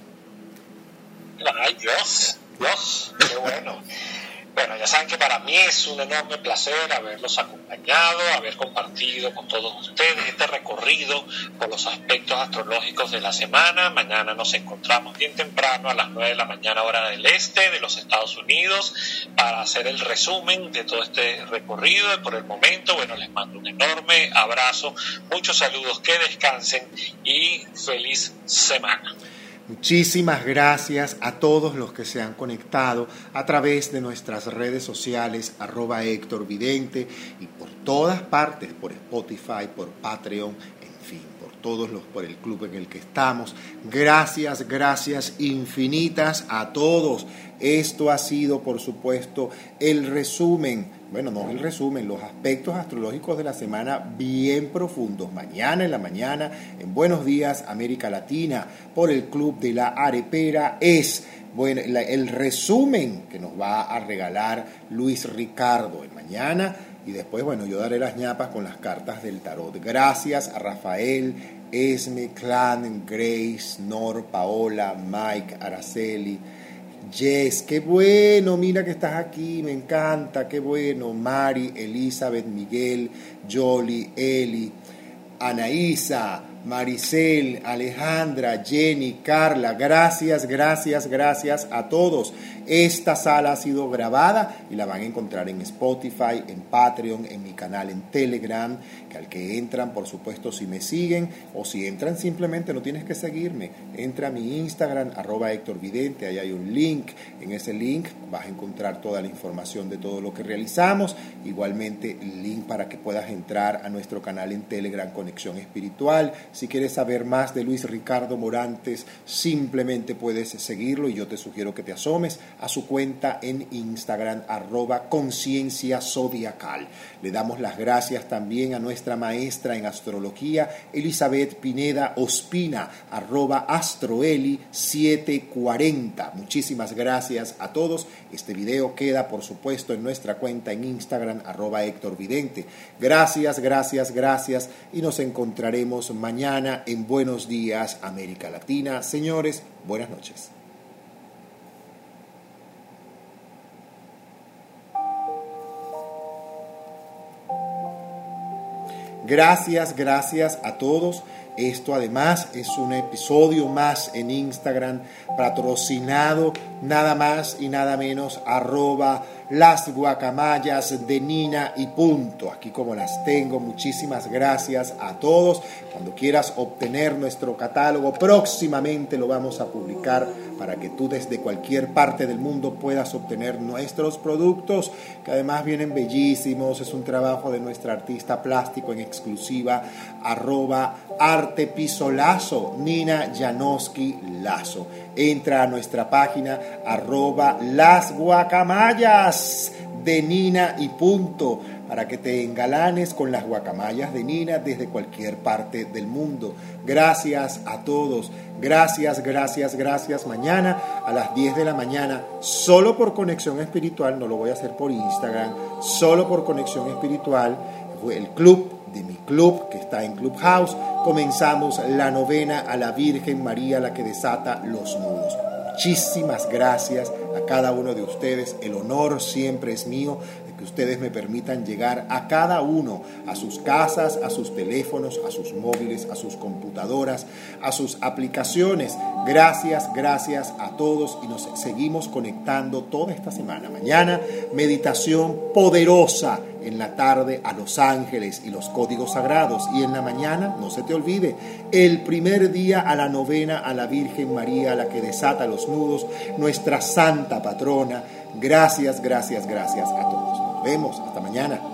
Ay, Dios, Dios, qué bueno. Bueno, ya saben que para mí es un enorme placer haberlos acompañado, haber compartido con todos ustedes este recorrido por los aspectos astrológicos de la semana. Mañana nos encontramos bien temprano a las nueve de la mañana hora del este de los Estados Unidos para hacer el resumen de todo este recorrido. Y por el momento, bueno, les mando un enorme abrazo, muchos saludos, que descansen y feliz semana. Muchísimas gracias a todos los que se han conectado a través de nuestras redes sociales, arroba Héctor Vidente, y por todas partes, por Spotify, por Patreon, en fin, por todos los, por el club en el que estamos. Gracias, gracias infinitas a todos. Esto ha sido, por supuesto, el resumen, bueno, no el resumen, los aspectos astrológicos de la semana bien profundos. Mañana en la mañana, en Buenos Días América Latina, por el Club de la Arepera, es bueno, la, el resumen que nos va a regalar Luis Ricardo en mañana. Y después, bueno, yo daré las ñapas con las cartas del tarot. Gracias a Rafael, Esme, Clan, Grace, Nor, Paola, Mike, Araceli, Yes, qué bueno, mira que estás aquí, me encanta, qué bueno. Mari, Elizabeth, Miguel, Yoli, Eli, Anaísa, Maricel, Alejandra, Jenny, Carla, gracias, gracias, gracias a todos. Esta sala ha sido grabada y la van a encontrar en Spotify, en Patreon, en mi canal en Telegram, que al que entran, por supuesto, si me siguen o si entran simplemente no tienes que seguirme. Entra a mi Instagram, arroba Héctor Vidente, ahí hay un link. En ese link vas a encontrar toda la información de todo lo que realizamos. Igualmente el link para que puedas entrar a nuestro canal en Telegram, Conexión Espiritual. Si quieres saber más de Luis Ricardo Morantes, simplemente puedes seguirlo y yo te sugiero que te asomes a su cuenta en Instagram, arroba Conciencia Zodiacal. Le damos las gracias también a nuestra maestra en astrología, Elizabeth Pineda Ospina, arroba Astroeli setecientos cuarenta. Muchísimas gracias a todos. Este video queda, por supuesto, en nuestra cuenta en Instagram, arroba Héctor Vidente. Gracias, gracias, gracias y nos encontraremos mañana en Buenos Días, América Latina. Señores, buenas noches. Gracias, gracias a todos. Esto además es un episodio más en Instagram, patrocinado nada más y nada menos, arroba las guacamayas de Nina y punto. Aquí como las tengo, muchísimas gracias a todos. Cuando quieras obtener nuestro catálogo, próximamente lo vamos a publicar para que tú desde cualquier parte del mundo puedas obtener nuestros productos, que además vienen bellísimos. Es un trabajo de nuestra artista plástico en exclusiva, arroba Arte Piso Lazo, Nina Janowski Lazo. Entra a nuestra página, arroba las guacamayas de Nina y punto, para que te engalanes con las guacamayas de Nina desde cualquier parte del mundo. Gracias a todos. Gracias, gracias, gracias. Mañana a las diez de la mañana, solo por Conexión Espiritual, no lo voy a hacer por Instagram, solo por Conexión Espiritual, el club de mi club que está en Clubhouse, comenzamos la novena a la Virgen María, la que desata los nudos. Muchísimas gracias a cada uno de ustedes. El honor siempre es mío de que ustedes me permitan llegar a cada uno, a sus casas, a sus teléfonos, a sus móviles, a sus computadoras, a sus aplicaciones. Gracias, gracias a todos y nos seguimos conectando toda esta semana. Mañana, meditación poderosa en la tarde a los ángeles y los códigos sagrados. Y en la mañana, no se te olvide, el primer día a la novena a la Virgen María, la que desata los nudos, nuestra santa patrona. Gracias, gracias, gracias a todos. Nos vemos. Hasta mañana.